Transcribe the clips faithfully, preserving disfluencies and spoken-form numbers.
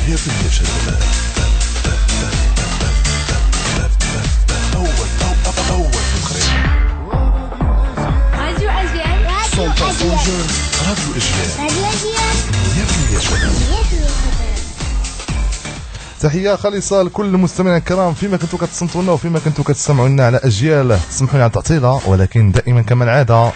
مية بالمية شباب. أول أول أول في الخريطة. راديو أجيال. راديو أجيال. راديو أجيال. راديو أجيال. مية بالمية شباب. تحية خالصة لكل المستمعين الكرام فيما كنتوا كتصنتوا لنا وفيما كنتوا كتسمعوا لنا على أجيال. تسمحوا لي على التعطيلة ولكن دائما كما العادة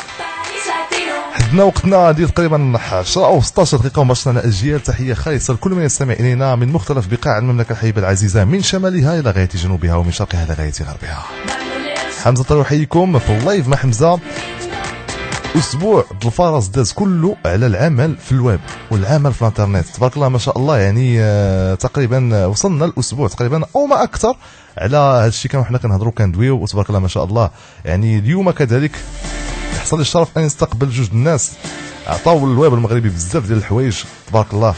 حدنا وقتنا ديال تقريبا عشرة أو ستة عشر دقيقة ومباشرة على أجيال. تحية خالصة لكل من يستمع إلينا من مختلف بقاع المملكة الحبيبة العزيزة، من شمالها إلى غاية جنوبها ومن شرقها إلى غاية غربها. حمزة طيب يحييكم في اللايف مع حمزة. أسبوع الفرس داز كله على العمل في الويب والعمل في الانترنت، تبارك الله ما شاء الله. يعني آه تقريبا وصلنا الأسبوع تقريبا أو ما أكثر على هذا الشيء. كانوا حنا كنهضروا كندويو وتبارك الله ما شاء الله. يعني اليوم كذلك حصل لي الشرف أن نستقبل جوج الناس عطاو الويب المغربي بزاف ديال الحوايج، تبارك الله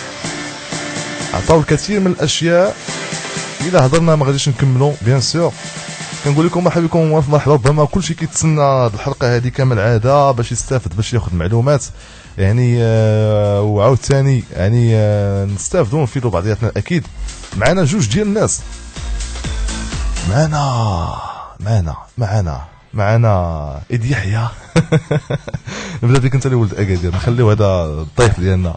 عطاو الكثير من الأشياء. إلا هضرنا ما غاديش نكملوا بيان سور. كنقول لكم مرحبا بكم مرحبا. ربما كلشي كيتسنى هذه الحلقه هذه كما العاده باش يستافد باش ياخذ معلومات يعني آه وعاود ثاني يعني آه نستافدوا ونفيدوا بعضياتنا. اكيد معنا جوج ديال الناس، معنا معنا معنا معنا إيدي يحيى. نبدا بك انت اللي ولد اكادير، نخليو هذا الضيف ديالنا.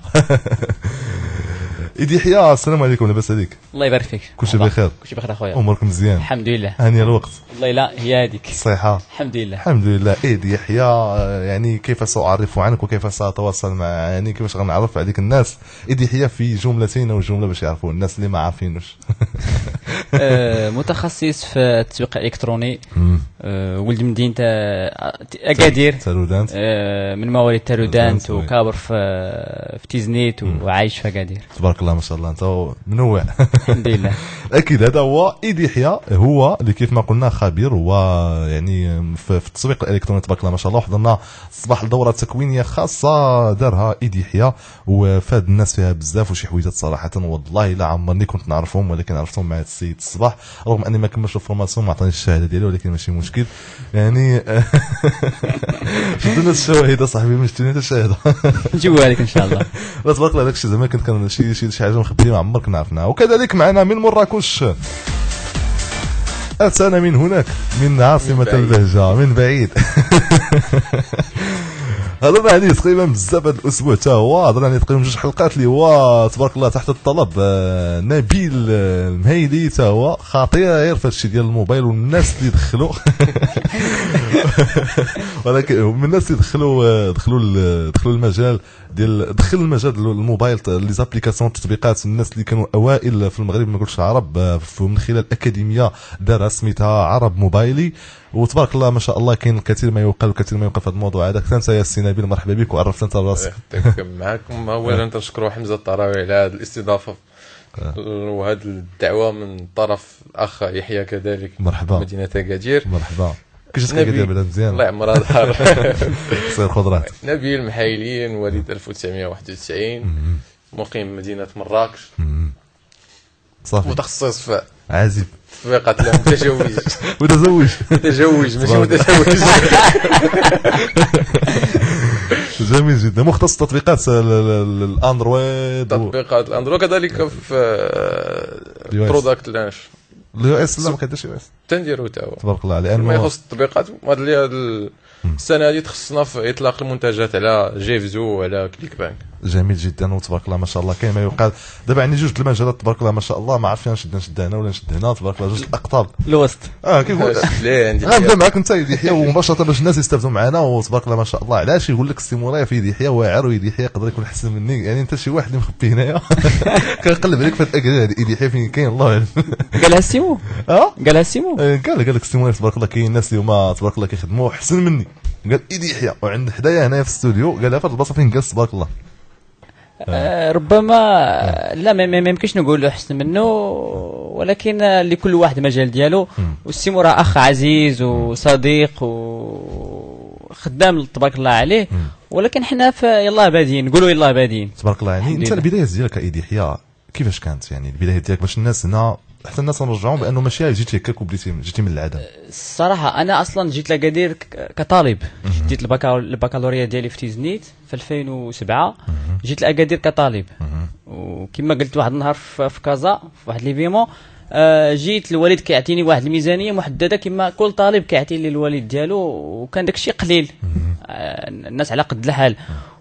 إيدي يحيى السلام عليكم، لاباس عليك؟ الله يبارك فيك. كلشي بخير؟ كلشي بخير اخويا. امورك مزيان؟ الحمد لله. هاني الوقت؟ والله لا هي هذيك الصحة؟ الحمد لله الحمد لله. إيدي يحيى يعني كيف سأعرف عنك وكيف سأتواصل مع يعني كيفاش غنعرف عليك الناس؟ إيدي يحيى في جملتين أو جملة باش يعرفوا الناس اللي ما عارفينوش. آه متخصص في التسويق الإلكتروني. آه ولد مدينة أكادير، تارودانت. آه من مواليد تارودانت وكابر في في تيزنيت وعايش في أكادير. تبارك الله ما شاء الله، انت منوع. الحمد لله. اكيد هذا هو إيدي يحيى، هو اللي كيف ما قلنا خبير ويعني في التسويق الالكتروني تبارك الله ما شاء الله. حضرنا صباح الدوره تكوينيه خاصه دارها إيدي يحيى وفاد الناس فيها بزاف وشي حويجات صراحه والله لا عمرني كنت نعرفهم، ولكن عرفتهم مع السيد الصباح رغم اني ما كملتش الفورماسيون ما عطانيش الشهاده ديالي، ولكن ماشي مشكل يعني. شدنا الشواهد صاحبي، ما شفتني حتى الشهاده. نجيبوها لك ان شاء الله. لا تبارك الله داكشي زعما كنت كان شي شي حاجه مخبيه ما عمرك عرفناها. وكذلك معنا من مراكش، اتانا من هناك من عاصمه البهجه من بعيد. هضرنا عليه تقريبا بزاف هذا الاسبوع حتى هو، هضرنا عليه تقريبا جوج حلقات اللي هو تبارك الله تحت الطلب. آه نبيل المهيلي حتى هو خطير في هادشي ديال الموبايل والناس اللي دخلوا. ولكن من الناس اللي دخلوا دخلوا دخلوا المجال ديال دخل المجال الموبايل لي زابليكاسيون التطبيقات. الناس اللي كانوا اوائل في المغرب ما نقولش عرب من خلال اكاديميه دارها سميتها عرب موبايلي، وتبارك الله ما شاء الله كاين الكثير ما يقال والكثير ما يوقف في هذا الموضوع هذا. كنت انت يا سي نبيل مرحبا بك وعرفت انت راسك. معكم. اولا تنشكروا حمزه الطراوي على هذه الاستضافه وهذه الدعوه من طرف الاخ يحيى كذلك. مرحبا. مدينه اكادير. مرحبا. كيفاش تلقى بلا مزيان؟ الله يعمرها دار. سير خضرات. نبيل محايلي مواليد ألف وتسعمائة وواحد وتسعين، مقيم مدينه مراكش، صافي متخصص في عازب تطبيقات المتزوج. متزوج متزوج ماشي متزوج. جميل جدا. مختص تطبيقات الاندرويد، تطبيقات الاندرويد كذلك في برودكت لانش اليو اس. لا ما كديرش يو اس تنديرو تا هو تبارك الله. لانه ما يخص التطبيقات هذه السنه هذه تخصصنا في اطلاق المنتجات على جيفزو وعلى كليك بانك. جميل جدا وتبارك الله ما شاء الله. كاين ما يقال دابا عندي جوج المجالات تبارك الله ما شاء الله، ما عرفت نشد نشد هنا ولا نشد هنا تبارك الله. جوج الاقطاب الوسط. اه كيقول لا عندي غنبدا معاك انت يدي يحيى ومباشره باش الناس يستافدوا معنا وتبارك الله ما شاء الله. علاش يقول لك السيمولاي في يدي يحيى واعر ويدي يحيى يقدر يكون احسن مني؟ يعني انت شي واحد اللي مخبي هنايا. كنقلب عليك في هاد الاكادير هذه يدي يحيى فين كاين الله اعلم. قالها السيمو. اه قالها السيمو. قال قال لك السيمولاي تبارك الله كاين الناس اللي هما تبارك الله كيخدموا احسن مني. قال ايدي يحيى وعند حدايا هنايا في الاستوديو قالها في البلاصه فين جالس تبارك الله. آه ربما آه لا ما يمكنش نقول احسن منه، ولكن لكل واحد مجال ديالو. والسيمو راه اخ عزيز وصديق وخدام تبارك الله عليه، ولكن حنا في يلاه بادين نقولوا يلاه بادين تبارك الله. يعني انت البدايه ديالك ايدي يحيى كيفاش كانت؟ يعني البدايه ديالك باش الناس هنا حتى الناس نرجعوهم بانه ماشي جيتي هكاك وبديتي جيتي من العدم. الصراحه انا اصلا جيت لاكادير كطالب. جيت البكالوريا ديالي في تيزنيت في ألفين وسبعة. جيت لاكادير كطالب وكما قلت واحد النهار في في كازا في واحد ليفيمون، آه جيت الوالد كيعطيني واحد الميزانيه محدده كما كل طالب كيعطي لي الوالد ديالو، وكان داك الشيء قليل، آه الناس على قد الحال.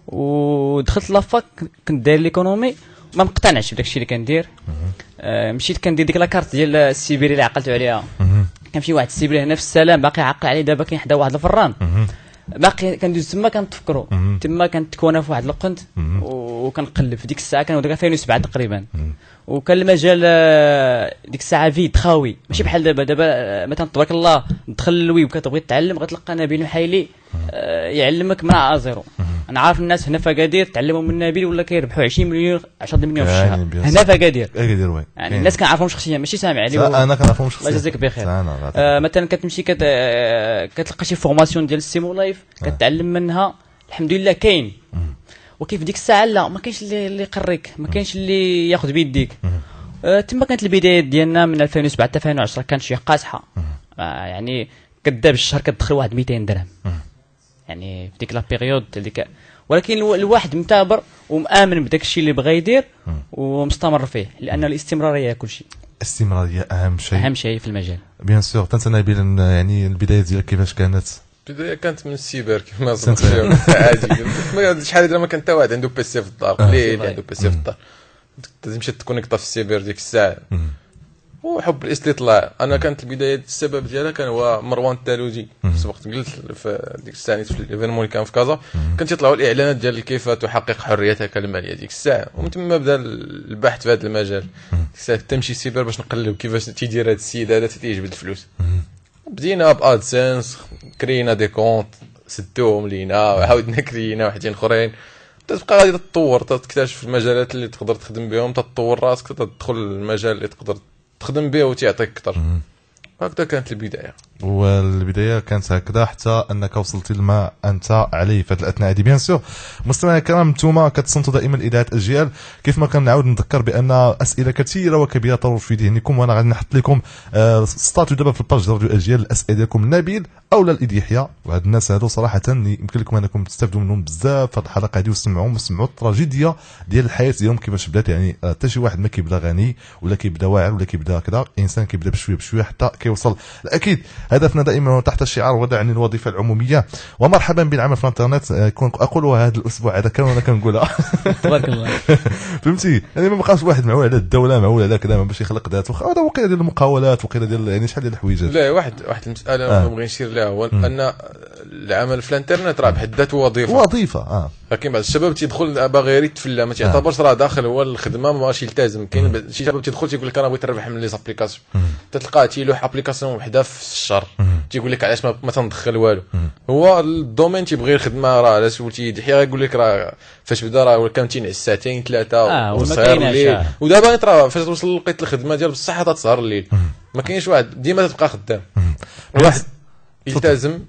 ودخلت لافاك كنت داير ليكونومي، ما مقتنعش بداك الشيء اللي كندير. آه مشيت كندير ديك لاكارت ديال السيبيري اللي عقلت عليها، كان شي واحد السيبيري هنا في السلام باقي عاقل عليه دابا كاين حدا واحد الفران، باقي كندوز تما كنتفكروا تما كنت تكون في واحد القنت وكنقلب. في ديك الساعه كان داك ألفين وسبعة تقريبا، وكان المجال ديك الساعه فيد خاوي ماشي بحال دابا. دابا مثلا تبارك الله دخل الويب كتبغي تتعلم غتلقى نبيل محايلي يعلمك من ازيرو. انا عارف الناس هنا في اكادير تعلموا من نبيل ولا كيربحوا عشرين مليون عشرة مليون في الشهر هنا في اكادير. اكادير وين يعني الناس كنعرفهم شخصيا ماشي سامع عليه. انا كنعرفهم شخصيا. الله يجازيك بخير. آه مثلا كتمشي كت... آه كتلقى شي فورماسيون ديال السيمو لايف كتعلم منها الحمد لله كاين. وكيف ديك الساعه لا ما كاينش اللي اللي يقريك، ما كاينش اللي ياخذ بيديك. آه تما كانت البدايات ديالنا من ألفين وسبعة حتى ألفين وعشرة كانت شي قاصحه. آه يعني كداب الشهر كتدخل واحد مئتين درهم يعني في ديك لا بيريود ديك. ولكن الواحد متابر ومآمن بداك الشيء اللي بغى يدير ومستمر فيه، لان الاستمراريه كل شيء. الاستمراريه اهم شيء، اهم شيء في المجال. بيان سور. انت نبيل يعني البدايه ديالك كيفاش كانت؟ البدايه كانت من السيبر كما صرت عادي. شحال هذا ما كان حتى واحد عنده بيسي في الدار، قليل عنده بيسي في الدار، تمشي تكونيكطا في السيبر ديك الساعه. وحب الاستطلاع. انا كانت البدايه السبب ديالها كان هو مروان التالوجي. سبقت قلت في ديك الساعه في الايفينمون اللي كان في كازا كانت يطلعوا الاعلانات ديال كيف تحقق حريتك الماليه ديك الساعه، ومن ثم بدا البحث في هذا المجال. ديك الساعه تمشي سيبر باش نقلب كيفاش تيدير هذا السيد هذا تيجبد الفلوس. بدينا بادسنس، كرينا دي كونت، سدوهم لينا وعاودنا كرينا واحدين اخرين. تبقى غادي تطور، تكتشف المجالات اللي تقدر تخدم بهم، تطور راسك، تدخل المجال اللي تقدر تخدم به وتعطيك اكثر. هكذا كانت البدايه. والبدايه كانت هكذا حتى انك وصلت لما انت عليه في هذه الاثناء هذه. بيان سور مستمعينا الكرام، نتوما كتصنتوا دائما اذاعه اجيال. كيف ما كنعاود نذكر بان اسئله كثيره وكبيره تروج في ذهنكم، وانا غادي نحط لكم آه ستاتيو دابا في الباج ديال اجيال الاسئله ديالكم نبيل او لا الايد يحيى. وهاد الناس هادو صراحه يمكن لكم انكم تستافدوا منهم بزاف في هذه الحلقه هذه، وتسمعوهم وتسمعوا التراجيديا ديال الحياه ديالهم كيفاش بدات. يعني حتى شي واحد ما كيبدا غني ولا كيبدا واعر ولا كيبدا كذا، انسان كيبدا بشويه بشويه حتى كيوصل. اكيد هدفنا دائما تحت الشعار ودع عن الوظيفه العموميه. ومرحبا بالعمل في الانترنت. اقولها هذا الاسبوع هذا كان وانا كنقولها تبارك الله. فهمتي يعني ما بقاش واحد معول على الدوله، معول على كذا باش يخلق ذاته. هذا وقيله ديال المقاولات، وقيله ديال يعني شحال ديال الحويجات. لا واحد واحد المساله آه. بغي نشير لها هو ان العمل في الانترنت راه بحد ذاته وظيفه وظيفه اه لكن بعض الشباب تيدخل باغي غير يتفلى، ما تيعتبرش راه داخل هو الخدمه، ما بغاش يلتزم. كاين شي شباب تيدخل تيقول لك انا بغيت نربح من لي زابليكاسيون، تلقاه تيلوح ابليكاسيون وحده في الشهر تيقول لك علاش ما, ما تندخل والو. هو الدومين تيبغي الخدمه. راه علاش سولتي يحيى غيقول لك راه فاش بدا راه كان تينعس ساعتين ثلاثه آه وسهر الليل، ودابا ترى فاش توصل لقيت الخدمه ديال بصح تسهر الليل. ما كاينش واحد ديما تبقى خدام. واحد يلتزم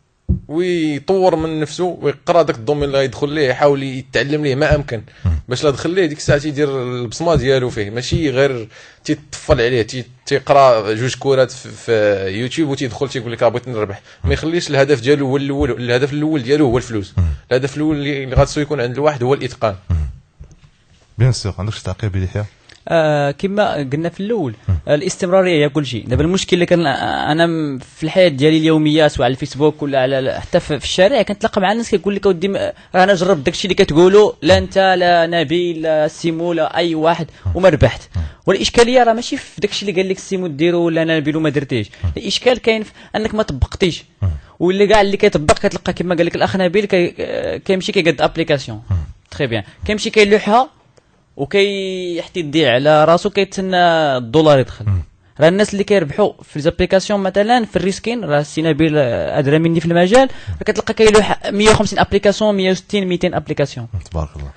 ويطور من نفسه ويقرا داك الدومين اللي غيدخل ليه، يحاول يتعلم ليه ما امكن باش لا دخل ليه ديك الساعه تيدير البصمه ديالو فيه، ماشي غير تيطفل عليه تيقرا جوج كورات في يوتيوب وتيدخل تيقول لك بغيت نربح. ما يخليش الهدف ديالو هو الاول. الهدف الاول ديالو هو الفلوس. الهدف الاول اللي غادي يكون عند الواحد هو الاتقان. بيان سور. عندك شي تعقيب يحيى؟ آه كما قلنا في الاول آه الاستمراريه هي كل شيء. دابا المشكل اللي كان انا في الحياه ديالي اليوميه سواء على الفيسبوك ولا على حتى في الشارع كنتلاقى مع الناس كيقول لك اودي انا جربت داكشي اللي كتقولوا، لا انت لا نبيل لا سيمو لا اي واحد وما ربحت. والاشكاليه راه ماشي في داكشي اللي قال لك سيمو ديرو ولا نبيل وما درتيش، الاشكال كاين في انك ما طبقتيش. واللي كاع اللي كيطبق كتلقى كما قال لك الاخ نبيل كيمشي كيقاد ابليكاسيون تري بيان، كيمشي كيلوحها وكيحتي يدي على راسو كيتسنى الدولار يدخل. راه الناس اللي كيربحوا في ليزابليكاسيون مثلا في الريسكين، راه السي نبيل ادرى مني في المجال، كتلقى كيلوح مية وخمسين ابليكاسيون مية وستين ميتين ابليكاسيون تبارك الله.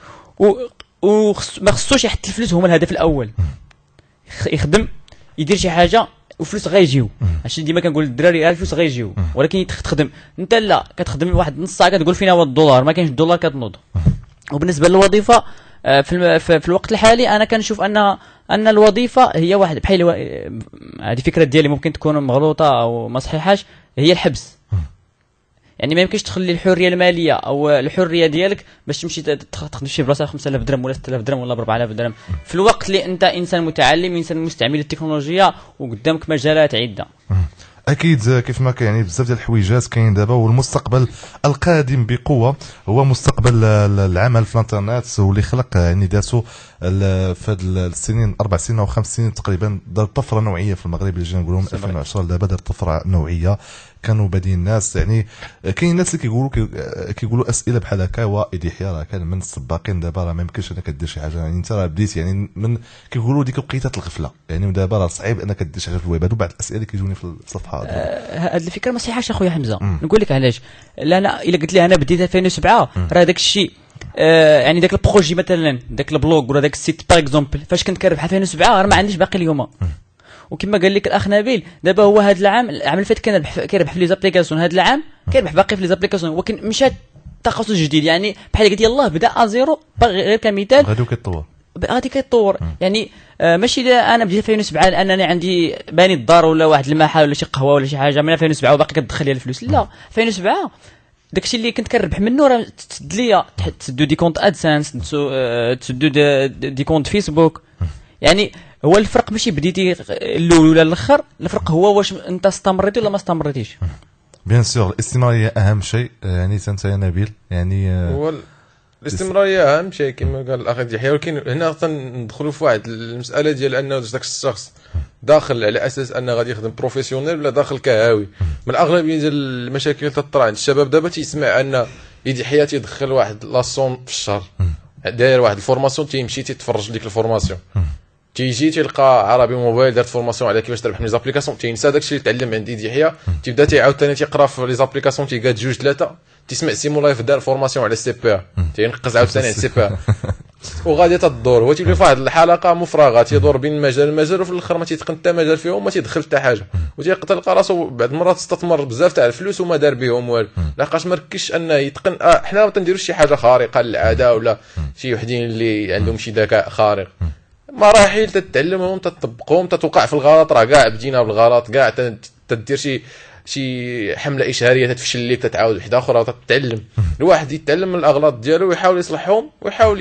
و ما خصوش يحط الفلوس هما الهدف الاول. يخدم يدير شي حاجه وفلوس غيجيو. عشان ديما كنقول للدراري الفلوس غيجيو، ولكن تخدم انت لا كتخدم واحد نص ساعه كتقول فينا هو الدولار، ما كاينش الدولار كتنوض. وبالنسبه للوظيفه في في الوقت الحالي انا كنشوف ان ان الوظيفه هي واحد بحال هذه فكره ديالي ممكن تكون مغلوطه او ما صحيحاش، هي الحبس. يعني ما يمكنش تخلي الحريه الماليه او الحريه ديالك باش تمشي تخدم شي بلاصه خمسة آلاف درهم ولا ستة آلاف درهم ولا أربعة آلاف درهم في الوقت اللي انت انسان متعلم انسان مستعمل التكنولوجيا وقدامك مجالات عده. اكيد كيف ما كاين يعني بزاف ديال الحويجات كاين دابا، والمستقبل القادم بقوه هو مستقبل العمل في الانترنت، واللي خلق يعني داتو في هاد السنين اربع سنين او خمس سنين تقريبا دار طفره نوعيه في المغرب اللي جينا نقولوا من ألفين وعشرة دابا دار طفره نوعيه. كانوا بادين الناس يعني كاين الناس اللي كيقولوا كيقولوا اسئله بحال هكا وايدي حيا راه كان من السباقين دابا راه ما يمكنش انك دير شي حاجه، يعني انت راه بديت يعني من كيقولوا ديك وقيته الغفله، يعني دابا راه صعيب انك دير شي حاجه في الويب. هادو بعض الاسئله اللي كيجوني في الصفحه. هذه أه الفكره ما صحيحاش اخويا حمزه. مم. نقول لك علاش. لا انا الا قلت لي انا بديت ألفين وسبعة راه داك الشيء آه يعني داك البروجي مثلا داك البلوغ ولا داك السيت باغ اكزومبل فاش كنت كنربح ألفين وسبعة راه ما عنديش باقي اليوم. وكما قال لك الاخ نبيل دابا هو هذا العام العام اللي فات كان كيربح في لي زابليكاسيون، هذا العام كيربح باقي في لي زابليكاسيون، ولكن مشات تخصص جديد يعني بحال قلت يلاه بدا ازيرو غير كمثال غادي كيتطور غادي كيتطور يعني آه ماشي انا بديت ألفين وسبعة لانني عندي باني الدار ولا واحد المحل ولا شي قهوه ولا شي حاجه من ألفين وسبعة وباقي كتدخل لي الفلوس. لا ألفين وسبعة داكشي اللي كنت كنربح منه راه تسد ليا تسدو دي كونت ادسنس تسدو دي, دي كونت فيسبوك. يعني هو الفرق ماشي بديتي الاول ولا الاخر، الفرق هو واش انت استمريتي ولا ما استمريتيش. بيان سور الاستمراريه اهم شيء، يعني انت يا نبيل يعني هو الاستمراريه اهم شيء كما قال الاخ يحيى. ولكن هنا ندخلوا في واحد المساله ديال انه ذاك الشخص داخل على اساس انه غادي يخدم بروفيسيونيل ولا داخل كهاوي. من الاغلبيه ديال المشاكل اللي تطرا عند الشباب دابا تيسمع ان يدي حياتي يدخل واحد لاصون في الشهر داير واحد الفورماسيون تيمشي تيتفرج ديك الفورماسيون تيجي تلقى عربي موبايل دارت فورماسيون على كيفاش تربح من لي زابليكاسيون تينسى داكشي اللي تعلم عند يدي حياه تيبدا تيعاود ثاني تيقرا في لي زابليكاسيون تيقاد جوج ثلاثه تسمع سيمو لايف دار فورماسيون على السي بي ا تينقز عاود ثاني على السي بي ا وغادي تدور هو تيبقى في واحد الحلقه مفرغه تيدور بين مجال المجال وفي الاخر ما تيتقن حتى مجال فيهم ما تيدخل حتى حاجه وتيلقى راسو بعض المرات استثمر بزاف تاع الفلوس وما دار بهم والو لحقاش ما ركزش انه يتقن. آه حنا ما تنديروش شي حاجه خارقه للعاده ولا شي وحدين اللي عندهم شي ذكاء خارق، مراحل تتعلمهم تطبقهم تتوقع في الغلط. راه كاع بدينا بالغلط كاع تدير شي شي حمله اشهاريه تتفشل ليك تتعاود وحده اخرى تتعلم. الواحد يتعلم من الاغلاط ديالو ويحاول يصلحهم ويحاول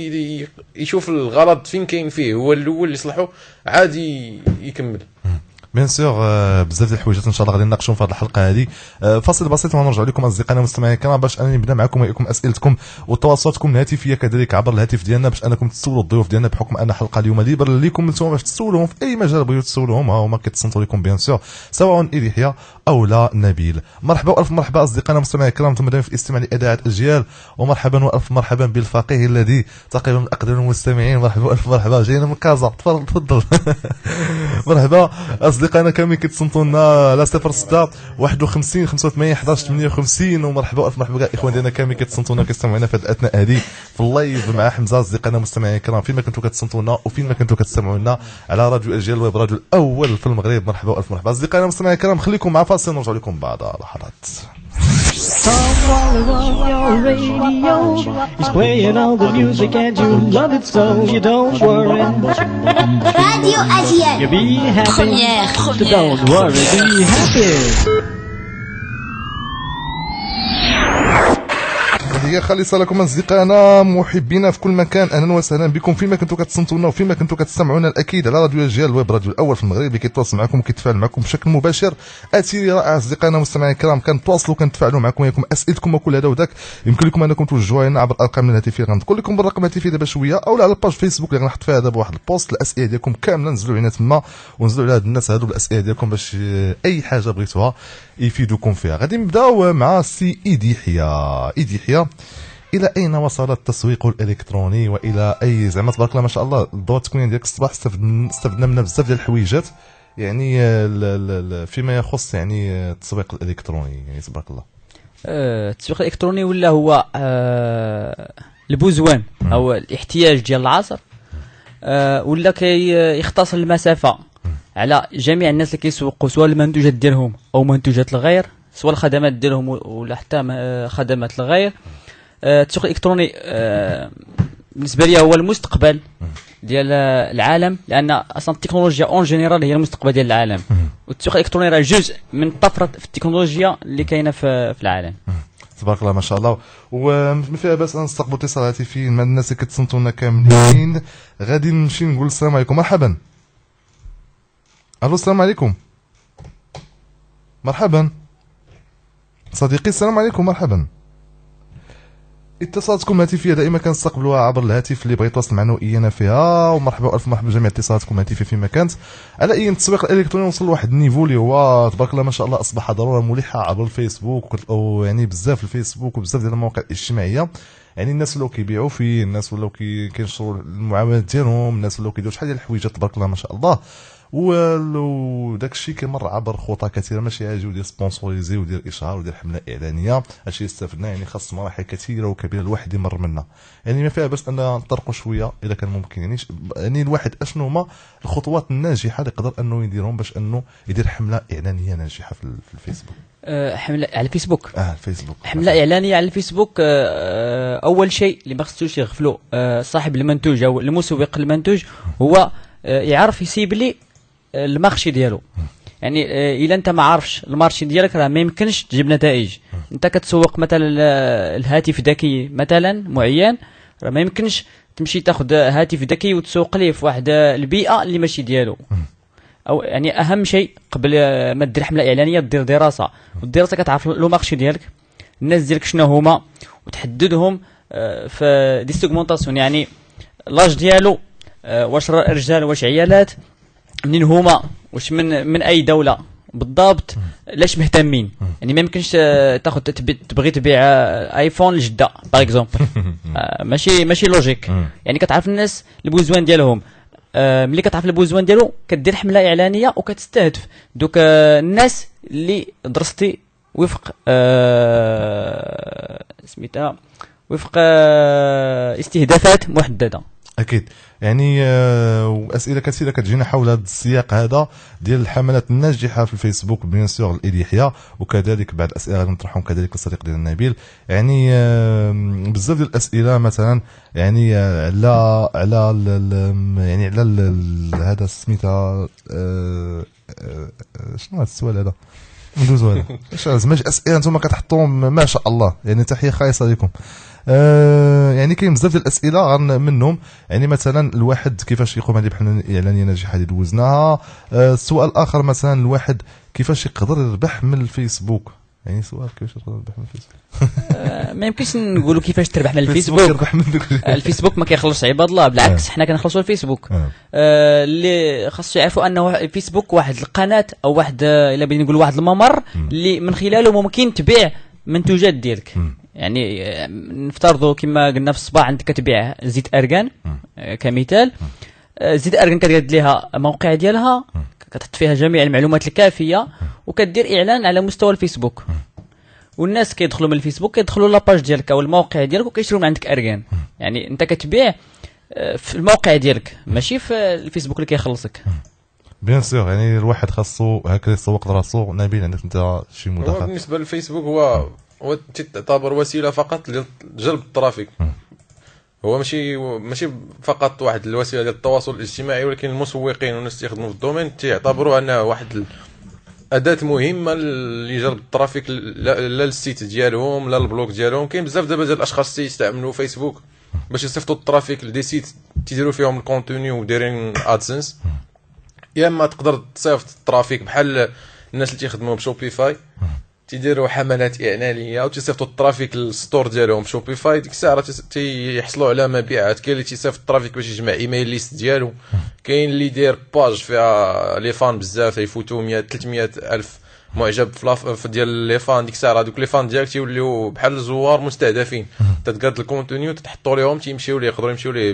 يشوف الغلط فين كاين فيه هو الاول اللي يصلحه عادي يكمل. بيان سور بزاف ديال الحوايج ان شاء الله غادي نناقشوا في هذه الحلقه هذه. فاصل بسيط ونرجع لكم اصدقائنا المستمعين الكرام باش انني نبدا معكم وياكم اسئلتكم وتواصلاتكم الهاتفيه كذلك عبر الهاتف ديالنا باش انكم تسولوا الضيوف ديالنا بحكم ان الحلقه اليوم ليبر ليكم انتم باش تسولوهم في اي مجال بغيتوا تسولوهم ها هما كيتصنتوا لكم بيان سور سواء ايدي حياه او لا نبيل. مرحبا والف مرحبا اصدقائنا المستمعين الكرام انتم دائما في الاستماع لاذاعه اجيال ومرحبا والف مرحبا بالفقيه الذي تقريبا من اقدم المستمعين. مرحبا والف مرحبا جاينا من كازا تفضل تفضل مرحبا اصدقائنا كاملين كيتصنتوا لنا لا صفر ستة واحد وخمسين خمسة وثمانين أحد عشر ثمانية وخمسين ومرحبا والف مرحبا الاخوان ديالنا كاملين كيتصنتوا لنا كيستمعونا في الاثناء هذه في اللايف مع حمزه. اصدقائنا المستمعين الكرام فين ما كنتوا كتصنتوا لنا وفين ما كنتوا كتسمعوا لنا على راديو اجيال الويب راديو الاول في المغرب. مرحبا والف مرحبا اصدقائنا المستمعين الكرام خليكم مع فاصل نرجع لكم بعد لحظات. Someone on your radio is playing all the music and you love it so you don't worry. Radio Agiel. You be happy. Première, première. Don't worry, be happy. هي خالصه لكم اصدقائنا محبينا في كل مكان اهلا وسهلا بكم فيما كنتوا كتصنتوا لنا وفيما كنتوا كتسمعونا الاكيد على راديو اجيال الويب راديو الاول في المغرب اللي كيتواصل معكم وكيتفاعل معكم بشكل مباشر. اثيري رائع اصدقائنا المستمعين الكرام كنتواصلوا كنتفاعلوا معكم وياكم اسئلتكم وكل هذا وذاك. يمكن لكم انكم توجهوها لنا عبر الارقام الهاتفيه غنقول لكم بالرقم الهاتفي دابا شويه او على الباج فيسبوك اللي غنحط فيها دابا واحد البوست الاسئله ديالكم كامله نزلوا علينا تما ونزلوا على هاد الناس هادو بالاسئله ديالكم باش اي حاجه بغيتوها يفيدوكم فيها. غادي نبداو مع سي ايدي حياه. ايدي حياه الى اين وصل التسويق الالكتروني والى اي زعما تبارك الله ما شاء الله الدور التكويني ديالك الصباح استفدنا منها بزاف ديال الحويجات يعني فيما يخص يعني التسويق الالكتروني يعني تبارك الله. أه التسويق الالكتروني ولا هو أه البوزوان او الاحتياج ديال العصر أه ولا كيختصر المسافه على جميع الناس اللي كيسوقوا سواء المنتوجات ديالهم او منتوجات الغير سواء الخدمات ديالهم ولا حتى خدمات الغير. التسويق الالكتروني أه بالنسبه لي هو المستقبل ديال العالم لان اصلا التكنولوجيا اون جينيرال هي المستقبل ديال العالم والتسويق الالكتروني راه جزء من طفره في التكنولوجيا اللي كاينه في في العالم. تبارك الله ما شاء الله. وما فيها باس نستقبل اتصال هاتفي مع الناس اللي كتصنتوا لنا كاملين. غادي نمشي نقول السلام عليكم. مرحبا. الو السلام عليكم. مرحبا صديقي. السلام عليكم. مرحبا. اتصالاتكم الهاتفيه دائما كنستقبلوها عبر الهاتف اللي بغى يتواصل معنا وايانا فيها. ومرحبا والف مرحبا بجميع اتصالاتكم الهاتفيه فيما كانت. على اي التسويق الالكتروني وصل لواحد النيفو اللي هو تبارك الله ما شاء الله اصبح ضروره ملحه عبر الفيسبوك، ويعني بزاف الفيسبوك وبزاف ديال المواقع الاجتماعيه. يعني الناس ولاو كيبيعوا فيه، الناس ولاو كينشروا المعاملات ديالهم، الناس ولاو كيديروا شحال ديال الحويجات تبارك الله ما شاء الله. وداك الشيء كيمر عبر خطى كثيره ماشي عاجي ودير سبونسوريزي ودير اشهار ودير حمله اعلانيه. هادشي استفدنا يعني خاص مراحل كثيره وكبيره الواحد يمر منها. يعني ما فيها بس ان نطرقوا شويه اذا كان ممكن. يعني يعني الواحد اشنو هما الخطوات الناجحه اللي يقدر انه يديرهم باش انه يدير حمله اعلانيه ناجحه في الفيسبوك. أه حمله على الفيسبوك. اه الفيسبوك حمله اعلانيه على الفيسبوك. أه اول شيء اللي ما خصوش يغفلوا أه صاحب المنتوج او المسوق المنتوج هو أه يعرف يسيب لي المارشي ديالو. يعني الا انت ما عارفش المارشي ديالك راه ما يمكنش تجيب نتائج. انت كتسوق مثلا الهاتف الذكي مثلا معين، راه ما يمكنش تمشي تاخذ هاتف ذكي وتسوق ليه في واحد البيئه اللي ماشي ديالو. او يعني اهم شيء قبل ما دير حمله اعلانيه دير دراسه، والدراسه كتعرف لو مارشي ديالك، الناس ديالك شنو هما، وتحددهم في دي سيغمونطاسيون. يعني لاج ديالو، واش رجال واش عيالات، منين هما، واش من من اي دوله بالضبط، لاش مهتمين. يعني ما يمكنش تاخذ تبغي تبيع ايفون لجده باغ اكزومبل، ماشي ماشي لوجيك. يعني كتعرف الناس البوزوان ديالهم. ملي كتعرف البوزوان ديالو كدير حمله اعلانيه وكتستهدف دوك الناس اللي درستي وفق سميتها وفق استهدافات محدده. اكيد. يعني واسئله كثيره كتجينا حول هذا السياق هذا ديال الحملات الناجحه في الفيسبوك بيان سور الاضاحيه، وكذلك بعض الاسئله غادي نطرحهم كذلك الصديق ديالنا نبيل. يعني بزاف ديال الاسئله مثلا يعني على على يعني على هذا سميتها شنو هذا السؤال هذا ندوزو هذا اش زعما اسئله انتم كتحطوهم ما شاء الله. يعني تحيه خالصه لكم. آه يعني كاين بزاف ديال الاسئله منهم. يعني مثلا الواحد كيفاش يقوم هذه بحمله اعلانيه ناجحه اللي دوزناها. آه السؤال الاخر مثلا الواحد كيفاش يقدر يربح من الفيسبوك. يعني سؤال كيفاش يقدر يربح من الفيسبوك. آه ما يمكنش نقولوا كيفاش تربح من الفيسبوك. يربح من الفيسبوك ما كيخلصش عباد الله، بالعكس حنا كنخلصوا الفيسبوك. آه اللي خاصو يعرفوا انه الفيسبوك واحد القناه او واحد الا بغينا نقول واحد الممر اللي من خلاله ممكن تبيع منتوجات ديالك. يعني نفترضوا كما قلنا في الصباح انت كتبيع زيت ارغان كمثال. زيت ارغان كتقاد ليها موقع ديالها، كتحط فيها جميع المعلومات الكافيه، وكدير اعلان على مستوى الفيسبوك، والناس كيدخلوا من الفيسبوك كيدخلوا لاباج ديالك او الموقع ديالك وكيشروا من عندك ارغان. يعني انت كتبيع في الموقع ديالك ماشي في الفيسبوك اللي كيخلصك. بيان سور. يعني الواحد خاصو هكا يسوق راسو. نبيل عندك انت شي مداخله؟ بالنسبه للفيسبوك هو هو تعتبر وسيله فقط لجلب الترافيك. هو ماشي ماشي فقط واحد الوسيله ديال التواصل الاجتماعي، ولكن المسوقين والناس اللي يخدموا في الدومين تعتبروها انها واحد الاداه مهمه لجلب الترافيك، لا للسيت ديالهم لا البلوك ديالهم. كاين بزاف دابا ديال الاشخاص تيستعملوا فيسبوك باش يصيفطوا الترافيك لدي سيت تيديروا فيهم الكونتوني ودايرين ادسنس. يا اما تقدر تصيفط الترافيك بحال الناس اللي تيخدموا بشوبيفاي تيديروا حملات اعلانيه وتيصيفطوا الترافيك للستور ديالهم بشوبيفاي. ديك الساعه تيحصلوا على مبيعات. كاين اللي تيصيفط الترافيك باش يجمع ايميل ليست ديالو، كاين اللي يدير باج فيها لي فان بزاف يفوتوا مية ثلاثمية الف معجب في ديال لي فان. ديك الساعه هذوك لي فان ديالك تيوليو بحال الزوار مستهدفين. تتقاد الكونتوني وتحطوا لهم تيمشيو ليه، يقدروا يمشيو ليه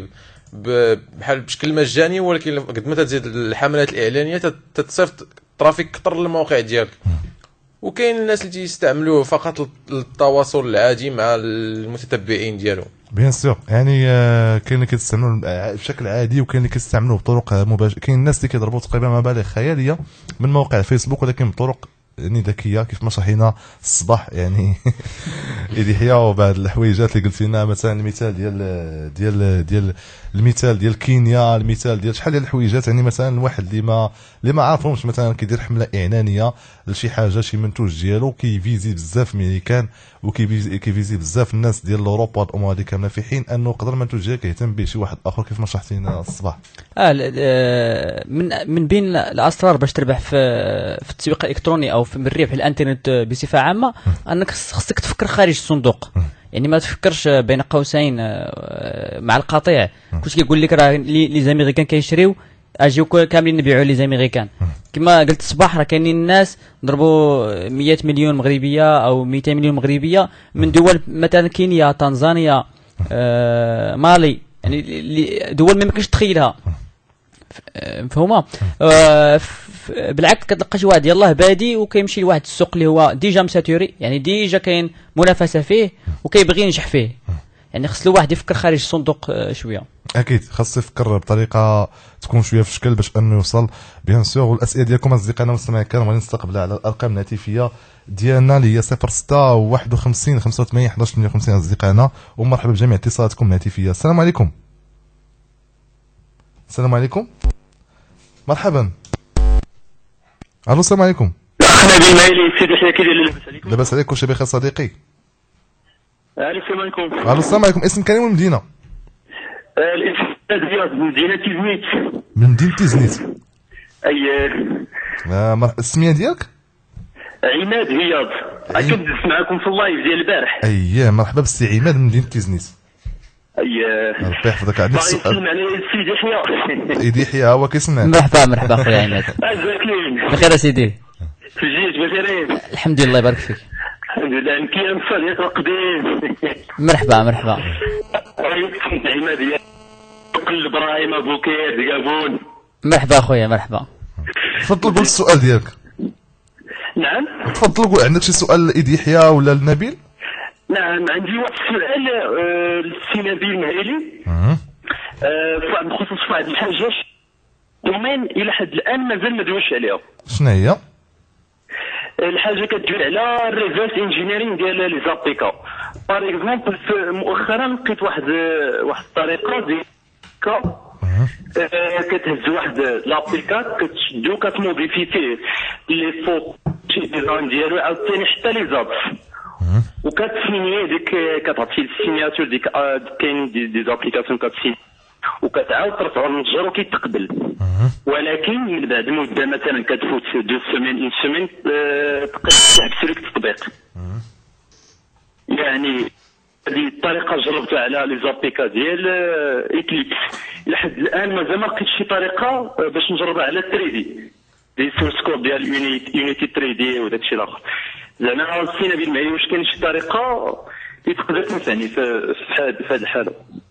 بحال بشكل مجاني، ولكن قد ما تزيد الحملات الاعلانيه تتصيفط ترافيك كثر للموقع ديالك. وكاين الناس اللي تيستعملوه فقط للتواصل العادي مع المتتبعين ديالهم. بيان سور. يعني آه كاين اللي كيستعملوه بشكل عادي وكاين اللي كيستعملوه بطرق مباشره. كاين الناس اللي كيضربوا تقريبا مبالغ خياليه من موقع فيسبوك، ولكن بطرق يعني ذكيه كيف ما شرحنا الصباح. يعني يدي حيا وبعض الحويجات اللي قلت لنا مثلا المثال ديال ديال ديال المثال ديال كينيا، المثال ديال شحال ديال الحويجات. يعني مثلا واحد اللي ما اللي ما عارفهمش مثلا كيدير حمله اعلانيه لشي حاجه شي منتوج ديالو كيفيزي بزاف ميريكان وكيفيزي كيفيزي بزاف الناس ديال اوروبا والامور هذه كامله، في حين انه قدر المنتوج ديالك يهتم به شي واحد اخر كيف ما شرحتي لنا الصباح. اه من من بين الاسرار باش تربح في في التسويق الالكتروني او في الربح الانترنت بصفه عامه انك خصك تفكر خارج الصندوق. يعني ما تفكرش بين قوسين مع القطيع. كنت كيقول لك راه لي زاميريكان كيشريو اجيو كاملين نبيعوا لي زاميريكان. كما قلت الصباح راه كاينين الناس ضربوا مئة مليون مغربيه او مئتين مليون مغربيه من دول مثلا كينيا، تنزانيا، آه مالي، يعني دول ما يمكنش تخيلها. مفهومه؟ آه بالعكس كتلقى شي واحد يلاه بادي وكيمشي لواحد السوق اللي هو ديجا مساتوري، يعني ديجا كاين منافسه فيه وكيبغي ينجح فيه. يعني خص الواحد يفكر خارج الصندوق شويه. اكيد خاص يفكر بطريقه تكون شويه في الشكل باش انه يوصل بيان سور. والاسئله ديالكم اصدقائنا المستمعين الكرام غادي نستقبلها على الارقام الهاتفيه ديالنا اللي هي صفر ستة واحد وخمسين خمسة وثمانين أحد عشر ثمانية وخمسين اصدقائنا، ومرحبا بجميع اتصالاتكم الهاتفيه. السلام عليكم. السلام عليكم. مرحبا. الو السلام عليكم. اخنا بالمايلي سيدي حياك ديال لاباس عليكم. لاباس عليك كلشي بخير صديقي. السلام عليكم. الو السلام عليكم. اسم كريم والمدينه؟ الاسم رياض من مدينه تيزنيت. من مدينه تيزنيت. اييه. آه السميه ديالك؟ عماد رياض. كنت معكم في اللايف ديال البارح. اييه مرحبا بالسي عماد من مدينه تيزنيت. اييه. ربي يحفظك. عندك السؤال؟ نسلم على سيدي يحيى. سيدي يحيى هو كيسمع. مرحبا مرحبا خويا عماد. ازاكين. بخير يا سيدي. جيت بخيرين. الحمد لله يبارك فيك. الحمد لله. كاين صديق القديم. مرحبا مرحبا. كنت عماد كل ابراهيم ابو كير دقابون. مرحبا خويا مرحبا. تفضل قول السؤال ديالك. نعم. تفضل قول. عندك شي سؤال لإيد يحيى ولا لنبيل؟ نعم عندي واحد السؤال للسي نبيل مهيلي. اها. بخصوص واحد الحاجه دومين الى حد الان مازال ما دوش عليها. شنو هي؟ الحاجه كتدوي على الريفيرس انجينيرينغ ديال لي زابليكا. باغ اكزومبل مؤخرا لقيت واحد واحد الطريقه ديال كتهز واحد لابليكا كتشدو كتموديفي فيه لي فوق شي ديزاين ديالو عاوتاني حتى لي زاب وكتسيني ديك كتعطي السيناتور ديك كاين دي, دي زابليكاسيون كتسيني وكتعاود ترفعو للمتجر وكيتقبل. ولكن من بعد مده مثلا كتفوت دو سيمين اون سيمين تقدر تحبس لك التطبيق. يعني هذه الطريقه جربتها على لي زابليكا ديال اكليبس. الى حد الان مازال ما لقيتش شي طريقه باش نجربها على ثري دي دي سورس كود ديال يونيتي ثري دي وداك الشيء الاخر. زعما السينا بين معايا واش كاين شي طريقه اللي تقدر تنفعني في هذه الحاله.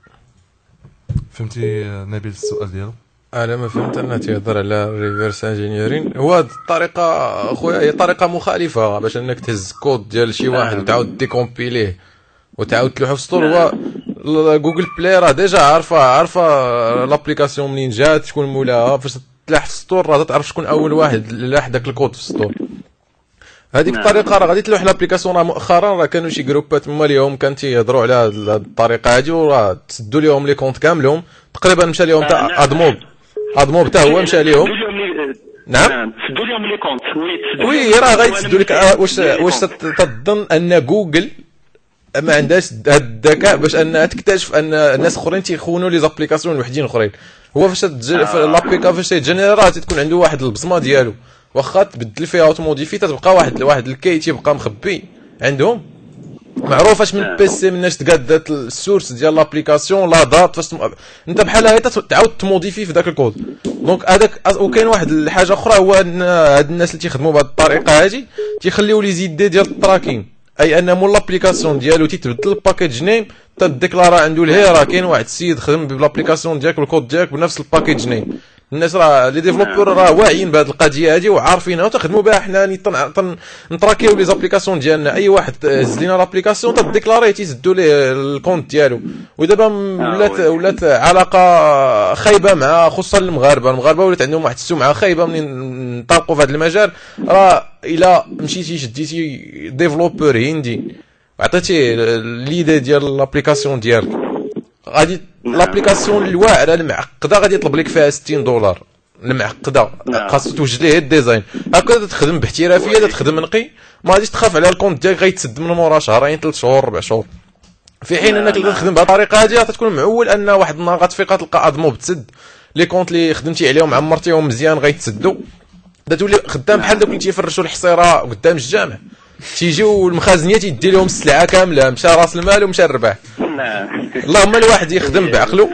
فهمتي نبيل السؤال ديالو؟ انا ما فهمت انه تيهضر على الريفيرس انجينيرين. هو هاد الطريقه خويا هي طريقه مخالفه باش انك تهز كود ديال شي واحد وتعاود ديكومبيليه وتعاود تلوحو في السطور. هو جوجل بلاي راه ديجا عارفه عارفه لابليكاسيون منين جات شكون مولاها. فاش تلاح في السطور راه تعرف شكون اول واحد لاح داك الكود في السطور. هذيك الطريقه راه غادي تلوح لابليكاسيون. راه مؤخرا راه كانوا شي جروبات تما اليوم كان تيهضروا على هذه الطريقه هذه وراه تسدوا لهم لي كونت كاملهم تقريبا. مشى لهم تاع ادموب ادموب حتى هو مشى لهم. نعم سدوا لهم لي كونت. وي راه غيتسدوا لك. واش واش تظن ان جوجل ما عندهاش هذا الذكاء باش انها تكتشف ان الناس اخرين تيخونوا لي زابليكاسيون وحدين اخرين؟ هو فاش لابليكا فاش تيجينيرا تكون عنده واحد البصمه ديالو واخا تبدل فيها اوتوموديفي تتبقى واحد واحد الكي تيبقى مخبي عندهم معروفاش من البيسي مناش تقادات السورس ديال لابليكاسيون لا دات فاش انت بحال هكا تعاود تموديفي في ذاك الكود. دونك هذاك وكاين واحد الحاجه اخرى هو ان هاد الناس اللي تيخدموا بهذه الطريقه هذه تيخليو لي زيدي ديال التراكين. اي ان مول لابليكاسيون ديالو تيتبدل الباكيج نيم تديكلارا عنده الهي راه كاين واحد السيد خدم بالابليكاسيون ديالك والكود ديالك بنفس الباكيج نيم. الناس راه لي ديفلوبور راه واعيين بهذه القضيه هذه وعارفينها وتخدموا بها. حنا نتراكيو لي زابليكاسيون ديالنا. اي واحد هز لينا لابليكاسيون تديكلاري تيسدوا ليه الكونت ديالو. ودابا ولات ولات علاقه خايبه مع خصوصا المغاربه. المغاربه ولات عندهم واحد السمعه خايبه من انطلقوا في هذا المجال. راه الا مشيتي شديتي ديفلوبور هندي وعطيتيه ليدي ديال لابليكاسيون ديالك غادي لابليكاسيون الواعره المعقده غادي يطلب لك فيها ستين دولار المعقده، خاصك توجد ليه الديزاين. هكا تخدم باحترافيه، تخدم نقي، ما غاديش تخاف على الكونت ديالك غيتسد من مورا شهرين ثلاث شهور ربع شهور. في حين انك اللي تخدم بهذه الطريقه هذه غتكون معول ان واحد النهار غتفيق تلقى ادمو بتسد لي كونت اللي خدمتي عليهم عمرتيهم مزيان غيتسدوا، تولي خدام بحال دوك اللي تيفرشوا الحصيره قدام الجامع، تيجيو المخازنيه تيدي لهم السلعه كامله، مشى راس المال ومشى الربح. اللهم الواحد يخدم بعقله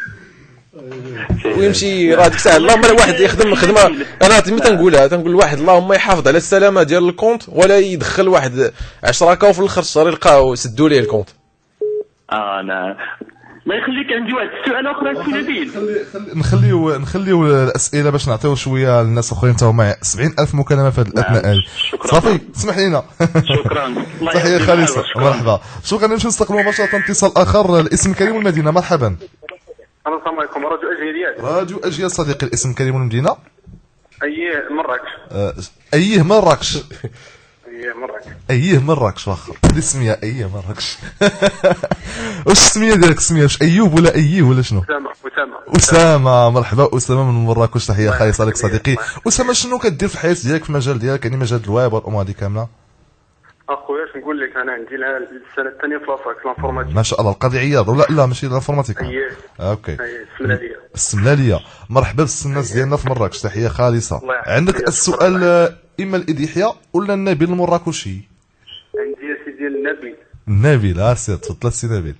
ويمشي راه ديك الساعه، اللهم الواحد يخدم خدمه. انا تما تنقولها تنقول الواحد اللهم يحافظ على السلامه ديال الكونت، ولا يدخل واحد عشرة كاو في الاخر الشهر يلقاو سدوا ليه الكونت. اه انا ما يخليك عندي واحد السؤال اخر سي نبيل. نخليو نخليو الاسئله باش نعطيو شويه للناس الاخرين حتى هما سبعين ألف مكالمه في هذه الاثناء هذه. صافي اسمح لينا. شكرا. تحيه خالصه مرحبا. شكرا. نمشي نستقبلوا مباشره اتصال اخر. الاسم الكريم والمدينه. مرحبا. السلام عليكم. راديو اجيال. راديو اجيال صديقي. الاسم الكريم والمدينه. ايه مراكش. أه ايه مراكش. ايه مراكش. ايه مراكش واخا السميه ايه مراكش. واش السميه ديالك السميه واش ايوب ولا ايه ولا شنو؟ اسامه. اسامه. اسامه مرحبا اسامه من مراكش. تحيه خالصه لك صديقي. اسامه شنو كدير في الحياه ديالك في المجال ديالك يعني مجال الويب والامور هذه كامله؟ اخويا اش نقول لك انا عندي السنه الثانيه في لافاك لانفورماتيك. ما شاء الله. القاضي عياض ولا لا ماشي الانفورماتيك؟ اييه اوكي. اييه السملاليه. السملاليه. مرحبا بالناس ديالنا في مراكش. تحيه خالصه. عندك السؤال اما الاديحيا ولا النبيل المراكشي؟ عندي يا سيدي النبيل. النبيل. اه سي تفضل سي نبيل.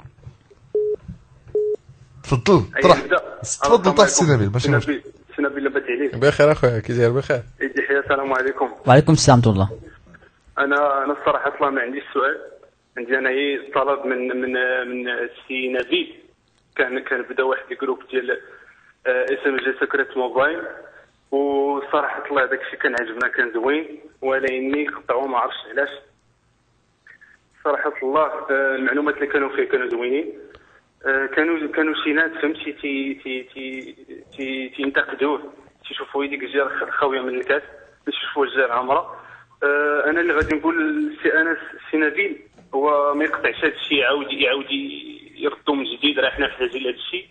تفضل طرح. تفضل طرح سي نبيل ماشي مشكل. سي نبيل لاباس عليك؟ بخير اخويا كي داير؟ بخير. اديحيا السلام عليكم. وعليكم السلام ورحمه الله. انا انا الصراحه اصلا ما عنديش سؤال. عندي انا هي طلب من من من سي نبيل. كان كان بدا واحد الجروب ديال اس ام جي سكريت موبايل، وصراحه طلع داكشي كان عجبنا كان زوين، ولكني قطعوا ما عرفتش علاش. صراحه الله المعلومات اللي كانوا فيه كانوا زوينين. كانوا كانوا شي ناس فهمتي تي تي تي تي تينتقدوه، تيشوفوا يديك الجير خاويه من الكاس، تيشوفوا الجير عامره. انا اللي غادي نقول سي انس سي نبيل هو ما يقطعش هذا الشيء، يعاود يعاود يردوا من جديد، راه حنا محتاجين لهذا الشيء.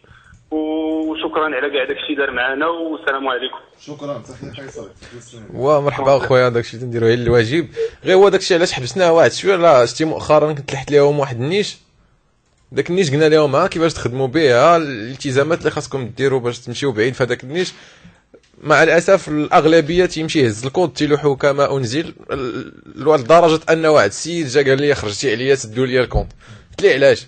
وشكرا على كاع داك الشيء دار معنا، والسلام عليكم. شكرا. تحيه خيصر. ومرحبا اخويا. داك الشيء تنديروا هي الواجب. غير هو داك الشيء علاش حبسناه واحد شويه، لا شتي مؤخرا كنت لحت لهم واحد النيش، داك النيش قلنا لهم ها كيفاش تخدموا به، ها الالتزامات اللي خاصكم ديروا باش تمشيو بعيد في هذاك النيش. مع الاسف الاغلبيه تيمشي يهز الكود تيلوحوا كما انزل، لدرجه ان واحد السيد جا قال لي خرجتي عليا سدوا لي الكونت. قلت ليه علاش؟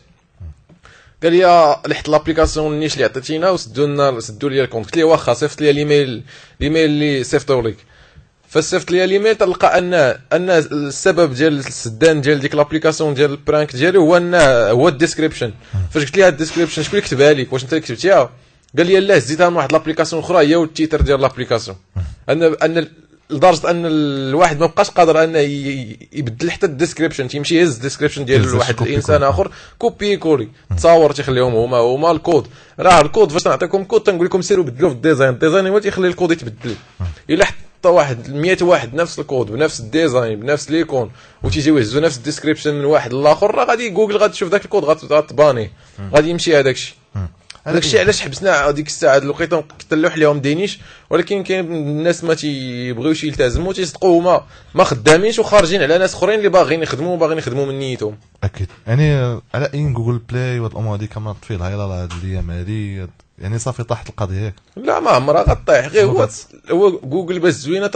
قال لي لحت لابليكاسيون النيش اللي عطيتينا وسدوا لنا سدوا لي الكونت. قلت ليه واخا صيفط لي الايميل الايميل اللي صيفطوا لك. فصيفط لي الايميل تلقى ان ان السبب ديال السدان ديال ديك لابليكاسيون ديال البرانك ديالي هو ان هو الديسكريبشن. فاش قلت ليه الديسكريبشن شكون اللي كتبها لك؟ واش انت اللي كتبتيها؟ قال لي لا زيدها من واحد لابليكاسيون اخرى هي والتيتر ديال لابليكاسيون. ان ان لدرجه ان الواحد ما بقاش قادر انه يبدل حتى الديسكريبشن، تيمشي يهز الديسكريبشن ديال واحد الانسان اخر كوبي كولي تصاور تيخليهم هما هما الكود. راه الكود فاش نعطيكم كود تنقول لكم سيروا بدلوا في الديزاين، الديزاين هو تيخلي الكود يتبدل. الا حط واحد مية واحد نفس الكود بنفس الديزاين بنفس ليكون وتيجيو يهزوا نفس الديسكريبشن من واحد للاخر، راه غادي جوجل غادي تشوف ذاك الكود غتباني، غادي يمشي هذاك الشيء. هذاك الشيء علاش حبسنا هذيك الساعه الوقيته كتلوح لهم دينيش. ولكن كاين الناس ما تيبغيوش يلتزموا، تيصدقوا هما ما خدامينش وخارجين على ناس اخرين اللي باغيين يخدموا وباغيين يخدموا من نيتهم. اكيد. يعني على اي جوجل بلاي وهاد الامور هذه كما طفي الهيلا هاد الايام هذه يعني صافي طاحت القضيه ياك؟ لا ما عمرها غطيح. غير هو هو جوجل باش زوينه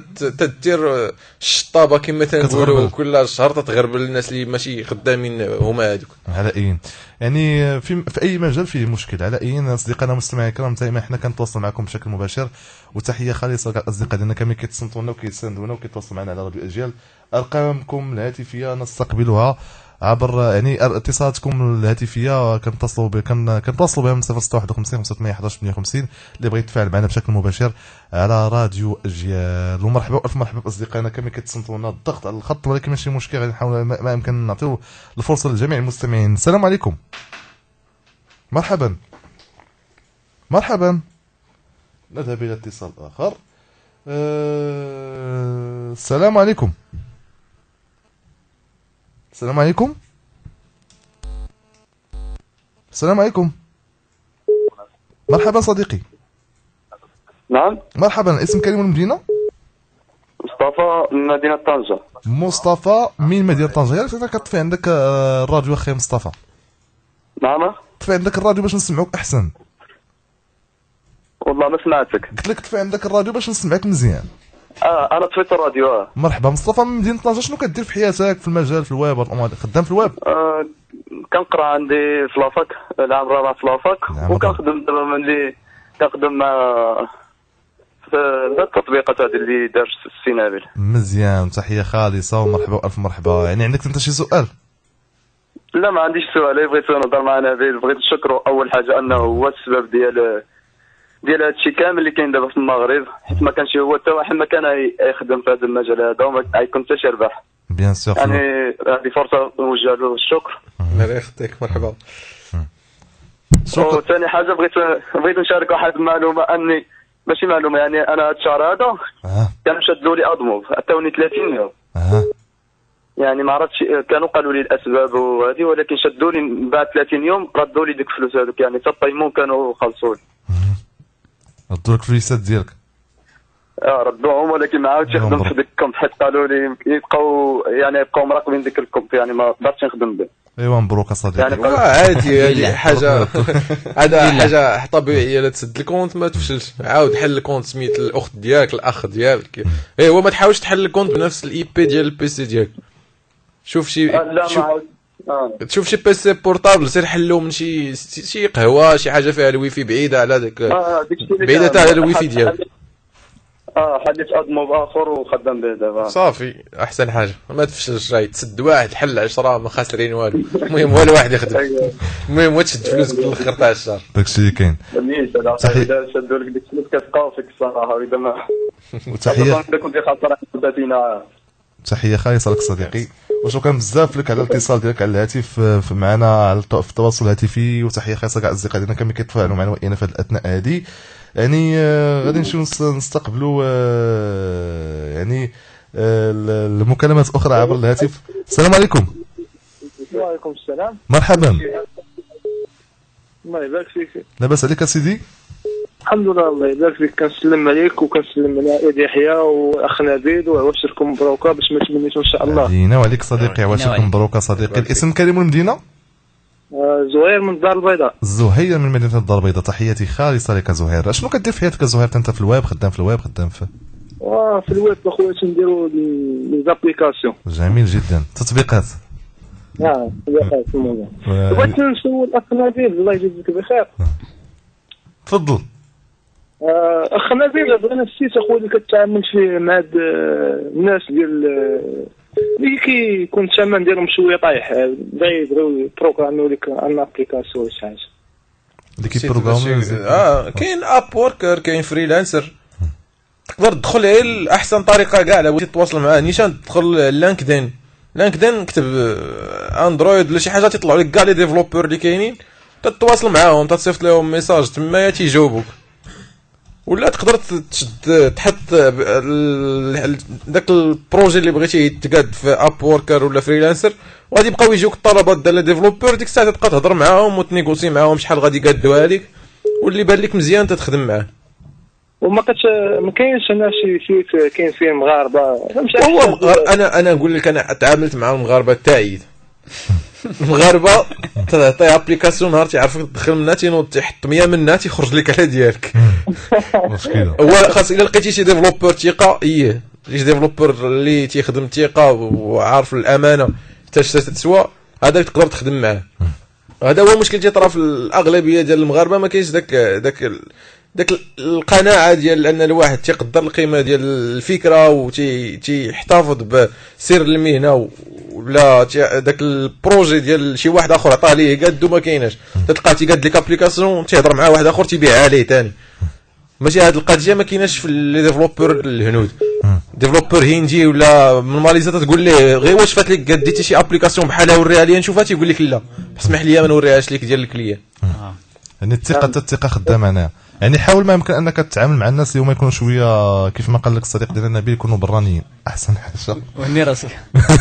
تدير الشطابه كما تنقولوا كل شهر تتغربل الناس اللي ماشي خدامين هما هذوك. على اي يعني في في اي مجال فيه مشكل. على اي اصدقائنا المستمعين الكرام دائما حنا كنتواصل معكم بشكل مباشر، وتحيه خالصه للاصدقاء ديالنا كاملين كيتصنتونا وكيتساندونا وكيتواصلوا معنا على راديو اجيال. ارقامكم الهاتفيه نستقبلها عبر يعني اتصالاتكم الهاتفيه كنتصلوا كنتواصلوا بها من صفر ستة واحد وخمسين خمسة ثمانية واحد واحد ثمانية وخمسين اللي بغى يتفاعل معنا بشكل مباشر على راديو اجيال. ومرحبا والف مرحبا باصدقائنا كاملين كيتصنتونا الضغط على الخط، ولكن ماشي مشكل غادي نحاول ما يمكن نعطيو الفرصه لجميع المستمعين. السلام عليكم. مرحبا مرحبا. نذهب الى اتصال اخر. أه... السلام عليكم. السلام عليكم. السلام عليكم. مرحبا صديقي. نعم مرحبا، اسم كريم المدينه؟ مصطفى من مدينه طنجه. مصطفى من مدينه طنجه. ياك كطفي عندك الراديو اخي مصطفى؟ نعم طفي عندك الراديو باش نسمعوك احسن. والله ما سمعتك. قلت لك طفي عندك الراديو باش نسمعك مزيان. اه انا طفيت الراديو. اه مرحبا مصطفى من مدينه طنجه. شنو كدير في حياتك في المجال في الويب والامور؟ خدام في الويب؟ آه كنقرا عندي في لافاك العام الرابع في لافاك، وكنخدم دابا ملي كنخدم مع في التطبيقات هذه اللي دار السي نبيل. مزيان، تحيه خالصه ومرحبا والف مرحبا. يعني عندك انت شي سؤال؟ لا ما عنديش سؤال، بغيت نهضر مع نبيل. بغيت نشكره اول حاجه انه هو السبب ديال ديال هادشي كامل اللي كاين دابا في المغرب، حيت ما كانش هو حتى واحد ما كان يخدم في هذا المجال هذا وما غيكون حتى شي ربح. بيان سور. يعني هذه فرصه نوجه له الشكر. الله يخطيك. مرحبا. شكرا. وثاني حاجه بغيت بغيت نشارك واحد المعلومه، اني ماشي معلومه، يعني انا هاد الشهر هذا اه كانوا شدوا لي اضموف عطاوني ثلاثين يوم. اه يعني ما عرفتش، كانوا قالوا لي الاسباب وهذه، ولكن شدوا لي بعد ثلاثين يوم ردوا لي ديك الفلوس هذوك، يعني حتى الطيمون كانوا خلصوا لي. ردوا لك الفلوسات ديالك؟ اه ردوهم، ولكن ما عاودتش نخدم في ديك الكونت، حيت قالوا لي يبقاو يعني يبقاو مراقبين ديك الكونت، يعني ما قدرتش نخدم به. ايوا مبروك اصاحبي. يعني عادي، هذه حاجه هذا حاجه طبيعيه. لا تسد الكونت ما تفشلش، عاود حل الكونت سميت الاخت ديالك الاخ ديالك. ايوا ما تحاولش تحل الكونت بنفس الاي بي ديال البيسي ديالك. شوف شي لا ما عاود آه. تشوف شي بيسي بورطابل، سير حلو من شي شي قهوه، شي حاجه فيها الويفي بعيده على داك آه بعيده تاع الويفي ديالك. اه حليت ادموب اخر وخدام به دابا. صافي احسن حاجه، ما تفشلش. راهي تسد واحد حل عشرة ما خاسرين والو. المهم والو واحد يخدم. المهم هو تشد فلوسك للاخر تاع الشهر. داكشي اللي كاين. صحيح اذا شدوا لك ديك الفلوس كتبقاو فيك الصراحه، واذا ما وتحيه كنت خاسر بدينا. تحيه خالصه لك صديقي، وشكرا بزاف لك على الاتصال ديالك على الهاتف معنا على في التواصل الهاتفي، وتحيه خاصه كاع الاصدقاء ديالنا كاملين كيتفاعلوا معنا وإنا في هذه الاثناء هذه. يعني آه غادي نمشيو نستقبلوا آه يعني آه المكالمات اخرى عبر الهاتف. السلام عليكم. وعليكم السلام. مرحبا. الله يبارك فيك. لاباس عليك سيدي؟ الحمد لله الله يبارك فيك. كنسلم عليك وكنسلم على عائد يحيى واخ نبيل، وعواشركم مبروكه باش ما تمنيتو ان شاء الله. علينا وعليك صديقي، عواشركم مبروكه صديقي. الاسم كريم المدينه؟ زهير من الدار البيضاء. زهير من مدينه الدار البيضاء. تحياتي خالصه لك زهير. شنو كدير في حياتك زهير؟ انت في الويب، خدام في الويب، خدام في اه في الويب اخويا، تنديروا لي زابليكاسيون. جميل جدا. تطبيقات. اه تطبيقات. المهم بغيت نسول اخ نبيل الله يجزيك بخير. تفضل. اخ نبيل، بغينا السيت اخويا اللي كتعامل فيه مع هاد الناس ديال اللي كيكون الثمن ديالهم شويه طايح، بغيو يبروغراميو لك ان ابليكاسيون ولا شي حاجه. اللي كيبروغراميو اه كاين اب ووركر، كاين فريلانسر. تقدر تدخل غير احسن طريقه كاع لو بغيتي تتواصل مع نيشان، تدخل لينكدين. لينكدين كتب اندرويد ولا شي حاجه، تيطلعوا لك كاع لي ديفلوبور اللي كاينين، تتواصل معاهم، تتصيفط لهم ميساج تما تيجاوبوك. ولا تقدر تشد تحط داك البروجي اللي بغيتي يتقاد في اب ووركر ولا فريلانسر، وغادي يبقاو يجيوك الطلبات ديال لي ديفلوبور. ديك الساعه تبقى تهضر معاهم وتنيغوسي معاهم شحال غادي يقادوها لك، واللي بان لك مزيان تتخدم معاه. وما كتش ما كاينش انا شي سيت كاين فيه مغاربه. هو انا انا نقول لك انا تعاملت مع المغاربه تاعي. المغاربه تعطي ابليكاسيون نهار تيعرفك تدخل منها تينوض تحط مية منها تيخرج لك على ديالك. مشكله. هو خاص الا لقيتي شي ديفلوبور ثقه، ايه شي ديفلوبور اللي تيخدم ثقه وعارف الامانه حتى تسوى، هذا تقدر تخدم معاه. هذا هو المشكل تيطرا في الاغلبيه ديال المغاربه، ما كاينش داك داك داك القناعه ديال ان الواحد تيقدر القيمه ديال الفكره وتي تيحتفظ بسر المهنه، ولا داك البروجي ديال شي واحد اخر عطاه ليه قادو ما كايناش. تلقى تيقاد لك ابليكاسيون تيهضر مع واحد اخر تيبيعها عليه ثاني. ماشي هاد القضيه ما كايناش في لي ديفلوبور الهنود. ديفلوبور هندي ولا من ماليزيا تقول ليه غير واش فات لك قديتي شي ابليكاسيون بحالها وريها لي نشوفها، تيقول لك لا اسمح لي ما نوريهاش لك ديال الكليان. يعني الثقه حتى الثقه خدامه. انا يعني حاول ما يمكن انك تتعامل مع الناس اللي هما يكونوا شويه كيف ما قال لك الصديق ديالنا نبيل يكونوا برانيين احسن حاجه. وهني راسك.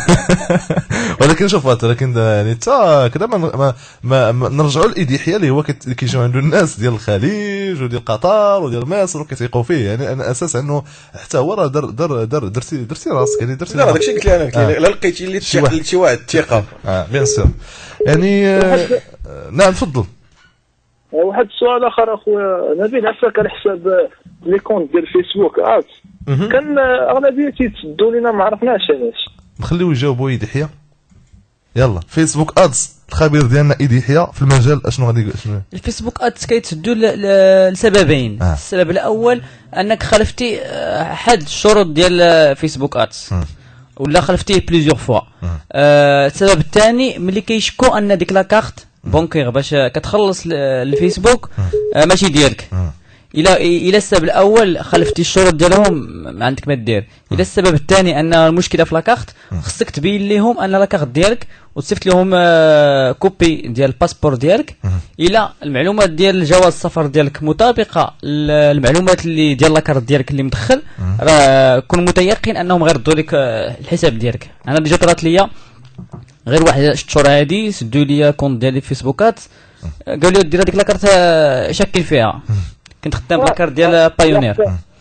ولكن شوف ولكن يعني حتى كذا ما, ما, ما, ما نرجعوا للايديحيا اللي هو كيجيو عنده الناس ديال الخليج وديال قطر وديال مصر وكيثيقوا فيه. يعني انا اساس انه حتى هو راه دار دار دار درتي درتي راسك يعني درتي. لا داكشي قلت لك انا الا لقيتي اللي شي واحد الثقه اه بيان سور يعني آه نعم تفضل. واحد السؤال اخر اخويا نبيل، عفاك على حساب لي كونت ديال فيسبوك ات كان اغلبيه تيتسدوا لينا ما عرفناش علاش. نخليو يجاوبوا يديحيا. يلا فيسبوك ادز الخبير ديالنا يديحيا في المجال اشنو غادي شنو الفيسبوك ادز كيتسدوا لسببين. آه. السبب الاول انك خالفتي حد الشروط ديال فيسبوك ادز ولا خلفتيه بليزيور فوا. آه السبب الثاني ملي كيشكو ان ديك لاكارت بونكيغ باش كتخلص الفيسبوك آه ماشي ديالك. الى الى السبب الاول خلفتي الشروط ديالهم ما عندك ما دير. الى السبب الثاني ان المشكله في لاكارت خصك تبين لهم ان لاكارت ديالك وتصيفط لهم آه كوبي ديال الباسبور ديالك الى المعلومات ديال جواز السفر ديالك مطابقه المعلومات اللي ديال لاكارت ديالك اللي مدخل. راه كون متيقن انهم غيردوا لك آه الحساب ديالك. انا ديجا طرات ليا غير واحد ست شهور هادي سدوا لي كونت ديالي في فيسبوكات قالوا لي دير هذيك لاكارت شكل فيها. كنت خدام بلاكارت ديال بايونير.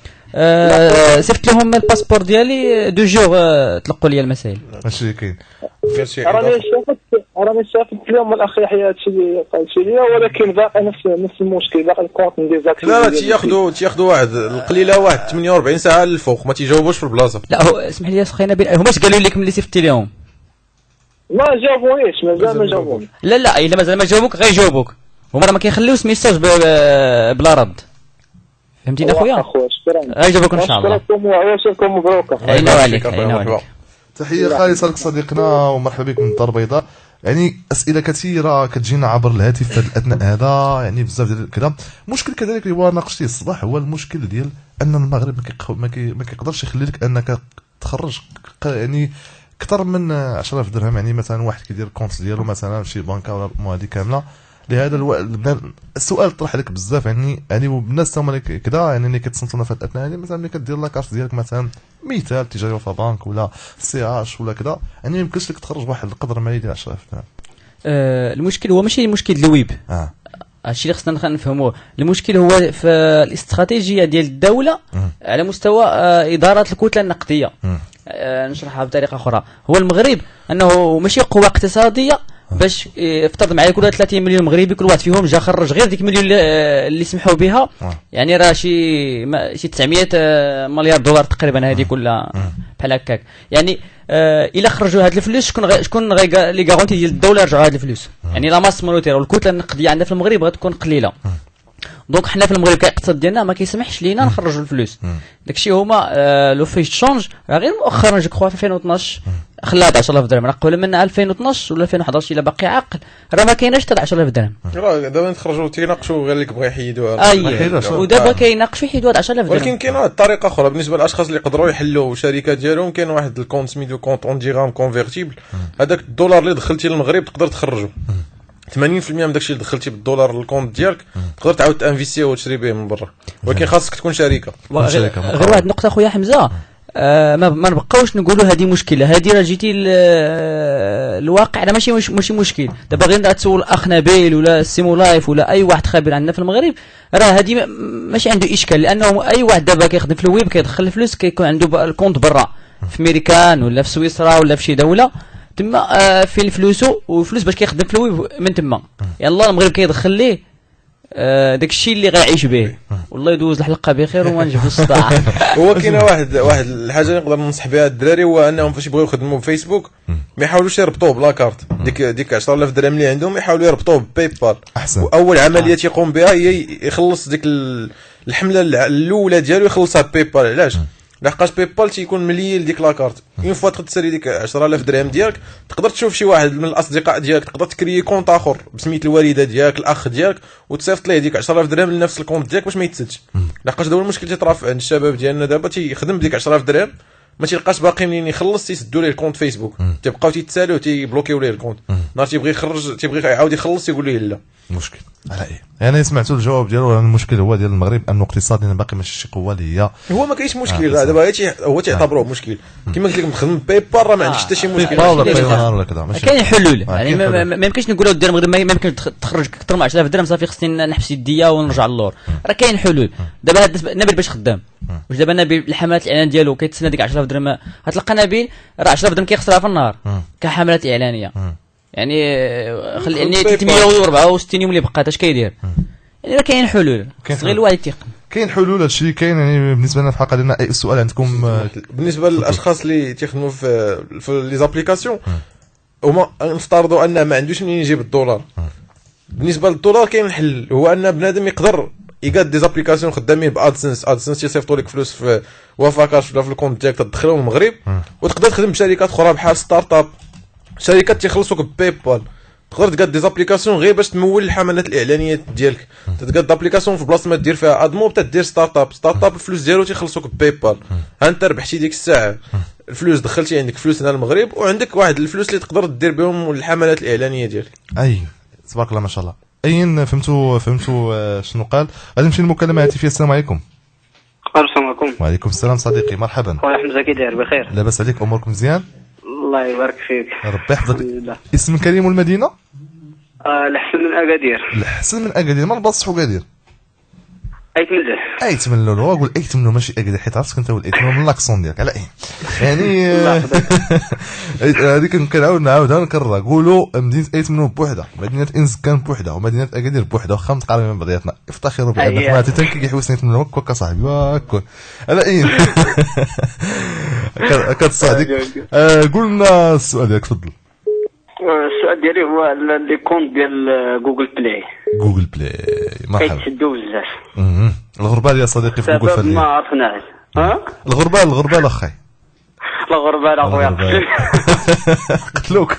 أه صيفط لهم الباسبور ديالي دو جور أه تلقوا لي المسائل. ماشي كاين راني شافت راني شافت اليوم الاخ يحيى هادشي اللي قالتي لي، ولكن باقي نفس نفس المشكل باقي الكونت ديزاكتيف. لا لا تياخذوا تياخذوا واحد القليله واحد ثمانية وأربعين ساعه للفوق ما تيجاوبوش في البلاصه. لا هو اسمح لي سخينا بين هما اش قالوا لك ملي صيفطتي لهم؟ ما جاوبونيش مازال ما جاوبوني. لا لا الا مازال ما جاوبوك غيجاوبوك. هما راه ما كيخليوش ميساج بلا رد. فهمتيني اخويا؟ اخويا شكرا. غيجاوبوك ان شاء الله. شكرا وعياشكم مبروكه. عينا عليك عينا عليك. تحيه خالصه لك صديقنا ومرحبا بك من الدار البيضاء. يعني اسئله كثيره كتجينا عبر الهاتف في الاثناء هذا يعني بزاف ديال كذا. مشكل كذلك اللي هو ناقشتيه الصباح هو المشكل ديال ان المغرب ما ما كيقدرش يخلي لك انك تخرج يعني اكثر من عشرة آلاف درهم. يعني مثلا واحد كيدير الكونت ديالو مثلا في شي بنكه ولا هذه كامله. لهذا الو... السؤال طرح لك بزاف يعني يعني الناس هما كذا يعني اللي كتصنتونا في الاثناء يعني مثلا ملي كدير لاكارت ديالك مثلا مثال تجاري في بنك ولا سي اش ولا كذا يعني ما يمكنش لك تخرج واحد القدر مالي ديال عشرة آلاف درهم. آه المشكل هو ماشي مشكل الويب. اه هادشي اللي خصنا نفهموه. المشكل هو في الاستراتيجيه ديال الدوله م. على مستوى آه اداره الكتله النقديه. آه نشرحها بطريقه اخرى. هو المغرب انه ماشي قوه اقتصاديه باش افترض معايا كل ثلاثين مليون مغربي كل واحد فيهم جا خرج غير ديك مليون اللي سمحوا بها. يعني راه شي شي تسعمية مليار دولار تقريبا هذه كلها بحال هكاك. يعني آه الا خرجوا هاد الفلوس شكون غي شكون غي لي غارونتي ديال الدوله يرجعوا هاد الفلوس. يعني لا ماس مونيتير والكتله النقديه عندنا في المغرب غتكون قليله. دونك حنا في المغرب كالاقتصاد ديالنا ما كيسمحش لينا نخرجوا الفلوس. داكشي هما آه لو فيش تشونج راه غير مؤخرا جو كخوا في ألفين واثناش خلات عشرة آلاف درهم. راه قبل من ألفين واثناش ولا ألفين وحداش الا باقي عاقل راه ما كايناش حتى عشرة آلاف درهم. راه دابا تخرجوا تيناقشوا غير اللي كبغى يحيدوها. اي ودابا كيناقشوا يحيدوا هاد عشرة آلاف درهم. ولكن كاين واحد الطريقه اخرى بالنسبه للاشخاص اللي يقدروا يحلوا الشركات ديالهم. كاين واحد الكونت سميتو كونت اون ديغرام كونفيرتيبل. هذاك الدولار اللي دخلتي للمغرب تقدر تخرجه ثمانين بالمية من داكشي اللي دخلتي بالدولار للكونت ديالك تقدر تعاود تانفيستي وتشري به من برا. ولكن خاصك تكون شركه. غير واحد النقطه خويا حمزه آه ما ما نبقاوش نقولوا هذه مشكله. هذه راه جيتي الواقع راه ماشي مش ماشي مشكل. دابا غير تسول اخ نبيل ولا سيمو لايف ولا اي واحد خبير عندنا في المغرب راه هذه ماشي عنده اشكال. لانه اي واحد دابا كيخدم في الويب كيدخل الفلوس كيكون عنده الكونت برا في امريكان ولا في سويسرا ولا في شي دوله تما آه فين فلوسو والفلوس باش كيخدم في الويب من تما. يلاه المغرب كيدخل ليه آه داك الشيء اللي غيعيش به. والله يدوز الحلقه بخير وما نجيبو الصداع. هو كاينه واحد واحد الحاجه اللي نقدر ننصح بها الدراري هو انهم فاش يبغيو يخدموا في فيسبوك ما يحاولوش يربطوه بلا كارت. ديك ديك عشرة آلاف درهم اللي عندهم يحاولوا يربطوه بباي بال. واول عمليه يقوم بها هي يخلص ديك الحمله الاولى ديالو يخلصها بباي بال. علاش؟ لحقاش باي بال تيكون مليل لديك لاكارت. اون فوا تقدر تسري ديك عشرة آلاف درهم ديالك تقدر تشوف شي واحد من الاصدقاء ديالك تقدر تكري كونط اخر بسميت الوالده ديالك الاخ ديالك وتصيفط ليه ديك عشرة آلاف درهم لنفس الكونط ديالك باش ما يتسدش. لحقاش دابا المشكل تيطرا عند الشباب ديالنا دابا تيخدم بديك عشرة آلاف درهم ما تيلقاش باقي منين يخلص تيسدوا ليه الكونت فيسبوك تيبقاو تيتسالوا تيبلوكيو ليه الكونت نهار تيبغي يخرج تيبغي يعاود يخلص يقول ليه لا مشكل على ايه يعني سمعتوا الجواب ديالو المشكل هو ديال المغرب انه اقتصاديا باقي ماشي شي قوه اللي هي هو ما كاينش مشكل دابا هو تيعتبروه مشكل كما قلت لك مخدم باي بار راه ما عندكش حتى شي مشكل ولا كذا ماشي كاين حلول يعني ما يمكنش نقولوا دير المغرب ما يمكن تخرج اكثر من عشرة آلاف درهم صافي خصني نحبس يديا ونرجع للور راه كاين حلول دابا هذا نبيل باش خدام واش دابا نبيل الحملات الاعلان ديالو كيتسنى ديك عشرة آلاف درهم غتلقى نبيل راه عشرة آلاف درهم كيخسرها في النهار كحملات اعلانيه يعني خلي يعني ثلاثمية وأربعة وستين يوم اللي بقات اش كيدير يعني راه كاين حلول غير الواحد يتيقن كاين حلول هادشي كاين يعني بالنسبه لنا في الحلقه ديالنا اي سؤال عندكم بالنسبه للاشخاص اللي تيخدموا في في لي زابليكاسيون هما نفترضوا ان ما عندوش منين يجيب الدولار بالنسبه للدولار كاين الحل هو ان بنادم يقدر يقاد دي زابليكاسيون خدامين بادسنس ادسنس تيصيفطوا لك فلوس في وفاكاش ولا في الكونت ديالك تدخلهم المغرب وتقدر تخدم بشركات اخرى بحال ستارت اب شركات تيخلصوك بباي بال تقدر تقاد دي زابليكاسيون غير باش تمول الحملات الاعلانيه ديالك تقاد ابليكاسيون في بلاصه ما دير فيها ادمو تدير ستارت اب ستارت اب الفلوس ديالو تيخلصوك بباي بال ها انت ربحتي ديك الساعه الفلوس دخلتي عندك فلوس هنا المغرب وعندك واحد الفلوس اللي تقدر دير بهم الحملات الاعلانيه ديالك اي تبارك الله ما شاء الله اين فهمتوا فهمتوا شنو قال غادي نمشي للمكالمه هاتفيه السلام عليكم السلام عليكم وعليكم السلام صديقي مرحبا خويا حمزه كي داير بخير لاباس عليك اموركم مزيان الله يبارك فيك ربي يحفظك اسم كريم والمدينه آه الحسن من اكادير الحسن من اكادير ما نبصحوا اكادير ايت ملح ايت من لولو اقول ايت منه ماشي اكادير حيت عرفتك انت وليت من لاكسون ديالك على ايه يعني هذيك كنعاود نعاودها ونكررها قولوا مدينه ايت منه بوحده مدينه انسكان بوحده ومدينه اكادير بوحده وخا متقاربين من بعضياتنا افتخروا بان خواتي تنكي حوس ايت منه هكا صاحبي واكل على ايه كتصادق قول لنا السؤال ديالك تفضل السؤال ديالي هو لي كونت ديال جوجل بلاي جوجل بلاي مرحبا كيتشدوا بزاف اها الغربال يا صديقي في جوجل بلاي ما عرفناش ها الغربال الغربال اخاي الغربال اخويا قتلوك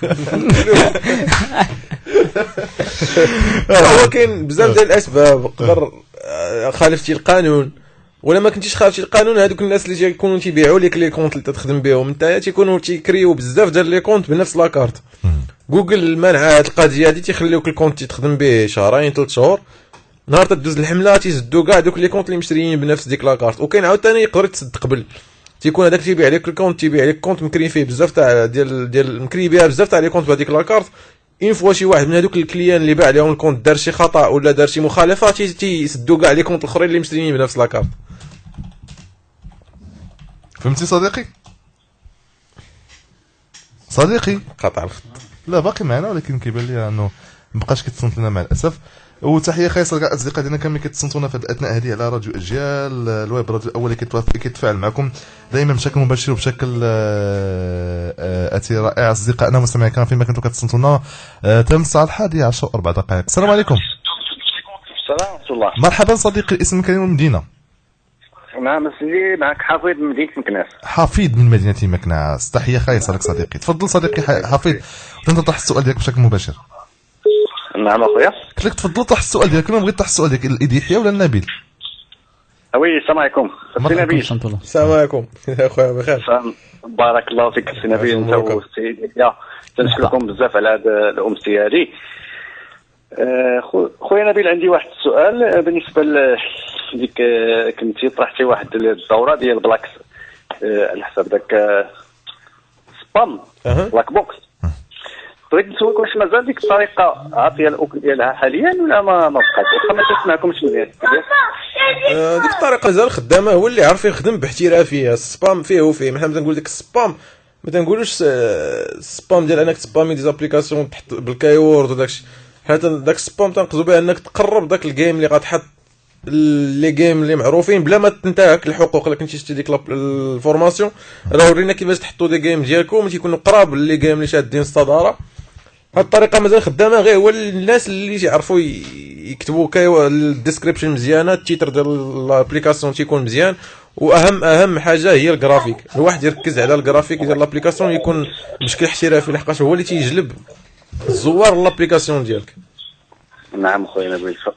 هو كاين بزاف ديال الاسباب قدر خالفتي القانون ولا ما كنتيش خالفتي القانون هذوك الناس اللي تيكونوا تيبيعوا لك لي كونت اللي تخدم بهم انت تيكونوا تيكريو بزاف ديال لي كونت بنفس لاكارت جوجل منع هذه القضيه هذه تيخليوك الكونت تخدم به شهرين ثلاث شهور نهار تدوز الحمله تيزدوا كاع دوك لي كونت اللي مشريين بنفس ديك لاكارت وكاين عاوتاني يقدر يتسد قبل تيكون هذاك تيبيع عليك الكونت تيبيع عليك كونت مكري فيه بزاف تاع ديال ديال مكري بها بزاف تاع لي كونت بهذيك لاكارت اين فوا شي واحد من هذوك الكليان اللي باع لهم الكونت دار شي خطا ولا دار شي مخالفه تيسدوا كاع لي كونت الاخرين اللي مشريين بنفس لاكارت فهمتي صديقي صديقي قطع الخط لا باقي معنا ولكن كيبان لي انه مابقاش كيتصنت لنا مع الاسف وتحيه خاصه لكاع الاصدقاء ديالنا كاملين كيتصنتونا في الاثناء هذه على راديو اجيال الويب راديو الاول اللي كيتفاعل معكم دائما بشكل مباشر وبشكل اتي رائع اصدقائنا مستمعينا الكرام فيما كنتم كتصنتونا تم الساعه الحادية عشر واربع دقائق السلام عليكم السلام ورحمه الله مرحبا صديقي الاسم كريم والمدينه نعم سيدي معك حفيظ من مدينه مكناس حفيظ من مدينه مكناس تحيه خاصه لك صديقي تفضل صديقي حفيظ وتنطرح السؤال ديالك بشكل مباشر نعم اخويا قلت لك تفضل طرح السؤال ديالك انا بغيت طرح السؤال ديالك الإديحية ولا النبيل وي السلام عليكم سي نبيل السلام عليكم اخويا بخير بارك الله فيك سي نبيل انت والسيد يا تنشكركم بزاف على هذه الامسيه هذه خويا نبيل عندي واحد السؤال بالنسبه لديك كنتي طرحتي واحد الدوره ديال بلاكس على حساب داك سبام بلاك بوكس بغيت نسولك واش مازال ديك الطريقه عاطيه الاكل ديالها حاليا ولا ما ما بقات واخا ما تسمعكمش مزيان ديك الطريقه مازال خدامه هو اللي عارف يخدم باحترافيه السبام فيه وفيه مثلا تنقول ديك السبام ما تنقولوش السبام ديال انك تسبامي دي زابليكاسيون تحط بالكايورد وداكشي حيت داك السبام تنقصدوا به انك تقرب داك الجيم اللي غتحط لي جيم اللي معروفين بلا ما تنتهك الحقوق الا كنتي شتي ديك الفورماسيون راه ورينا كيفاش تحطوا دي جيم ديالكم تيكونوا قراب لي جيم اللي شادين الصداره هاد الطريقه مازال خدامه غير هو الناس اللي يعرفوا يكتبوا كايو الديسكريبشن مزيانه التيتر ديال لابليكاسيون تيكون مزيان واهم اهم حاجه هي الجرافيك الواحد يركز على الجرافيك ديال لابليكاسيون يكون بشكل احترافي لحقاش هو اللي تيجلب الزوار لابليكاسيون ديالك نعم خويا نبيل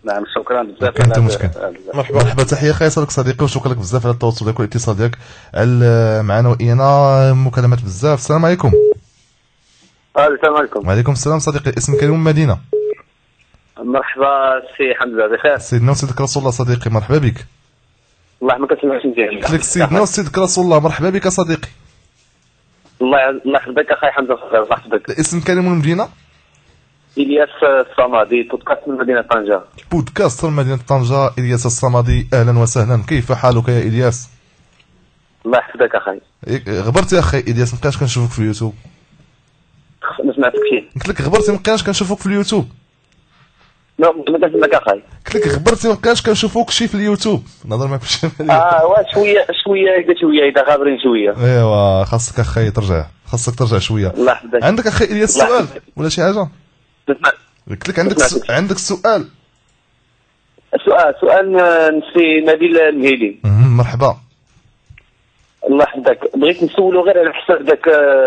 نعم شكرا بزاف كنت مشكل. مرحبا مرحبا تحيه خاصه لك صديقي وشكرا لك بزاف على التواصل ديالك والاتصال ديالك على معنا وإينا مكالمات بزاف. السلام عليكم. السلام عليكم. وعليكم السلام صديقي، اسم كريم المدينه. مرحبا سي حمزه بخير. سيدنا وسيدك رسول الله صديقي مرحبا بك. الله ما كنسمعش مزيان. قلت لك سيدنا وسيدك رسول الله مرحبا بك صديقي. الله الله يحفظك اخي حمزه الله يحفظك. الاسم كريم المدينه. الياس الصمادي بودكاست من مدينه طنجه. بودكاست من مدينه طنجه. الياس الصمادي اهلا وسهلا، كيف حالك يا الياس؟ الله يحفظك اخي. غبرتي اخي الياس، مابقاش كنشوفك في اليوتيوب. ما سمعتكش. قلت لك غبرتي مابقاش كنشوفك في اليوتيوب. لا ما كنسمعك اخي. قلت لك غبرتي مابقاش كنشوفوك شي في اليوتيوب، نهضر معاك بالشماليه. اه وا شويه شويه هكا شويه اذا غابرين شويه. ايوا خاصك اخي ترجع، خاصك ترجع شويه. الله يحفظك. عندك اخي الياس سؤال ولا شي حاجه؟ تسمع. قلت لك عندك سو... عندك سؤال. سؤال سؤال نسي نبيل المهيلي. مرحبا. الله يحفظك، بغيت نسولو غير على حساب داك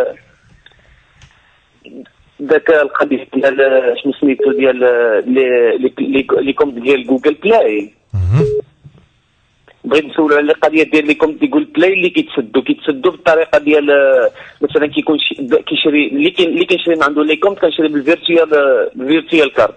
داك القضيه ديال شنو سميتو ديال لي لي كومب ديال جوجل بلاي. بغيت نسولو على القضيه ديال لي كومب ديال جوجل بلاي اللي كيتسدوا كيتسدوا بالطريقه ديال مثلا كيكون كيشري اللي كاين اللي كيشري من عنده لي كومب كنشري بالفيرتوال بالفيرتوال كارد.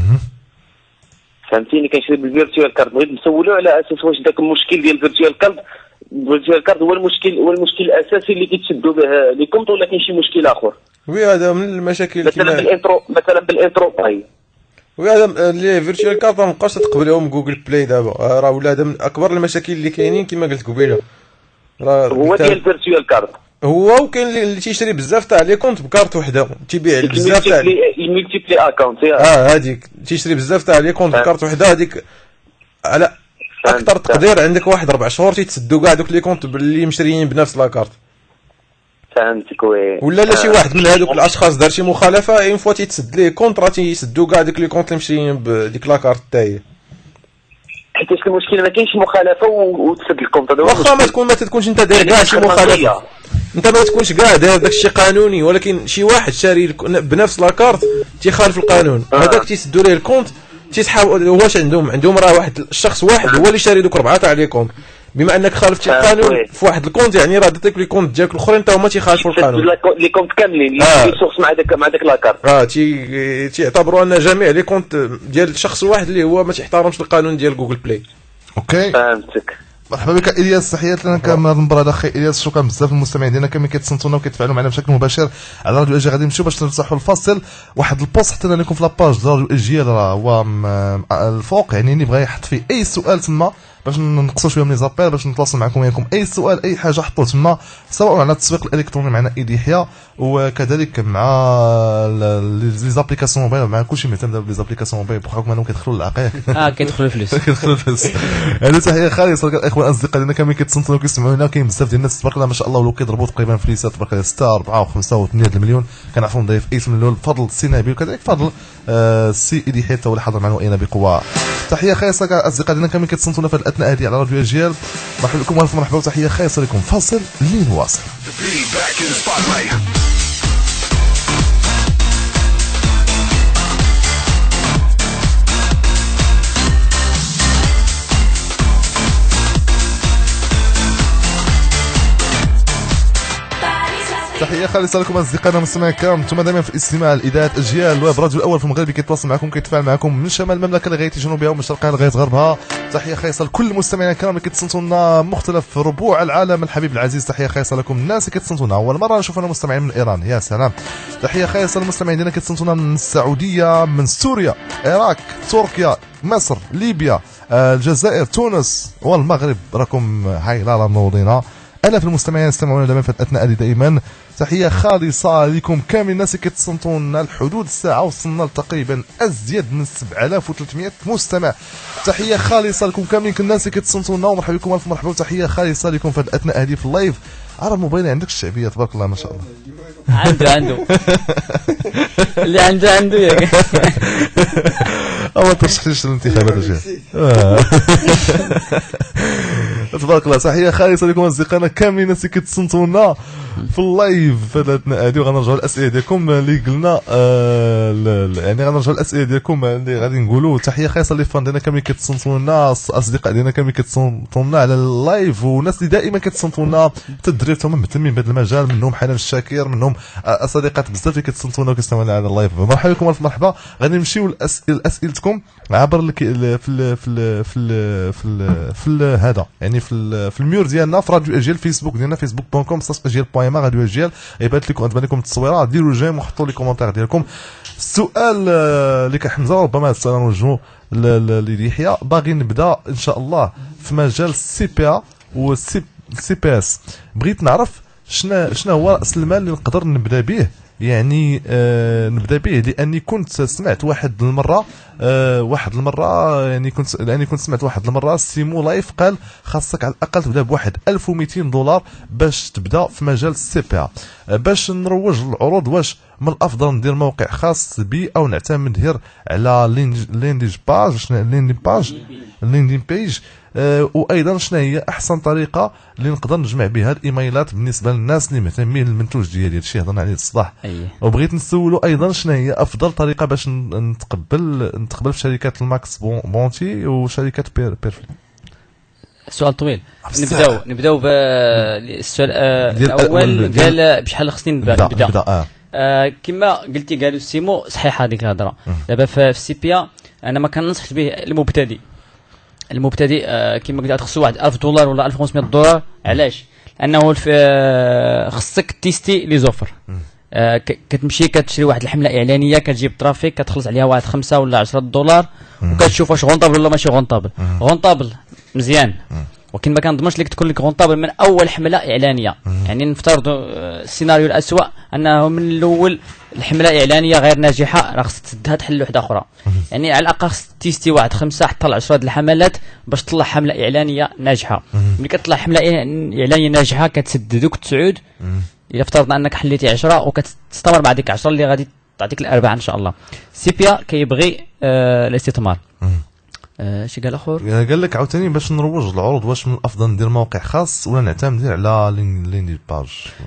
فهمتيني كنشري بالفيرتوال كارد. بغيت نسولو على اساس واش داك المشكل ديال الفيرتوال كارد الفيرتوال كارد هو المشكل هو المشكل الاساسي اللي كيتسدوا به لي كومب ولا كاين شي مشكل اخر؟ وي هذا من المشاكل مثلا بالانترو مثلا بالانترو باي. وي هذا لي فيرتوال كارد ما بقاش تقبلهم جوجل بلاي دابا، راه ولا هذا من اكبر المشاكل اللي كاينين كما قلت قبيله. هو ديال الفيرتوال كارد هو وكاين اللي تيشري بزاف تاع لي كونت بكارت وحده تيبيع بزاف تاع الملتيبلي اكونت. اه هذيك تيشري بزاف تاع لي كونت بكارت وحده، هذيك على اكثر تقدير عندك واحد ربع شهور تيتسدوا كاع دوك لي كونت اللي مشريين بنفس لاكارت. فهمتك وي. ولا لا شي واحد من هذوك الاشخاص دار شي مخالفه اين فوا تيتسد ليه كونت راه تيسدوا كاع ديك لي كونت اللي مشريين بديك لاكارت حتى هي. حيتاش المشكل ما كاينش مخالفه وتسد الكونت هذا. واخا ما تكون ما تكونش انت داير كاع شي مخالفه، انت ما تكونش كاع داير داك الشيء قانوني، ولكن شي واحد شاري بنفس لاكارت تيخالف القانون هذاك تيسدوا ليه الكونت تيسحاب. واش عندهم عندهم راه واحد الشخص واحد هو اللي شاري دوك ربعه تاع لي كونت، بما انك خالفتي القانون في واحد الكونت يعني راه درتك لي كونت ديالك الاخرين حتى هما تيخالفوا القانون. لي كونت كاملين اللي سورس مع داك مع داك لاكارت اه تي تيعتبروا ان جميع لي كونت ديال شخص واحد اللي هو ما تيحترمش القانون ديال جوجل بلاي. اوكي فهمتك. مرحبا بك الياس، تحيات لنا كم هذا المباراه اخي الياس. شكرا بزاف المستمعين ديالنا كاملين كيتصنتونا وكيتفاعلوا معنا بشكل مباشر على راديو اجي. غادي نمشيو باش نرتاحوا الفاصل. واحد البوست حطينا لكم في لاباج ديال راديو اجي راه هو الفوق، يعني اللي بغى يحط فيه اي سؤال تما باش نقصوا شويه من لي زابيل باش نتواصل معكم وياكم. اي سؤال اي حاجه حطوه تما، سواء على التسويق الالكتروني معنا ايدي يحيى، وكذلك مع لي زابليكاسيون موبايل، مع كلشي مهتم دابا بلي زابليكاسيون موبايل بحكم انهم كيدخلوا للعقايق. اه كيدخلوا الفلوس كيدخلوا الفلوس. هذه تحيه خالصه الاخوان الاصدقاء ديالنا كاملين كيتصنتوا وكيسمعونا. كاين بزاف ديال الناس تبارك الله ما شاء الله ولو كيضربوا تقريبا فليسات تبارك الله ستة أربعة و5 و8 المليون. كنعرفوا نضيف اسم الاول بفضل السي نبيل وكذلك بفضل السي ايدي يحيى هو اللي حاضر معنا وإينا بقوه. تحيه خاصه الاصدقاء ديالنا كاملين كيتصنتونا في الاثناء هذه على راديو اجيال. مرحبا بكم والف مرحبا وتحيه خاصه لكم. فاصل لنواصل. تحيه خالصه لكم اصدقائنا المستمعين الكرام. انتم دائما في الاستماع لاذاعه اجيال الويب راديو الاول في المغرب كيتواصل معكم كيتفاعل معكم من شمال المملكه لغايه جنوبها ومن شرقها لغايه غربها. تحيه خاصه لكل المستمعين الكرام اللي كيتصنتوا لنا مختلف ربوع العالم الحبيب العزيز. تحيه خاصه لكم الناس اللي كيتصنتوا لنا اول مره نشوفنا مستمعين من ايران، يا سلام. تحيه خاصه للمستمعين ديالنا كيتصنتوا لنا من السعوديه، من سوريا، العراق، تركيا، مصر، ليبيا، الجزائر، تونس والمغرب. راكم هاي لا لا منوضينا. الاف المستمعين يستمعون دائما في الاثناء هذه دائما. تحيه خالصه لكم كامل الناس اللي كيتصنتوا لنا الحدود الساعه وصلنا تقريبا ازيد من سبعة آلاف وثلاثمائة مستمع. تحيه خالصه لكم كاملين الناس اللي كيتصنتوا لنا ومرحبا بكم الف مرحبا وتحيه خالصه لكم في الاثناء هذه في اللايف. عرب موبايل عندك الشعبيه تبارك الله ما شاء الله. عنده عنده اللي عنده عنده ياك. ما ترشحش الانتخابات اجي. تبارك الله. تحيه خالصه لكم اصدقائنا كاملين الناس اللي كيتصنتونا في اللايف في هذه هذه. وغنرجعوا الاسئله ديالكم اللي قلنا آه يعني غنرجعوا الاسئله ديالكم اللي غادي نقولوا. تحيه خالصه لي فان ديالنا كاملين كيتصنتونا، اصدقاء ديالنا كاملين كيتصنتونا على اللايف، والناس اللي دائما كيتصنتونا حتى الدراري تما مهتمين بهذا المجال، منهم حنان الشاكر، منهم صديقات بزاف اللي كيتصنتونا وكيستمعوا على اللايف. مرحبا بكم الف مرحبا. غادي نمشيو لاسئلتكم عبر ال في ال في ال في ال في ال في, ال في ال هذا يعني في في الميور ديالنا في راديو اجيال فيسبوك ديالنا فيسبوك دوت كوم سلاش اجيال بوان ما راديو اجيال. يبان لكم تبان لكم التصويره، ديروا جيم وحطوا لي كومونتير ديالكم. السؤال اللي كحمزه ربما السؤال نوجهوا ليحيى. باغي نبدا ان شاء الله في مجال السي بي ا والسي سي بي اس. بغيت نعرف شنو شنو هو راس المال اللي نقدر نبدا به، يعني آه نبدا به لاني كنت سمعت واحد المره آه واحد المره يعني كنت لاني كنت سمعت واحد المره سيمو لايف قال خاصك على الاقل تبدا بواحد ألف ومئتين دولار باش تبدا في مجال السي بي ا. آه باش نروج للعروض واش من الافضل ندير موقع خاص بي او نعتمد غير على لينديج باج لينديج باج لينديج بيج؟ أه وايضا شنو هي احسن طريقه اللي نقدر نجمع بها الايميلات بالنسبه للناس اللي مهتمين بالمنتوج ديالي؟ هادشي هضرنا عليه الصباح. أيه. وبغيت نسولو ايضا شنو هي افضل طريقه باش نتقبل نتقبل في شركات الماكس بونتي وشركات بير بيرفل. سؤال طويل. نبداو نبداو بالسؤال الاول قال بشحال خصني نبدا نبدا, نبدأ. آه. آه كما قلتي قالوا سيمو صحيحه هذيك الهضره. دابا في السي بي ا انا ما كننصحش به المبتدئ. المبتدئ آه كما قلت خصو واحد ألف دولار ولا ألف وخمسمائة دولار. علاش؟ لانه آه خصك تيستي لي زوفر. آه كتمشي كتشري واحد الحمله اعلانيه كتجيب ترافيك كتخلص عليها واحد خمسة ولا عشرة دولار وكتشوف واش غونطابل ولا ماشي غونطابل. غونطابل مزيان، ولكن ما كنضمنش لك تكون لك غونطابل من اول حمله اعلانيه. يعني نفترض السيناريو الاسوء انه من الاول الحمله اعلانيه غير ناجحه، راه خصك تسدها تحل وحده اخرى. يعني على الاقل خصك تيستي واحد خمسه حتى ل عشرة د الحملات باش تطلع حمله اعلانيه ناجحه. ملي كتطلع حمله اعلانيه ناجحه كتسد دوك التسعود. الا افترضنا انك حليتي عشرة وكتستمر مع ديك عشرة اللي غادي تعطيك الاربعه ان شاء الله. سي بي ا كيبغي آه الاستثمار. آه شي قال اخر قال لك عاوتاني باش نروج العروض واش من الافضل ندير موقع خاص ولا نعتمد على ليندين باج؟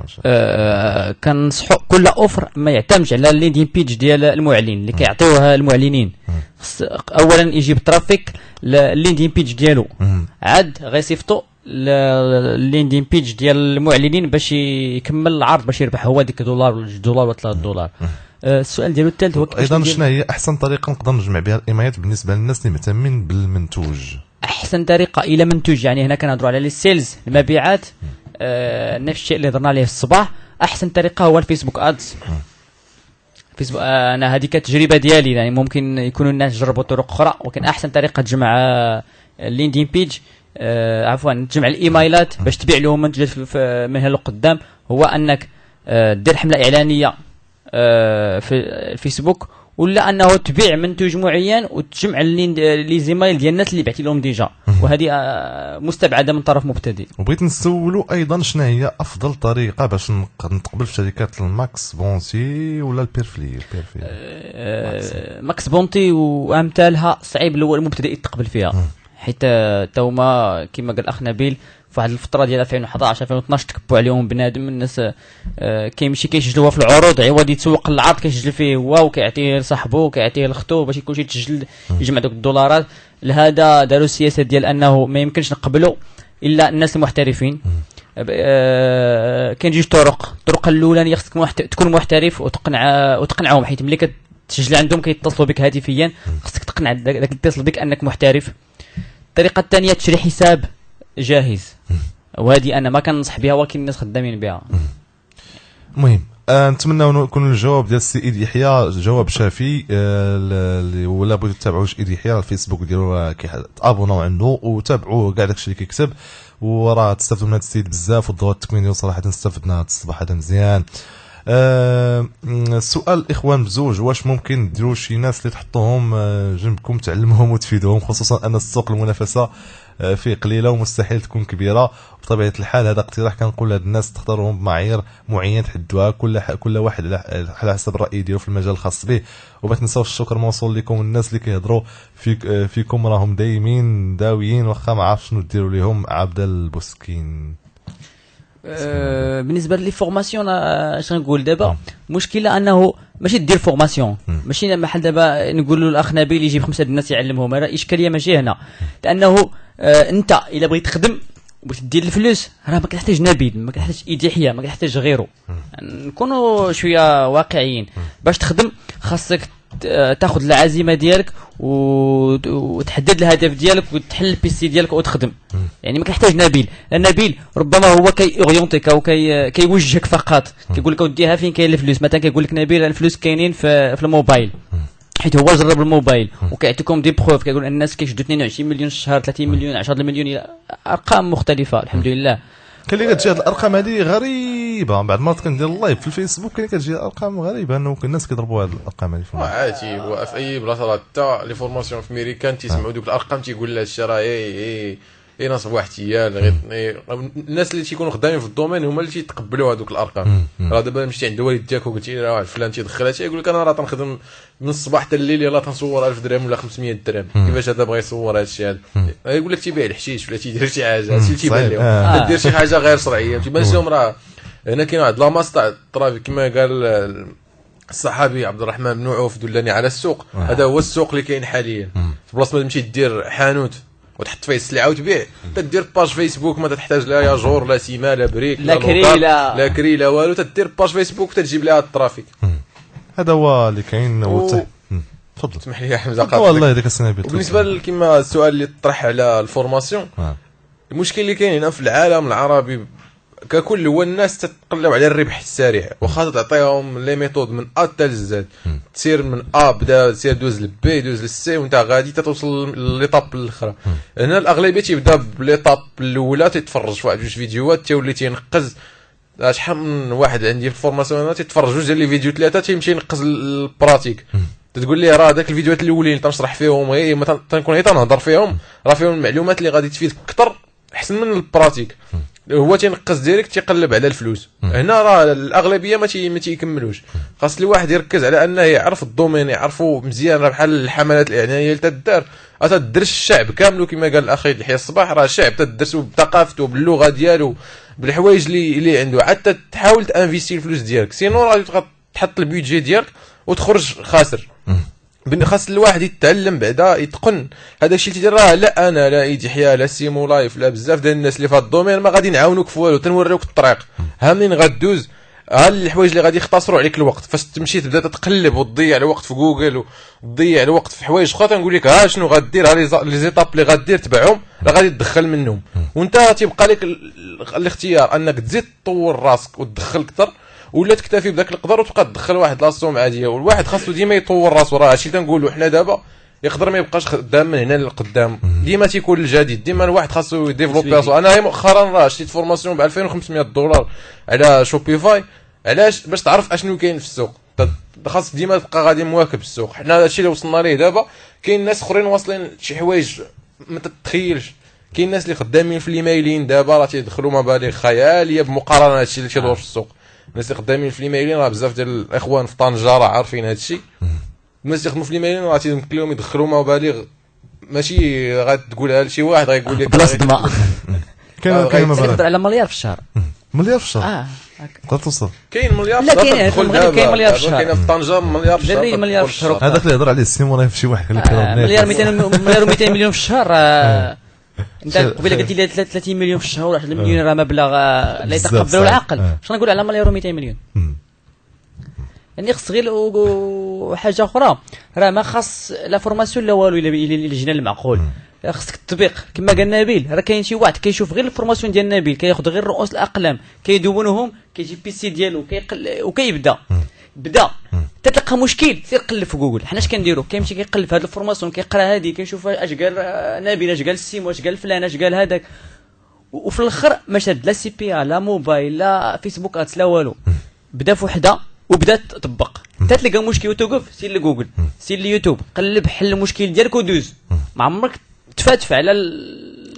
آه كنصحوا كل اوفر ما يعتمدش على الليندين بيج ديال المعلن اللي كيعطيوها المعلنين. اولا يجيب ترافيك للليندين بيج ديالو، عاد غيصيفطوا الليندين بيج ديال المعلنين باش يكمل العرض باش يربح هو ديك دولار ولا جوج دولار ولا ثلاثة دولار. السؤال ديالو الثالث هو ايضا شنو هي احسن طريقه نقدر نجمع بها الايميلات بالنسبه للناس اللي مهتمين بالمنتوج؟ احسن طريقه الى منتوج، يعني هنا كنهضروا على لي سيلز المبيعات. آه نفس الشيء اللي هضرنا عليه الصباح. احسن طريقه هو الفيسبوك ادز. فيسبوك آه انا هذيك التجربه ديالي، يعني ممكن يكونوا الناس جربوا طرق اخرى، ولكن احسن طريقه تجمع آه الليندين بيج آه عفوا تجمع الايميلات باش تبيع لهم منتجات من هنا لقدام هو انك آه دير حمله اعلانيه آه في الفيسبوك، ولا انه تبيع منتوج معين وتجمع لي زيمايل ديال الناس اللي بعتي لهم ديجا، وهذه آه مستبعده من طرف مبتدئ. وبغيت نسولوا ايضا شنو هي افضل طريقه باش نتقبل في شركات الماكس بونتي ولا البيرفلي؟ البيرفلي آه ماكس بونتي وامثالها صعيب الاول المبتدئ يتقبل فيها، حيت تا هما كما قال الاخ نبيل في واحد الفتره ديال ألفين وأحد عشر ألفين واثناش تكبوا عليهم بنادم. الناس آه كيمشي كيسجلوها في العروض، عوض يتسوق للعرض كيسجل فيه هو وكيعطيه لصاحبه وكيعطيه لختو باش يكون شي تسجل يجمع دوك الدولارات. لهذا داروا السياسه ديال انه ما يمكنش نقبلوا الا الناس المحترفين. آه كاين جوج طرق. الطرق الاولى خصك محت... تكون محترف وتقنع وتقنعهم، حيت ملي كتسجل عندهم كيتصلوا بك هاتفيا خصك تقنع داك اللي يتصل بك انك محترف. الطريقه الثانيه تشري حساب جاهز، وهذه انا ما كننصح بها ولكن الناس خدامين بها. المهم أه نتمنى يكون الجواب ديال السيد يحيى جواب شافي. أه ولا بغيتو تتابعوا سيد يحيى على الفيسبوك ديالو تابوناو عنده وتابعوه كاع داكشي اللي كيكتب، وراه تستافدوا من هذا السيد بزاف، والدورات التكوينيه صراحه استفدنا هذا الصباح هذا مزيان. أه السؤال الاخوان بزوج، واش ممكن ديروا شي ناس اللي تحطوهم جنبكم تعلموهم وتفيدوهم، خصوصا ان السوق المنافسه في قليله ومستحيل تكون كبيره. بطبيعه الحال هذا اقتراح كنقول لهاد الناس تختارهم بمعايير معين تحدوها، كل كل واحد على حسب الراي ديالو في المجال الخاص به. وما تنساوش الشكر موصول لكم الناس اللي كيهضروا فيك فيكم راهم دايمين داويين، واخا ما عرفتش شنو ديروا لهم. عبد البوسكين أه بالنسبه لي فورماسيون اش غنقول دابا المشكله انه ماشي دير فورماسيون، ماشي بحال دابا نقولوا الاخ نبيل يجيب خمسه الناس يعلمهم، راه الاشكاليه ماشي هنا. لانه أه انت الا بغيت تخدم بغيت دير الفلوس راه ما كتحتاج نبيل، ما كتحتاج ايديحيه، ما كتحتاج غيره. نكونوا شويه واقعيين. باش تخدم خاصك تاخذ العزيمه ديالك وتحدد الهدف ديالك وتحل البيسي ديالك وتخدم. يعني ما كيحتاج نبيل، النبيل ربما هو كي اورينتيك او كي كيوجهك فقط، كيقول لك وديها فين كاين الفلوس. مثلا كيقول لك نبيل الفلوس كاينين في, في الموبايل، حيت هو جرب الموبايل وكيعطيكم دي بروف. كيقول الناس كيشدوا اثنين وعشرين مليون في الشهر، ثلاثين مليون، عشرة مليون، ارقام مختلفه الحمد لله. كاين اللي كتجي هاد الارقام هذه غريبه. بعد مرات كندير اللايف في الفيسبوك كاين كتجي ارقام غريبه انه الناس كيضربوا هاد الارقام هذه. عادي هو في اي بلاصه حتى لي فورماسيون في امريكان تيسمعوا دوك الارقام تيقول لها الشيء راه اي اي اي ناصب واحد ايال غير. الناس اللي تيكونوا خدامين في الدومين هما اللي تيتقبلوا هذوك الارقام. راه دابا مشيتي عند والد ديالك وقلتي راه فلان تيدخل هادشي يقول لك انا راه تنخدم من الصباح حتى الليل يلاه تنصور ألف درهم ولا خمسمية درهم. كيفاش هذا بغى يصور هادشي هذا؟ يقول لك تيبيع الحشيش ولا تيدير شي حاجه، هادشي اللي تيبان لهم. تدير شي حاجه غير شرعيه تيبان لهم. راه هنا كاين واحد لاماس تاع الترافيك كما قال الصحابي عبد الرحمن بن عوف دلني على السوق. هذا هو السوق اللي كاين حاليا. في بلاصه ما تمشي دير حانوت وتحط فيه السلعه وتبيع، تدير باج فيسبوك ما تحتاج لا ياجور لا سيما لا بريك لا كري لا لا كري لا والو، تدير باج فيسبوك تجيب لها الترافيك. هذا هو اللي كاين. تفضل اسمح لي يا حمزه قاطعك والله هذاك السنابل. بالنسبه كما السؤال اللي طرح على الفورماسيون، المشكل اللي كاين هنا في العالم العربي ككل هو الناس تتقلب على الربح السريع، واخا تعطيهم لي ميثود من ا حتى لزاد، تسير من ا بدا تسير دوز لبي دوز للسي وانت غادي توصل ليطاب الاخرى. هنا الاغلبيه تيبدا بليطاب الاولى تيتفرج في واحد جوج فيديوهات تيولي تينقز. شحال من واحد عندي في الفورماسيون انا تيتفرج جوج ديال لي فيديو ثلاثه تيمشي ينقز البراتيك. تقول لي راه داك الفيديوهات الاولين اللي تنشرح فيهم غير ما تنكون غير تنهضر فيهم راه فيهم المعلومات اللي غادي تفيدك اكثر احسن من البراتيك. هو تينقص ديريكت تيقلب على الفلوس. هنا راه الاغلبيه ما تي ما تيكملوش. خاص الواحد يركز على انه يعرف الدومين يعرفوا مزيان. راه بحال الحملات الاعلانيه اللي تدار تدرس الشعب كامل كما قال الاخ يحيى الصباح، راه الشعب تدرسوا بثقافته باللغه ديالو بالحوايج اللي اللي عنده، حتى تحاول تانفيستي الفلوس ديالك. سينو راه تحط البيدجي ديالك وتخرج خاسر. خاص الواحد يتعلم بعدا يتقن هذا الشيء اللي تيدير. راه لا انا لا ايديحيا لا سيمو لايف لا بزاف ديال الناس اللي في هذا الدومين ما غادي نعاونوك في والو، تنوريوك الطريق. ها منين غدوز ها الحوايج اللي غادي يختصروا عليك الوقت. فاش تمشي تبدا تتقلب وتضيع الوقت في جوجل وتضيع الوقت في حوايج اخرى تنقول لك ها شنو غدير، ها لي زيتاب اللي غدير تبعهم راه غادي تدخل منهم. وانت تيبقى لك الاختيار انك تزيد تطور راسك وتدخل اكثر ولا تكتفي بداك القدر وتبقى تدخل واحد لاصوم عاديه. والواحد خاصو ديما يطور راسو. راه هادشي اللي تنقولوا حنا دابا يقدر ما يبقاش خدام من هنا للقدام، ديما تيكون الجديد. ديما الواحد خاصو يديفلوبي راسو. انا مؤخرا راه شريت فورماسيون ب ألفين وخمسمية دولار على شوبيفاي. علاش؟ باش تعرف اشنو كاين في السوق. خاص ديما تبقى غادي مواكب السوق. حنا هادشي اللي وصلنا ليه دابا. كاين ناس اخرين واصلين شي حوايج ما تتخيلش. كاين ناس اللي خدامين في الايميلين دابا راه تيدخلوا مبالغ خياليه بمقارنه هادشي اللي تيدور في السوق. الناس اللي خدامين في الايميلين راه بزاف ديال الاخوان في طنجه راه عارفين هادشي. الناس اللي يخدموا في الايميلين راه تيمكن لهم يدخلوا مبالغ ماشي غتقولها لشي واحد غيقول لك بلا صدمه. كاين كاين مبالغ على مليار في الشهر. مليار في الشهر اه تقدر توصل. كاين مليار في الشهر. لا كاين في المغرب كاين مليار في الشهر. كاين في طنجه مليار في الشهر. دري مليار في الشهر. هذاك اللي يهضر عليه السيمون راه في شي واحد قال لك مليار مئتين مليار و200 مليون في الشهر. انت قبيله قلت لي ثلاثين مليون في الشهر ولا عشرة مليون راه مبلغ لا يتقبله العقل. شنو نقول على مليار و200 مليون؟ يعني خص غير وحاجه اخرى راه ما خاص لا فورماسيون لا والو الا جينا للمعقول. خصك التطبيق كما قال نبيل. راه كاين شي واحد كيشوف غير الفورماسيون ديال نبيل كياخذ غير رؤوس الاقلام كيدونهم كيجيب بيسي ديالو كيقل وكيبدا بدا تتلقى مشكل سير قلب في جوجل. حنا اش كنديروا كيمشي كيقلب في هذه الفورماسيون كيقرا هذه كيشوف اش قال نبيل اش قال السيم واش قال فلان اش قال هذاك وفي الاخر ما شاد لا سي بي ا لا موبايل لا فيسبوك ادس لا والو. بدا في وحده وبدا تطبق حتى تلقى مشكل وتوقف سير لجوجل سير ليوتيوب قلب حل المشكل ديالك ودوز. ما عمرك تفاتف على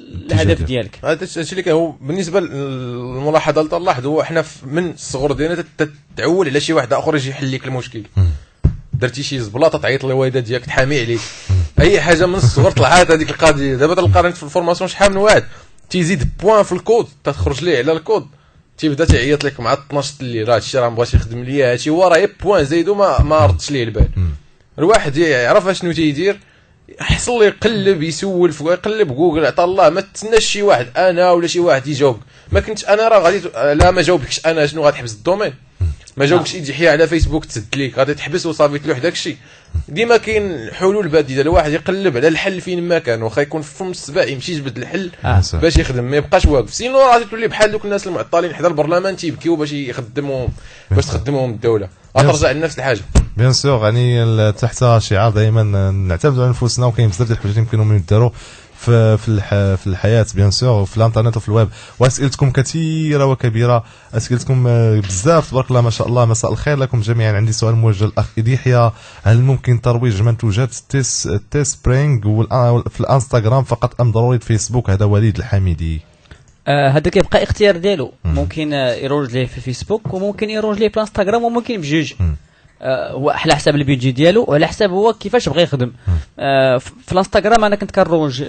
الهدف ديالك. هذا الشيء اللي كان هو بالنسبه للملاحظه اللي تلاحظ هو حنا من الصغر ديالنا تتعول على شي واحد اخر يجي يحل لك المشكل. درتي شي زبلاطه تعيط للوالده ديالك تحامي عليك اي حاجه من الصغر طلعات هذيك القضيه. دابا تلقى في الفورماسيون شحال من واحد تيزيد بوان في الكود تخرج ليه على الكود تيبدا تعيط لك مع اثناش الليل هذا الشيء راه مبغاش يخدم ليا هادشي هو راه بوان زايدو ما ما ردش ليه البال. الواحد يعرف اشنو تيدير يحصل يقلب يسول فوق يقلب جوجل عطا الله ما تسناش شي واحد انا ولا شي واحد يجاوب. ما كنتش انا راه غادي لا ما جاوبكش انا شنو غتحبس الدومين ما جاوبكش يجي حيا على فيسبوك تسد ليك غادي تحبس وصافي تلوح داك الشيء. ديما كاين حلول بديله الواحد يقلب على الحل فين ما كان واخا يكون في فم السبع يمشي يجبد الحل آه. باش يخدم ما يبقاش واقف سينو راه تولي بحال دوك الناس المعطلين حدا البرلمان تيبكيو باش يخدموا باش تخدمهم الدوله غترجع لنفس الحاجه. بيان سور يعني تحت شعار دائما نعتمدوا على انفسنا وكاين بزاف ديال الحوايج يمكنهم يداروا في في في الحياه بيان سور وفي الانترنت وفي الويب. واسئلتكم كثيره وكبيره اسئلتكم بزاف تبارك الله ما شاء الله. مساء الخير لكم جميعا. عندي سؤال موجه للاخ يحيى هل ممكن ترويج منتوجات تيس تيس سبرينغ في الانستغرام فقط ام ضروري فيسبوك؟ هذا وليد الحميدي. آه هذا كيبقى اختيار ديالو. ممكن يروج ليه في فيسبوك وممكن يروج ليه في الانستغرام وممكن بجوج. آه هو على حسب البيجي ديالو وعلى حسب هو كيفاش بغى يخدم. آه في الانستغرام انا كنت كنروج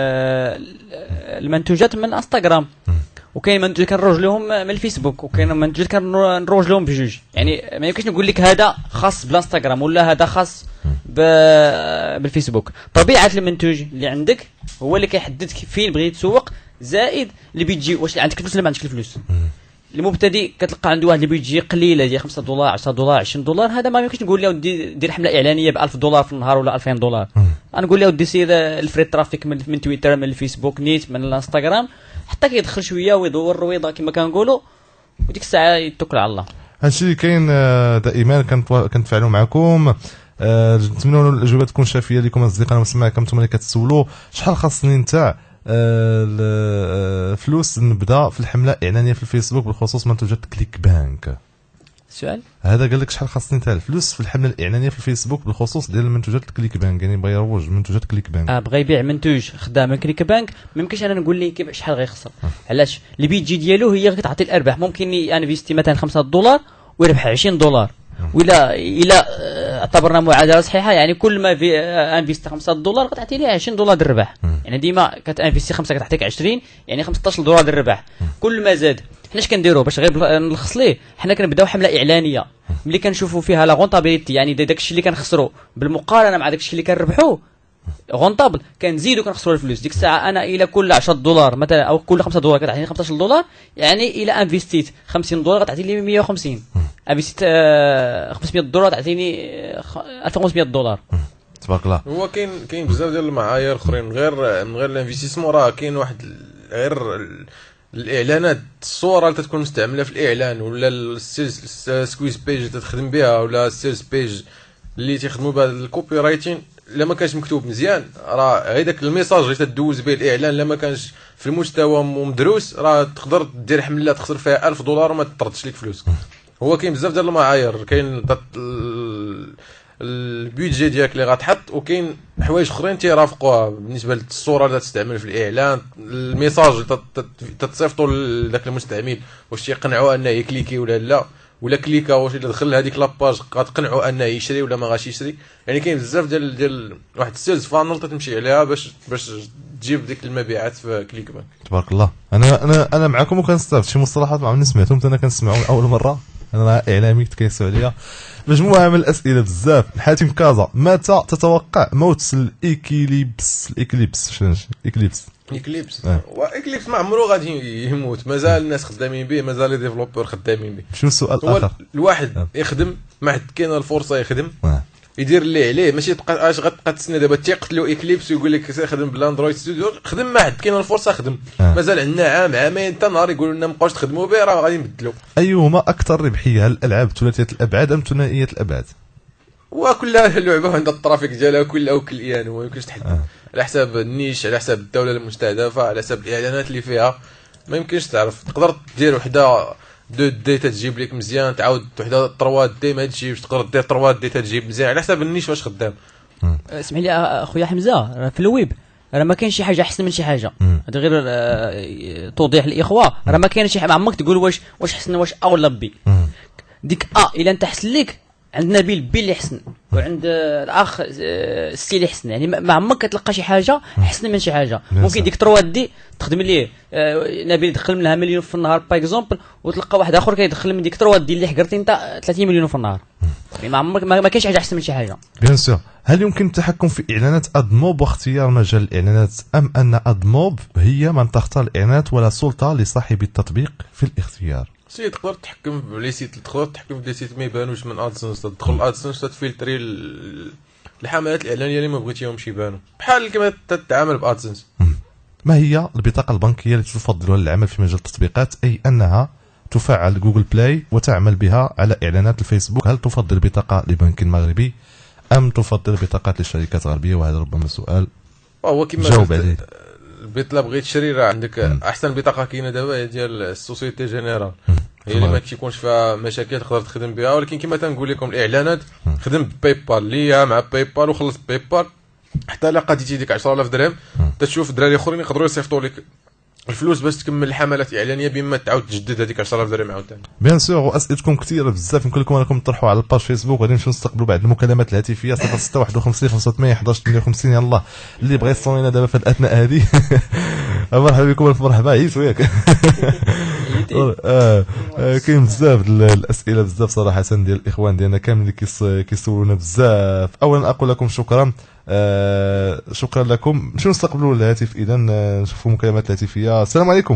المنتوجات من انستغرام وكاين منتوجات كنروج لهم من الفيسبوك وكاين منتوجات كنروج لهم بجوج. يعني ما يمكنش نقول لك هذا خاص بالانستغرام ولا هذا خاص بالفيسبوك. طبيعه المنتوج اللي عندك هو اللي كيحدد فين بغيتي تسوق زائد اللي بيجي واش عندك الفلوس ولا ما عندكش الفلوس. المبتدئ كتلقى عنده واحد اللي بيجي قليله ديال خمسة دولار عشرة دولار عشرين دولار هذا ما يمكنش نقول له دير حمله اعلانيه ب ألف دولار في النهار ولا ألفين دولار. انا نقول له دي سير الفري ترافيك من, من تويتر من الفيسبوك نيت من الانستغرام حتى كيدخل شويه ويدور رويضه كما كنقولوا وديك الساعه يتوكل على الله. هادشي اللي كاين دائما كنتفاعلوا معكم. نتمنوا الاجوبه تكون شافيه لكم اصدقائنا ومستمعينا انتم اللي كتسولوا شحال خاصني نتاع الفلوس نبدا في الحمله الاعلانيه في الفيسبوك بالخصوص منتوجات كليك بانك. السؤال هذا قال لك شحال خاصني نتاع الفلوس في الحمله الاعلانيه في الفيسبوك بالخصوص ديال المنتوجات كليك بانك. يعني بغى يروج منتوجات كليك بانك اه بغى يبيع منتوج خدام من كليك بانك ما يمكنش انا نقول ليه كيف شحال غيخسر. علاش اللي بيجي ديالو هي كتعطي الارباح. ممكن انفيستي مثلا خمسة دولار ويربح عشرين دولار ولا الى اعتبرنا معادله صحيحه يعني كل ما في انفيستي خمسة دولار كتعطي ليه عشرين دولار ديال الربح. يعني ديما كتانفيستي خمسة كتعطيك عشرين يعني خمسطاش دولار ديال الربح. كل ما زاد حنا اش كنديروا باش غير نلخص ليه حنا كنبداو حمله اعلانيه ملي كنشوفوا فيها لا غونطابيليتي يعني داك الشيء اللي كنخسروا بالمقارنه مع داك الشيء اللي كنربحوه غونطابل كنزيدوا كنخسروا الفلوس. ديك الساعه انا الى كل عشرة دولار مثلا او كل خمسة دولار كتعطيني خمسطاش دولار يعني الى انفيستيت خمسين دولار غتعطي لي مية وخمسين انفيستيت آه خمسمية دولار تعطيني ألف وخمسمية دولار. تبارك الله. هو كاين كاين بزاف ديال المعايير اخرين غير من غير الانفستيسمون. راه كاين واحد غير الاعلانات الصوره اللي تكون مستعمله في الاعلان ولا السكويز بيج اللي تخدم بها ولا السيلز بيج اللي تيخدموا بها الكوبي رايتين الا ما كانش مكتوب مزيان راه غير داك الميساج اللي تدوز به الاعلان الا ما كانش في المستوى مدروس راه تقدر دير حمله تخسر فيها ألف دولار وما تردش لك فلوسك. هو كاين بزاف ديال المعايير كاين البيدجي ديالك اللي غتحط وكاين حوايج اخرين تيرافقوها بالنسبه للصوره اللي تستعمل في الاعلان الميساج اللي تتصيفطوا لذاك المستعمل واش تيقنعوا انه يكليكي ولا لا ولا كليكا واش الا دخل هذيك لاباج غتقنعوا انه يشري ولا ما غاش يشري. يعني كاين بزاف ديال ديال واحد السيلز فانل تمشي عليها باش باش تجيب ديك المبيعات في كليك بانك. تبارك الله. انا انا انا معكم وكنستافد شي مصطلحات ما عمرني سمعتهم انا كنسمعهم اول مره. انا اعلامي كيسوا عليا مجموعه من الاسئله بزاف. حاتم كازا متى تتوقع موت الايكليبس الايكليبس شنو الايكليبس ايكليبس اه. وايكليبس ما عمرو غادي يموت مازال الناس خدامين به مازال لي ديفلوبور خدامين به. شنو السؤال الاخر؟ الواحد اه. يخدم ما حد كاينه الفرصه يخدم اه. يدير اللي عليه ماشي تبقى اش غتبقى تسنى دابا تيقتلوا ايكليبس ويقول لك خدم بالاندرويد ستوديو خدم ما حد كاينه الفرصه خدم اه. مازال عندنا عام عامين حتى نهار يقولوا لنا ما بقاوش تخدموا به راه غادي نبدلوا. ايهما اكثر ربحيه هل الالعاب ثلاثيه الابعاد ام ثنائيه الابعاد؟ وكلها لعبه عندها الترافيك ديالها كلها وكل وما يمكنش تحدد آه. على حساب النيش على حساب الدوله المستهدفه على حساب الاعلانات اللي فيها ما يمكنش تعرف. تقدر دير وحده دو دي تجيب لك مزيان تعاود وحده ثلاثة دي ما تجيبش تقدر دير ثلاثة دي تجيب مزيان على حساب النيش واش خدام. اسمح لي اخويا حمزه في الويب راه ما كاينش شي حاجه احسن من شي حاجه. هذا غير آه توضيح للاخوه، راه ما كاينش شي حاجه عمرك تقول واش واش حسن واش اولى بي. ديك ا الا انت حسن ليك عند نبيل بي اللي حسن، وعند الاخ السي اللي حسن، يعني ما عمرك كتلقى شي حاجه احسن من شي حاجه. ممكن ديك ثلاثة دي تخدم ليه نبيل يدخل منها مليون في النهار باغ اكزومبل، وتلقى واحد اخر كيدخل من ديك ثلاثة دي اللي حقرتي انت ثلاثين مليون في النهار. يعني ما عمرك ما كاينش حاجه احسن من شي حاجه. بيان سور. هل يمكن التحكم في اعلانات ادموب واختيار مجال الاعلانات، ام ان ادموب هي من تختار الاعلانات ولا سلطه لصاحب التطبيق في الاختيار؟ سي تقدر تحكم بلي سيت، تقدر تحكم في لي سيت ما يبانوش من ادسنس، تدخل ادسنس تفلتري الحملات الاعلانيه اللي ما بغيتيهمش يبانوا، بحال كما تتعامل بادسنس. ما هي البطاقه البنكيه التي تفضلها للعمل في مجال التطبيقات، اي انها تفعل جوجل بلاي وتعمل بها على اعلانات الفيسبوك؟ هل تفضل بطاقه لبنك مغربي ام تفضل بطاقات لشركات غربيه؟ وهذا ربما سؤال هو كما جاوب عليه. البيت لا بغيت تشري راه عندك م. احسن بطاقه كاينه دابا هي ديال السوسيتي جينيرال، هي اللي ما تيكونش فيها مشاكل تقدر تخدم بها. ولكن كما تنقول لكم الاعلانات خدم باي بال اللي مع باي بال وخلص باي بال حتى الا قاديتي ديك عشرة آلاف درهم تتشوف الدراري اخرين يقدروا يصيفطوا لك الفلوس باش تكمل الحملات الاعلانيه بما تعاود تجدد هذيك عشرة آلاف درهم عاوتاني. بيان سور. واسئلتكم كثيره بزاف، يمكن لكم انكم تطرحوا على الباج فيسبوك، غادي نمشيو نستقبلوا بعض المكالمات الهاتفيه صفر ستة واحد وخمسين خمسة ثمانية واحد واحد ثمانية وخمسين. يلاه اللي بغى يصونينا دابا في الاثناء هذه مرحبا بكم. الف مرحبا. عييت وياك. اه كاين بزاف الاسئله بزاف صراحه ديال الاخوان ديالنا كاملين اللي كيسولونا بزاف. اولا اقول لكم شكرا، آه شكرا لكم. نمشيو نستقبلوا الهاتف اذا، نشوفوا مكالمات الهاتفيه. السلام عليكم.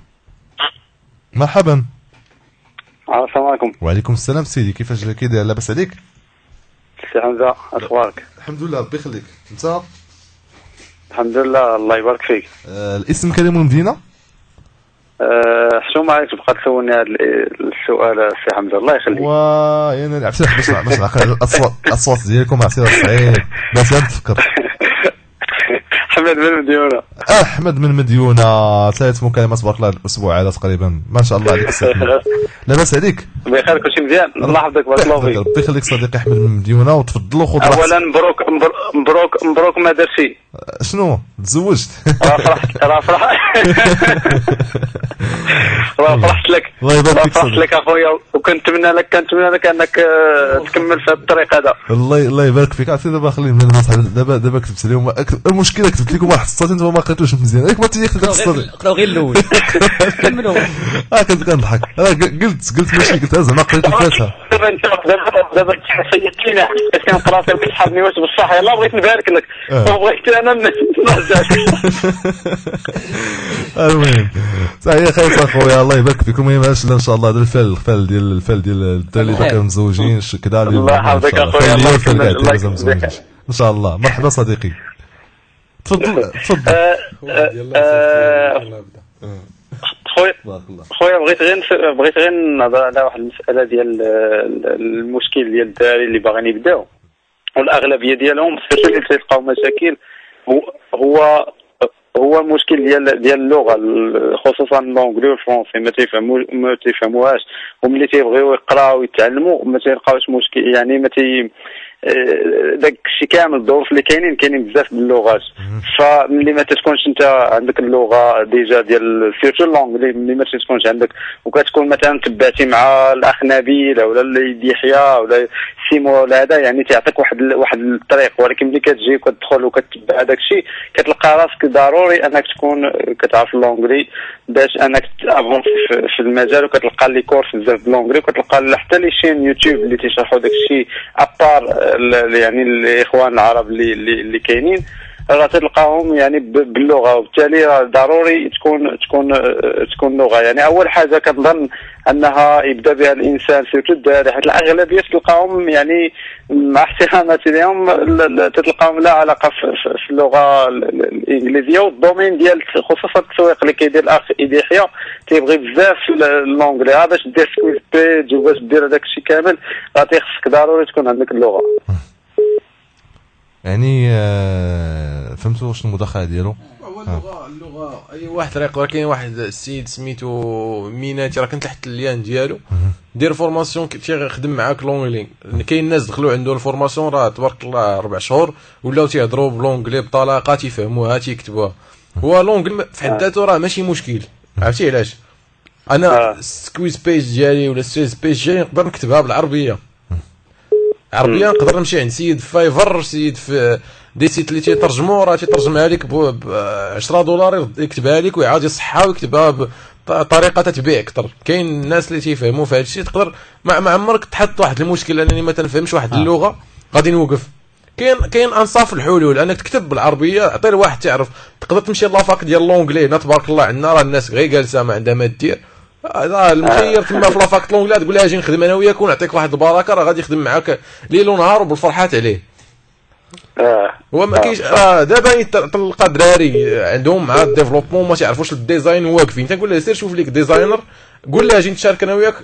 مرحبا. السلام عليكم. وعليكم السلام سيدي، كيفاش كي داير؟ لاباس عليك؟ سي حمزه، اخبارك؟ الحمد لله ربي يخليك. انت؟ الحمد لله الله يبارك فيك. آه الاسم كريم والمدينه؟ أه شو معك تبقى تسولني هذا السؤال سي حمزه الله يخليك. واه انا عرفتي باش باش نعقل الاصوات الاصوات ديالكم عرفتي صعيب باش تفكر. احمد من مديونه. احمد من مديونه، ثلاث مكالمات تبارك الله الاسبوع هذا تقريبا، ما شاء الله عليك. لاباس عليك؟ بخير كلشي مزيان الله يحفظك بارك الله فيك. ربي يخليك صديقي احمد من مديونه، وتفضلوا خذ اولا مبروك مبروك مبروك ما درتي. شنو تزوجت؟ راه فرحت راه فرحت راه فرحت لك الله يبارك فيك. فرحت لك اخويا، وكنتمنى لك كنتمنى لك انك تكمل في هذا الطريق هذا. الله الله يبارك فيك. عرفتي دابا خلي من الناس دابا دابا كتبت لهم المشكله، كتبت لكم واحد السطات انتم ما قريتوش مزيان، ياك ما تيخ داك السطات قراو غير الاول كملوا. اه كنت كنضحك، راه قلت قلت ماشي قلت زعما قريت الفاتحه. دابا انت دابا دابا سيدت لينا حيت كنقرا فيك كتحبني واش بصح يلاه بغيت نبارك لك، بغيت انا نرجعك. المهم صحيح خير اخويا الله يبارك فيكم. المهم ان شاء الله هذا الفال الفال ديال الفال ديال الدراري اللي كانوا مزوجين كذا. الله يحفظك اخويا الله يكرمك ان شاء الله. مرحبا صديقي، تفضل تفضل. خويا خويا بغيت غير بغيت غير نهضر على واحد المساله ديال المشكل ديال الدراري اللي باغيين يبداو، والاغلبيه ديالهم اللي تلقاو مشاكل هو هو هو المشكل ديال ديال اللغه، خصوصا لونجلي والفرونسي ما تيفهموا ما تيفهموهاش، وملي تيبغيو يقراو ويتعلموا ما تيلقاوش مشكل، يعني ما تي داك الشيء كامل الظروف اللي كاينين كاينين بزاف من اللغات. فملي ما تكونش انت عندك اللغه ديجا ديال سيرتو لونغلي، ملي ما تكونش عندك وكتكون مثلا تبعتي مع الاخ نبيل ولا اللي يحيى ولا سيمو ولا هذا، يعني تعطيك واحد واحد الطريق. ولكن ملي كتجي وكتدخل وكتبع هذاك الشيء كتلقى راسك ضروري انك تكون كتعرف اللونغلي باش انك تافونسي في المجال، وكتلقى لي كورس بزاف باللونغلي، وكتلقى حتى لي شين يوتيوب اللي تيشرحوا داك الشيء ابار يعني الاخوان العرب اللي اللي كاينين راه تلقاهم يعني باللغه، وبالتالي راه ضروري تكون تكون تكون لغه. يعني اول حاجه كنظن انها يبدا بها الانسان سيرتو الدراري، حيت الاغلبيه تلقاهم يعني مع احتراماتي لهم تلقاهم لا علاقه في اللغه الانجليزيه. والدومين ديال خصوصا التسويق اللي كيدير الاخ ايدي يحيى تيبغي بزاف اللونغلي، باش دير سكويز بيج وباش دير هذاك الشيء كامل راه تيخصك ضروري تكون عندك اللغه. يعني آه فهمتوا واش المداخله ديالو؟ هو اللغه اللغه اي واحد راه يقدر. كاين واحد السيد سميتو ميناتي راه كنت تحت اللين ديالو دير فورماسيون تيخدم معاك لونغلي. كاين الناس دخلوا عنده الفورماسيون راه تبارك الله ربع شهور ولاو تيهضروا بلونغلي بطلاقه تيفهموها تيكتبوها. هو لونغلي في حد ذاته راه ماشي مشكل. عرفتي علاش؟ انا السكويز بيج ديالي ولا السويز بيج ديالي نقدر نكتبها بالعربيه عربيه. نقدر نمشي عند سيد في فايفر سيد في دي سيت اللي تيترجموا راه تيترجمها لك ب عشرة دولار يكتبها لك ويعاود يصحها ويكتبها بطريقه تتبيع اكثر. كاين الناس اللي تيفهموا في هذا الشيء تقدر ما, ما عمرك تحط واحد المشكل انني ما تنفهمش واحد اللغه غادي نوقف. كاين كاين انصاف الحلول انك تكتب بالعربيه. عطي لواحد تعرف تقدر تمشي لافاك ديال لونغلي. تبارك الله عندنا راه الناس غير جالسه ما عندها ما دير. هذا المخير تما في لافاك لونغلي تقول لها اجي نخدم انا وياك ونعطيك واحد البركه راه غادي يخدم معاك ليل ونهار وبالفرحات عليه. اه هو ما كاينش راه دابا تلقى دراري عندهم مع الديفلوبمون ما تعرفوش الديزاين واقفين. تنقول له سير شوف ليك ديزاينر قول له اجي نتشارك انا وياك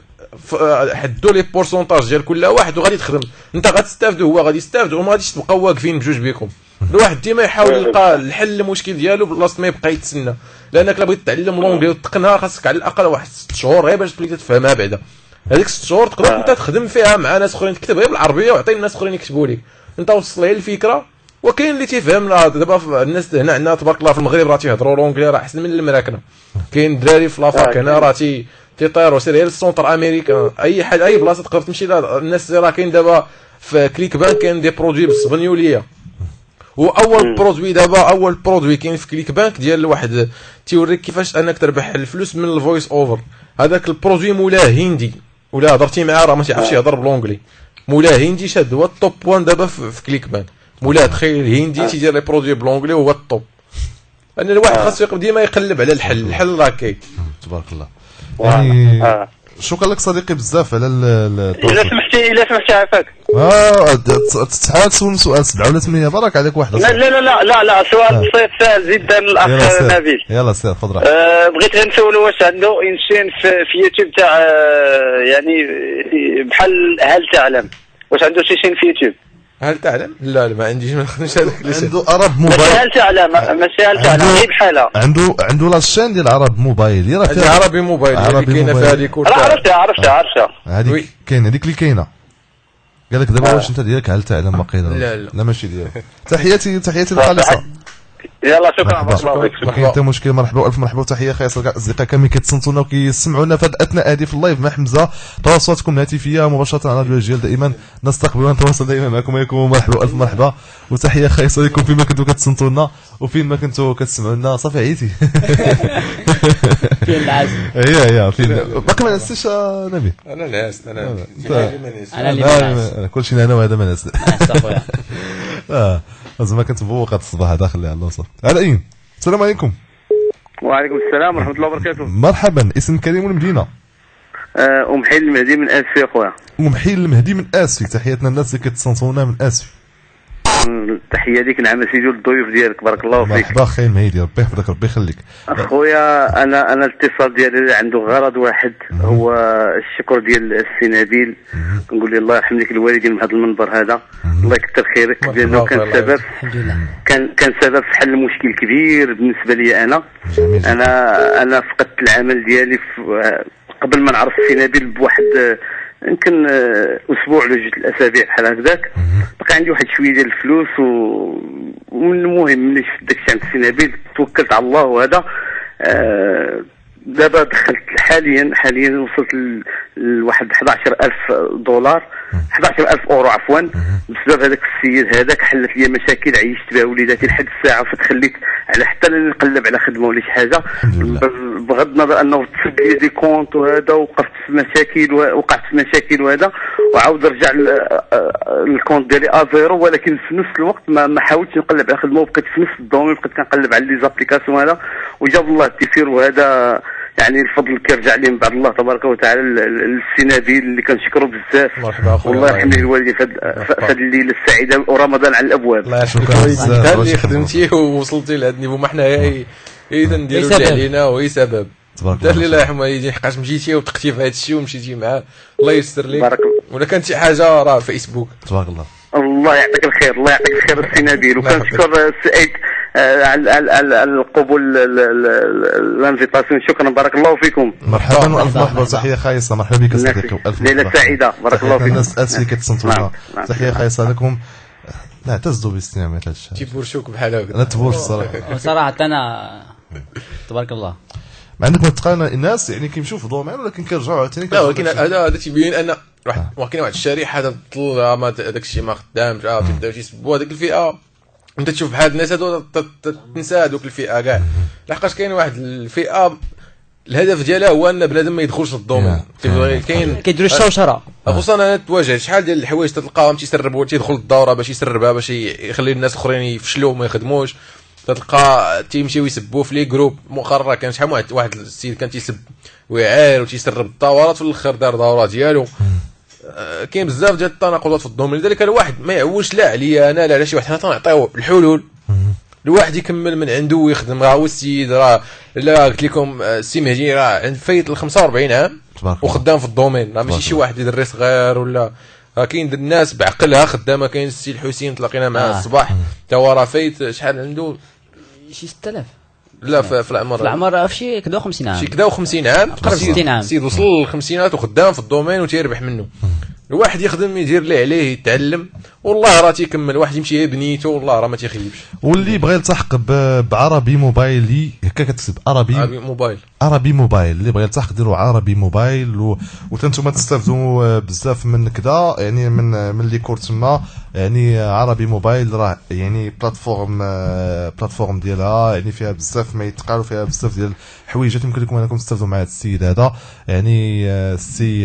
حدوا لي بورسونتاج ديال كل واحد وغادي تخدم. انت غتستافد وهو غادي يستافد وما غاديش تبقاو واقفين بجوج بكم. الواحد ديما يحاول يلقى الحل المشكل ديالو بلاصه ما يبقى يتسنى. لانك الا بغيت تعلم لونغلي وتقنها خاصك على الاقل واحد ست شهور غير باش تولي تفهمها. بعدا هذيك ست شهور تقدر انت تخدم فيها مع ناس اخرين تكتب غير بالعربيه وعطي الناس اخرين يكتبوا لك. انت وصل ليه الفكره. وكاين اللي تيفهم دابا الناس هنا عندنا تبارك الله في المغرب راه تيهضروا لونغلي راه احسن من المراكنه. كاين دراري في لافاك هنا راه تي تيطيروا سير غير السونتر امريكا اي حاجه اي بلاصه تقدر تمشي لها. الناس راه كاين دابا في كليك بانك كاين دي برودوي بالسبانيوليه. واول برودوي دابا اول برودوي كاين في كليك بانك ديال واحد تيوريك كيفاش انك تربح الفلوس من الفويس اوفر. هذاك البرودوي مولاه هندي ولا هضرتي معاه راه ما تيعرفش يهضر بالونغلي. مولاه هندي شاد هو التوب وان دابا في كليك بانك. مولاه تخيل هندي تيدير لي برودوي بالونغلي هو الطوب. ان الواحد خاصو ديما يقلب على الحل. الحل راه كاين تبارك الله. يعني شكرا لك صديقي بزاف على الا سمحتي الا سمحتي عافاك. اه تحاول تسول سؤال سبعة ولا ثمانية بارك عليك واحد. لا لا لا لا لا سؤال بسيط سهل جدا الاخ نبيل. يلا سير تفضل. أه بغيت نسولو واش عنده انشين في, في يوتيوب تاع يعني بحال هل تعلم واش عنده شي شين في يوتيوب؟ هل تعلم؟ لا لا ما عنديش ما نخدمش هذاك. عنده عرب موبايل. ماشي هل تعلم ماشي هل تعلم غير بحالها. عنده عنده لاشين ديال عرب موبايل. راه فيها عربي موبايل اللي كاينه فيها لي كورت. عرفتها عرفتها عرفتها هذيك كاينه هذيك اللي كاينه. قال لك دابا واش انت ديالك هل تعلم باقي؟ لا لا لا ماشي ديالك. تحياتي تحياتي الخالصه. يلا شكرا بارك الله فيك. ما كاين حتى مشكل. مرحبا والف مرحبا وتحيه خير الاصدقاء كاملين كيتصنتونا وكيسمعونا في اثناء هذه في اللايف مع حمزه. تواصلاتكم الهاتفيه مباشره على راديو اجيال دائما نستقبل ونتواصل دائما معكم. وياكم مرحبا والف مرحبا وتحيه خاصه لكم فيما كنتوا كتصنتونا وفين ما كنتوا كتسمعونا. صافي عييتي فين العزم هي هي فين باقي ما نسيتش نبيل. انا ناس انا انا اللي كلشي انا وهذا ما ناس اخويا. اه زعما كنتبوق هذا الصباح هذا خليها على الوسط. على اين السلام عليكم. وعليكم السلام ورحمه الله وبركاته. مرحبا. اسم كريم والمدينه؟ ام حيل المهدي من اسفي اخويا. ام حيل المهدي من اسفي. تحياتنا الناس اللي كتصنتونا من اسفي. تحيه ليك نعم سيدي الضيوف ديالك بارك الله فيك. مرحبا اخي المهدي ربي يحفظك ربي يخليك. اخويا انا انا الاتصال ديالي عنده غرض واحد هو الشكر ديال السي نبيل. نقول له الله يرحم لك الوالدين من هذا المنبر هذا. الله يكثر خيرك لانه كان سبب كان كان سبب في حل مشكل كبير بالنسبه لي. انا انا انا فقدت العمل ديالي قبل ما نعرف السي نبيل بواحد يمكن اسبوع ولا جوج الاسابيع بحال هكذاك. بقى عندي واحد شويه ديال الفلوس ومن المهم ملي شفت داكشي عند السي نبيل توكلت على الله. وهذا آه دابا دخلت حاليا حاليا وصلت لواحد أحد عشر ألف دولار أحد عشر ألف اورو عفوا بسبب هذاك السيد هذاك. حلت لي مشاكل عيشت بها وليداتي لحد الساعه فتخليت على حتى نقلب على خدمه ولا شي حاجه. بغض النظر انه تسد لي دي كونت وهذا وقفت في مشاكل وقعت في مشاكل وهذا وعاود رجع الكونت ديالي ازيرو. ولكن في نفس الوقت ما, ما حاولتش نقلب على خدمه وبقيت في نفس الدومين بقيت كنقلب على لي زابليكاسيون هذا وجاب الله التيسير. وهذا يعني الفضل كيرجع لي من بعد الله تبارك وتعالى للسي نبيل اللي كنشكرو بزاف. مرحبا اخويا والله يرحم لي الوالدين في هذه الليله السعيده ورمضان على الابواب. الله يشكرك انت اللي خدمتي ووصلتي لهذا النيفو. ما حنا هي اذا نديروا اللي علينا وهي سبب. انت اللي الله يرحمه يجي حقاش مشيتي وتقتي في هذا الشيء ومشيتي معاه الله يستر لك. ولا كانت شي حاجه راه فيسبوك. تبارك الله. الله يعطيك الخير الله يعطيك الخير السي نبيل. وكنشكر السيد على القبول الانفيتاسيون. شكرا بارك الله فيكم. مرحبا والف مرحبا وتحيه خايصه. مرحبا بك صديقي والف ليله سعيده بارك الله فيكم. الناس اللي كتصنتونا تحيه خايصه لكم. نعتزوا باستماع هذا الشيء. تيبورشوك بحال هكا. انا تبورش الصراحه. صراحه انا تبارك الله. مع انك متقالنا الناس يعني كيمشيو في دومين ولكن كيرجعوا عاوتاني. لا ولكن هذا هذا تيبين ان واحد كاين واحد الشريحه هذا الطل ما داك الشيء ما خدامش اه تبداو تيسبوا هذيك الفئه. انت تشوف بحال الناس هادو تنسى هذوك الفئه كاع لحقاش كاين واحد الفئه الهدف ديالها هو ان بنادم ما يدخلش للدومين. كاين كيديروا الشوشره خصوصا انا تواجه شحال ديال الحوايج تلقاهم تيسربوا تيدخل الدوره باش يسربها باش يخلي الناس الاخرين يفشلوا وما يخدموش. تلقى تيمشيو يسبوا في لي جروب مقرره. كان شحال واحد واحد السيد كان تيسب ويعاير وتيسرب الدورات في الاخر دار دوره ديالو. آه كاين بزاف ديال التناقضات في الدومين. لذلك الواحد ما يعولش لا عليا انا لا على شي واحد. حنا تنعطيو الحلول الواحد يكمل من عنده ويخدم. راه هو السيد راه لا قلت لكم السي مهدي راه عند فايت ال خمسة وأربعين عام وخدام في الدومين. راه ماشي شي واحد يدري صغير ولا راه كاين الناس بعقلها خدامه. كاين السي الحسين تلاقينا معاه آه. الصباح تا هو راه فايت شحال عنده شي ستة آلاف. لا في العمر في العمر في شي كدا وخمسين عام. شي كدا وخمسين عام تقريبا ستين عام. سيد وصل للخمسينات وخدام في الدومين وتيربح منه. الواحد يخدم يدير اللي عليه يتعلم والله راه تيكمل. واحد يمشي بنيته والله راه ما تيخيبش. واللي بغى يلتحق بعربي موبايل هكا كتكتب عربي عربي موبايل عربي موبايل اللي بغى يلتحق ديروا عربي موبايل و... وتنتوما تستافدوا بزاف من كذا يعني من من لي كور تما. يعني عربي موبايل راه يعني بلاتفورم بلاتفورم ديالها يعني فيها بزاف ما يتقالوا فيها بزاف ديال الحويجات يمكن لكم انكم تستافدوا مع هذا السيد هذا. يعني السي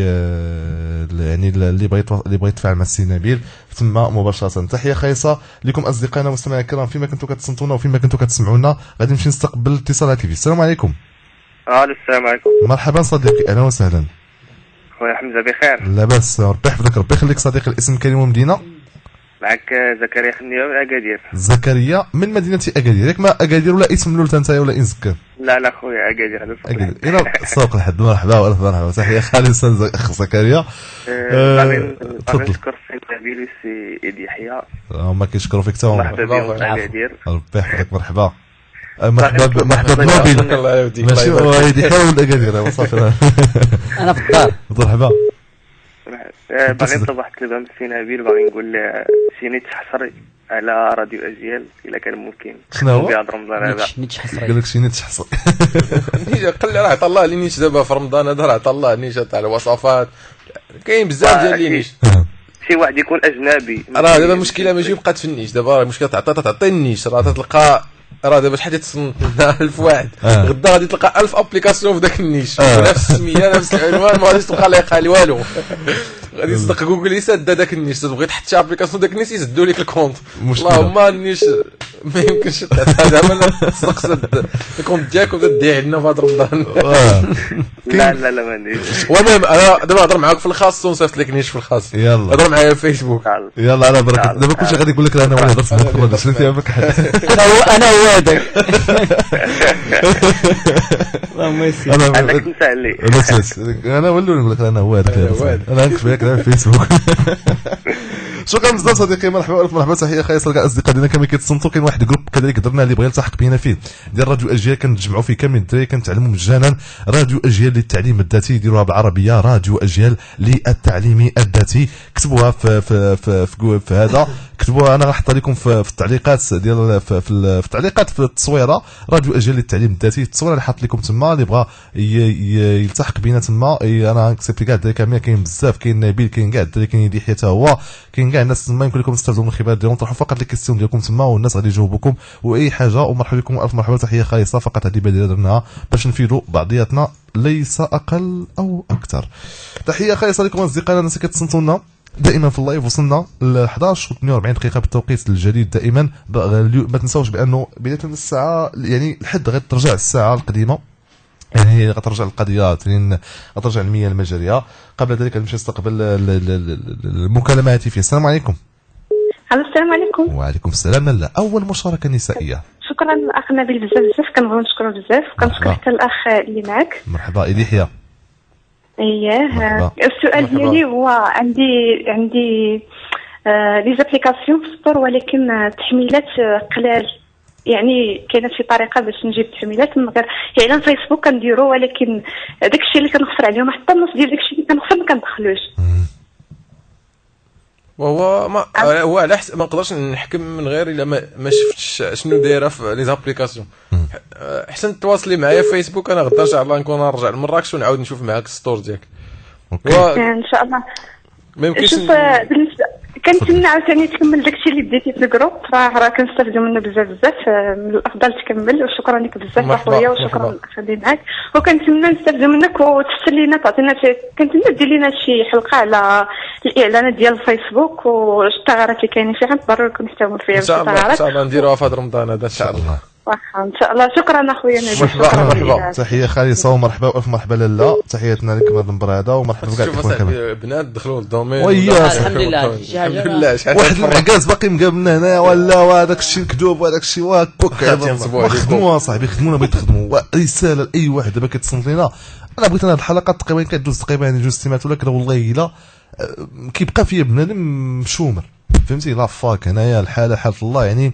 يعني اللي بغى اللي بغى يتفاعل مع السي نبيل تما مباشره. تحيه خايصه لكم اصدقائنا ومستمعينا الكرام فيما كنتوا كتصنتونا وفيما كنتوا كتسمعونا. غادي نمشي نستقبل الاتصالات اللي السلام عليكم. الو السلام عليكم. مرحبا صديقي اهلا وسهلا. خويا حمزه بخير؟ لاباس ربي يحفظك ربي يخليك صديقي. الاسم كريم ومدينه؟ معك زكريا خنيه من اكادير. زكريا من مدينه اكادير ياك ما اكادير ولا اسم لول انت ولا انزك؟ لا لا خويا اكادير هذا اكادير الى سوق الحد. مرحبا والف مرحبا تحيه خالصه اخ زكريا. باغي نشكر السي نبيل والسي ايد يحيى هما كيشكروا فيك حتى هما. مرحبا بهم اكادير ربي يحفظك. مرحبا مرحبا مرحبا بنوبل ماشي هادي حاول اكادير صافي. انا في الدار. مرحبا. باغي نطلب واحد الكلمه من السي نبيل. باغي نقول سيني تحصري على راديو اجيال الا كان ممكن. شنو هو؟ في رمضان هذا نيت تحصري. قال لك شي تحصري. قال لي راه عطا الله لي نيش دابا في رمضان هذا راه عطا الله نيش تاع الوصفات. كاين بزاف ديال لي نيش. شي واحد يكون اجنبي راه دابا المشكله ماشي بقات في النيش. دابا المشكله تعطي تعطي النيش راه تلقى راه دابا شحال تصنت ألف واحد غدا غادي تلقى ألف ابليكاسيون في ذاك النيش نفس السميه نفس العنوان ما غاديش تبقى لايقه لي والو. غادي تصدق جوجل يسد داك النيش. تبغي تحط شي ابليكاسيون داك النيش يسدوا لك الكونت. اللهم النيش ما يمكنش زعما تصدق سد الكونت ديالك وتبدا تدعي لنا في هذا رمضان. لا لا لا ما عنديش. وانا انا دابا نهضر معاك في الخاص ونصيفط لك نيش في الخاص. يلا هضر معايا في فيسبوك. يلا على بركه. دابا كلشي غادي يقول لك انا وانا هضرت معاك قبل شنو ثيابك. انا هو انا هو هذاك. اللهم يسر. انا هذاك مسالي. انا ولو نقول لك انا هو هذاك. انا نكتب لك على الفيسبوك. شكرا بزاف صديقي. مرحبا والف مرحبا تحيه خايصه لكاع الاصدقاء ديالنا كما كيتصنتوا. كاين واحد جروب كذلك درنا اللي بغى يلتحق بينا فيه ديال راديو اجيال كنجمعوا فيه كاملين الدراري كنتعلموا مجانا. راديو اجيال للتعليم الذاتي يديروها بالعربيه راديو اجيال للتعليم الذاتي. كتبوها في في في, في, في هذا كتبوها انا راح لكم في, في التعليقات ديال في, في, في التعليقات في التصويره راديو اجيال للتعليم الذاتي. التصويره اللي حاط لكم تما اللي بغى يلتحق بينا تما انا كتبت كاع الدراري كاملين. كاين بزاف كاين نبيل كاين كاع الدراري كاين يدي حتى هو كاين كاع الناس تما. يمكن لكم تستافدوا من الخبرات ديالهم. طرحوا فقط لي كيستيون ديالكم تما والناس غادي يجاوبوكم واي حاجه. ومرحبا بكم الف مرحبا تحيه خالصه. فقط هذه بديله درناها باش نفيدوا بعضياتنا ليس اقل او اكثر. تحيه خالصه لكم اصدقائنا الناس اللي كتصنتونا دائما في اللايف. وصلنا ل احد عشر و ثمانية وأربعين دقيقه بالتوقيت الجديد. دائما ما تنساوش بانه بدايه من الساعه يعني الحد غترجع الساعه القديمه يعني هي غترجع القضيه يعني غترجع المياه المجريه. قبل ذلك نمشي نستقبل المكالمه الهاتفيه. السلام عليكم. السلام عليكم. وعليكم السلام. لا اول مشاركه نسائيه. شكرا اخ نبيل بزاف بزاف كنبغيو نشكرو بزاف وكنشكر حتى الاخ اللي معك. مرحبا ايدي يحيى. اييه السؤال ديالي هو عندي عندي آه لي زابليكاسيون في السطور ولكن تحميلات قلال يعني كاينه شي طريقه باش نجيب التحميلات من غير اعلان فيسبوك كنديرو، ولكن داك الشيء اللي كنخسر عليهم حتى النص ديال داك الشيء اللي كنخسر ما كندخلوش. وهو ما هو على حسب، ما نقدرش نحكم من غير الا ما, ما شفتش شنو دايره في لي زابليكاسيون. احسن تواصلي معايا في فيسبوك، انا غدا ان شاء الله نكون نرجع لمراكش ونعاود نشوف معاك الستور ديالك. اوكي و... ان شاء الله. ما يمكنش شوف بالنسبه كنتمنى عاوتاني تكمل داكشي اللي بديتي في الجروب، راه كنستافدوا منه بزاف بزاف. من الافضل تكمل، وشكرا لك بزاف اخويا، وشكرا الاخ اللي معاك، وكنتمنى نستافدوا منك وتفسر لينا، تعطينا شي، كنتمنى دير لنا شي حلقه على الاعلانات ديال الفيسبوك والثغرات اللي كاينين فيها، نقدروا نستعملوا فيها ان شاء الله. ان شاء الله نديروها في هذا رمضان هذا ان شاء الله. واخا ان شاء الله. شكرا اخويا نبيل. مرحبا مرحبا. تحيه خالصه ومرحبا والف مرحبا لاله، تحياتنا لك من المنبر هذا، ومرحبا بكاع شوف اصاحبي بنات دخلوا للدومين. الحمد لله شي حاجه الحمد لله. شحال واحد المعكاز باقي مقابلنا هنا ولا وهذاك الشيء مكذوب وهذاك الشيء واكوك. خدموا اصاحبي، خدمونا بغيت تخدموا. رساله لاي واحد دابا كيتصنت لينا، انا بغيت انا هذه الحلقه تقريبا كدوز تقريبا يعني جوج سيمات ولا كذا، والله الا كيبقى فيا بنادم مشومر، فهمتي؟ لا فاك هنايا الحاله حاله الله يعني،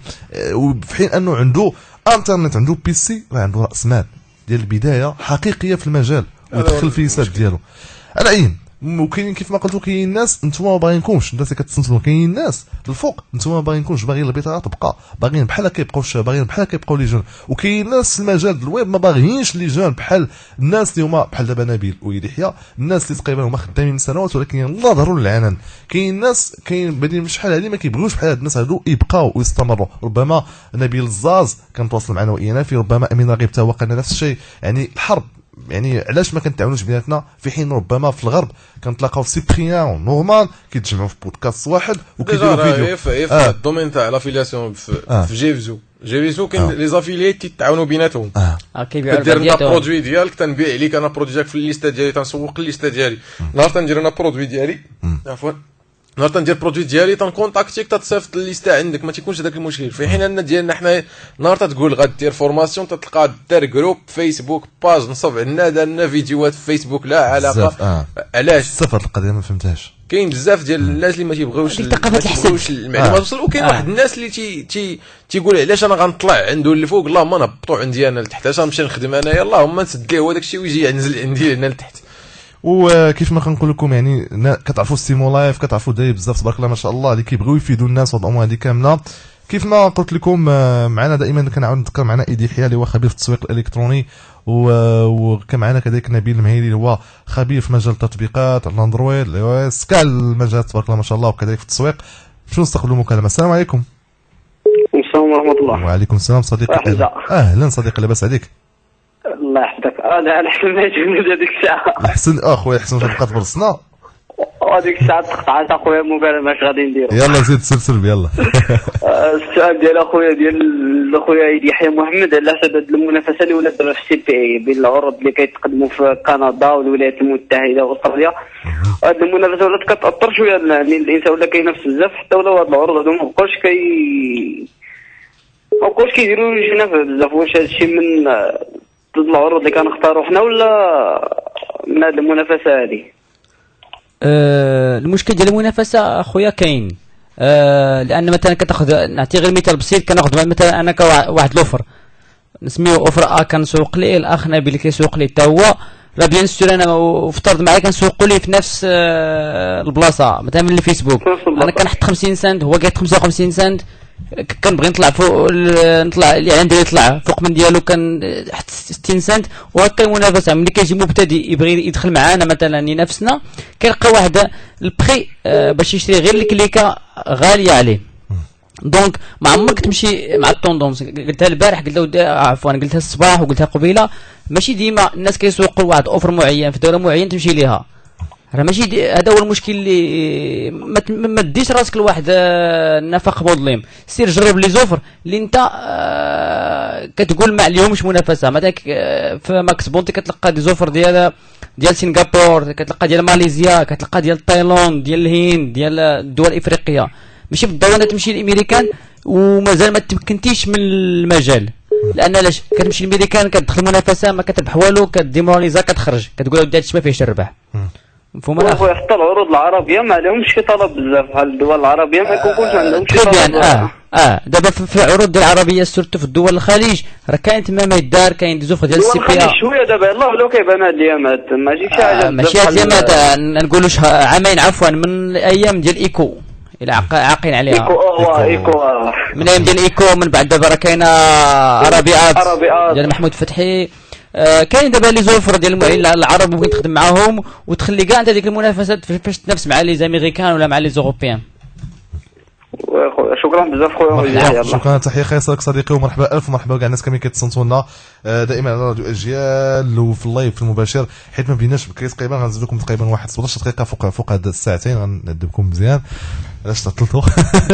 في حين انه عنده انترنت، عنده بيسي، راه عنده راس مال ديال البدايه حقيقيه في المجال ويدخل في الساد ديالو. على عين وكاينين كيف ما قلتوا، كاينين الناس نتوما ما باغيينكمش، الناس اللي كتصنتوا، كاينين الناس الفوق نتوما ما باغيينكمش، باغيين البطاقه تبقى، باغيين بحال هكا يبقاو الشباب، باغيين بحال هكا يبقاو لي جون. وكاين ناس في المجال ديال الويب ما باغيينش لي جون، بحال الناس اللي هما بحال دابا نبيل ويحيى، الناس اللي تقريبا هما خدامين سنوات ولكن ينظروا للعنان. كاين ناس كاين بادين شحال هذه ما كيبغيوش بحال هاد الناس هادو يبقاو ويستمروا. ربما نبيل الزاز كنتواصل معنا وانا في، ربما امين رغيب تا وقعنا نفس الشيء. يعني الحرب، يعني علاش ما كنتعاونوش بيناتنا، في حين ربما في الغرب كنتلاقاو سيبريان ونورمان كيتجمعوا في بودكاست واحد وكيديروا فيديو. في في الدومين تاع لافيلياسيون في, آه. في جيفزو جيفزو كاين لي زافيليات تيتعاونوا بيناتهم. اه كيبيعوا دير لنا برودوي ديالك تنبيع ليك انا برودوي ديالك في الليسته ديالي، تنسوق الليسته ديالي. نهار تندير انا برودوي ديالي، عفوا نهار تندير برودوي ديالي تنكونتاكتيك تتصيفط الليسته عندك، ما تيكونش هذاك المشكل. في حين ان ديالنا حنا نهار تقول غدير فورماسيون تتلقى دار جروب فيسبوك باج نصب عندنا، دارنا فيديوهات في فيسبوك لا علاقه. آه. علاش صفر القضيه ما فهمتهاش. كاين بزاف ديال الناس اللي ما تيبغيوش ما تيبغيوش المعلومات توصل، وكاين واحد الناس اللي تي تي تيقول علاش انا غنطلع عنده اللي فوق، اللهم نهبطوا عندي انا لتحت، اش غنمشي نخدم انايا، اللهم نسد ليه هو داك الشيء ويجي ينزل عندي هنا لتحت. وكيف ما كنقول لكم يعني كتعرفوا ستيمو لايف، كتعرفوا داير بزاف تبارك الله ما شاء الله اللي كيبغيو يفيدوا الناس وهاد الامور هذه كامله. كيف ما قلت لكم معنا دائما كنعاود نذكر معنا ايدي حياه اللي هو خبير في التسويق الالكتروني، وكان معنا كذلك نبيل المهيلي اللي هو خبير في مجال التطبيقات الاندرويد الاي او اس، كاع المجالات تبارك الله ما شاء الله، وكذلك في التسويق. شنو نستقبلوا المكالمه؟ السلام عليكم. السلام ورحمه الله. وعليكم السلام صديقي. اهلا, أهلا صديقي، لاباس عليك؟ الله يحفظك. انا على حسن ما جبنا هذيك الساعه. الحسن اخويا الحسن تبقى تبرصنا هذيك الساعه تقطعت اخويا المكالمه، اش غادي نديروا؟ يلا زيد سلسل يلا. السؤال ديال اخويا ديال اخويا يحيى محمد على حسب هذه المنافسه اللي ولات دابا في السي بي اي بين العروض اللي كيتقدموا في كندا والولايات المتحده واستراليا. هذه المنافسه ولات كتاثر شويه، يعني الانسان ولا كينافس بزاف، حتى ولاو هاد العروض هادو ما بقاوش كي ما بقاوش كيديروا جنافه بزاف. واش هذا الشيء من العروض اللي كنختاروا حنا ولا من هذه المنافسه هذه؟ أه المشكل ديال المنافسه اخويا كاين، أه لان مثلا كتاخذ، نعطي غير مثال بسيط، كناخذ مثلا انا كواحد لوفر نسميو اوفر ا كنسوق ليه، الاخ نبيل كيسوق ليه حتى هو، راه بيان سور انا افترض معايا كنسوقوا ليه في نفس أه البلاصه مثلا من الفيسبوك، انا كنحط خمسين سنت هو كيحط خمسة وخمسين سنت، كنبغي نطلع فوق نطلع الاعلان ديالي يطلع فوق من ديالو كنحط ستين سنت. وهكا المنافسه ملي كيجي مبتدئ يبغي يدخل معانا مثلا ينافسنا، كيلقى واحد البري آه باش يشري غير الكليكه غاليه عليه. دونك ما عمرك تمشي مع الطوندونس، قلتها البارح قلتها عفوا قلتها الصباح وقلتها قبيله، ماشي ديما الناس كيسوقوا واحد اوفر معين في دوله معينه تمشي ليها، راه ماشي هذا هو المشكل. اللي ما تديش راسك لواحد النفق مظلم، سير جرب لي زوفر اللي انت كتقول ما عليهمش منافسه. مثلا في ماكس بونتي كتلقى دي زوفر ديال ديال سنغافور، كتلقى ديال ماليزيا، كتلقى ديال تايلاند، ديال الهند، ديال الدول الافريقيه، ماشي بالضروره تمشي للامريكان ومازال ما تمكنتيش من المجال. لان علاش كتمشي للامريكان كتدخل منافسه ما كتربح والو، كديموراليزا كتخرج، كتقول هذا الشيء ما فيهش الربح. مفهوم الاخ؟ حتى العروض العربيه ما عليهمش شي طلب بزاف بحال الدول العربيه ما كيكونش عندهم شي طلب. اه اه دابا في العروض العربيه سورتو في الدول الخليج راه كاين تما ما يدار، كاين دي زوفر ديال السي بي ا شويه دابا يلاه ولاو كيبان هاد الايامات ماشي شي حاجه ماشي هاد الايامات نقولوا عامين عفوا من الايام ديال ايكو الى عاقين عليها ايكو اه ايكو من ايام ديال ايكو. من بعد دابا راه كاينه عربيات ديال محمود فتحي. آه كاين دابا لي زوفر ديال المعلن العرب ممكن تخدم معاهم وتخلي كاع انت ديك المنافسات فاش تنافس مع لي زاميريكان ولا مع لي زوروبيان. شكرا بزاف خويا. شكرا تحيه خاصه لك صديقي ومرحبا الف مرحبا كاع الناس كاملين كيتصنتوا لنا دائما على راديو اجيال وفي اللايف في المباشر، حيت ما بديناش بكري تقريبا غنزيد لكم تقريبا واحد سبعطاش دقيقه فوق فوق هاد الساعتين غندبكم مزيان علاش تعطلتوا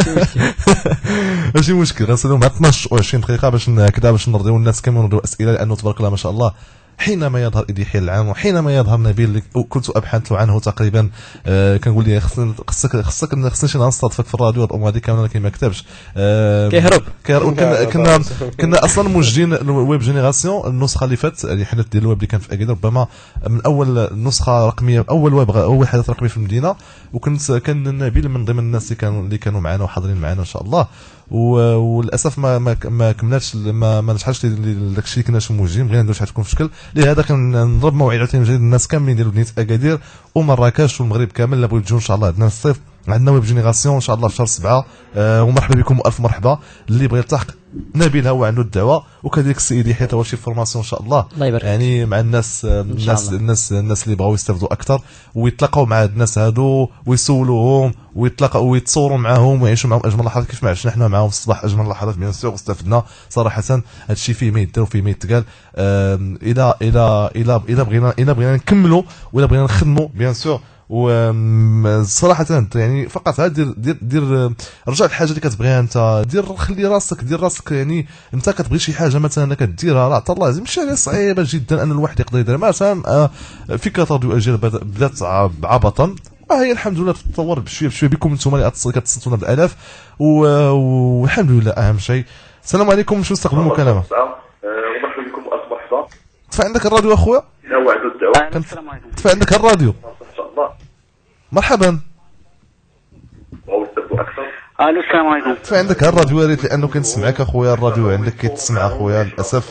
ماشي مشكل غنسالوا مع اثناش و عشرين دقيقه باش هكذا باش نرضيو الناس كاملين ونرضيو اسئله، لانه تبارك الله ما شاء الله حينما يظهر إيدي حيل العام وحينما يظهر نبيل اللي كنت ابحث عنه تقريبا آه كنقول لي خصك خصك خصك خصني شي نصطادفك في الراديو هاد الامور هذه كامله ولكن ما كتبش آه كيهرب كنا كنا كنا اصلا موجدين الويب جينيراسيون النسخه اللي فاتت اللي حدث ديال الويب اللي كان في اكادير ربما من اول نسخه رقميه اول ويب اول حدث رقمي في المدينه، وكنت كان نبيل من ضمن الناس اللي كانوا اللي كانوا معنا وحاضرين معنا ان شاء الله، وللاسف ما ما ما كملاتش ما ما نجحش داك الشيء اللي كنا موجدين بغينا نديرو شي حاجه تكون في شكل. لهذا كنضرب موعد عاوتاني جديد الناس كاملين ديال مدينه اكادير ومراكش والمغرب كامل اللي بغيو يجوا ان شاء الله عندنا الصيف عندنا ويب جينيراسيون ان شاء الله في شهر سبعة. آه ومرحبا بكم والف مرحبا اللي بغى يلتحق نبيل هو عنده الدعوه وكذلك السيد يحيى هو شي فورماسيون ان شاء الله يعني مع الناس الناس الناس الناس اللي بغاو يستافدوا اكثر ويتلاقاو مع الناس هادو ويسولوهم ويتلاقاو ويتصوروا معاهم ويعيشوا معاهم اجمل لحظات كيف ما عشنا حنا معاهم في الصباح اجمل لحظات بيان سور واستفدنا صراحه. هذا الشيء فيه ما يدار وفيه ما يتقال. الى الى الى الى بغينا الى بغينا نكملوا ولا بغينا نخدموا بيان سور وصراحه يعني فقط هاد دير دير دير رجع الحاجه اللي كتبغيها انت دير خلي راسك دير راسك يعني انت كتبغي شي حاجه مثلا كديرها راه عطا الله لازم ماشي صعيبه جدا ان الواحد يقدر يديرها. مثلا فكره راديو اجيال بدات عبطا هي الحمد لله تطور بشويه بشويه بكم انتم اللي كتصنتونا بالالاف والحمد لله. اهم شيء السلام عليكم شو استقبلوا المكالمه ومرحبا بكم واصبح مرحبا. دفع عندك الراديو اخويا لا وعد الدعوه دفع عندك الراديو مرحبا. الو السلام عليكم. فعندك الراديو يا ريت لانه كنسمعك اخويا الراديو عندك كيتسمع اخويا للاسف.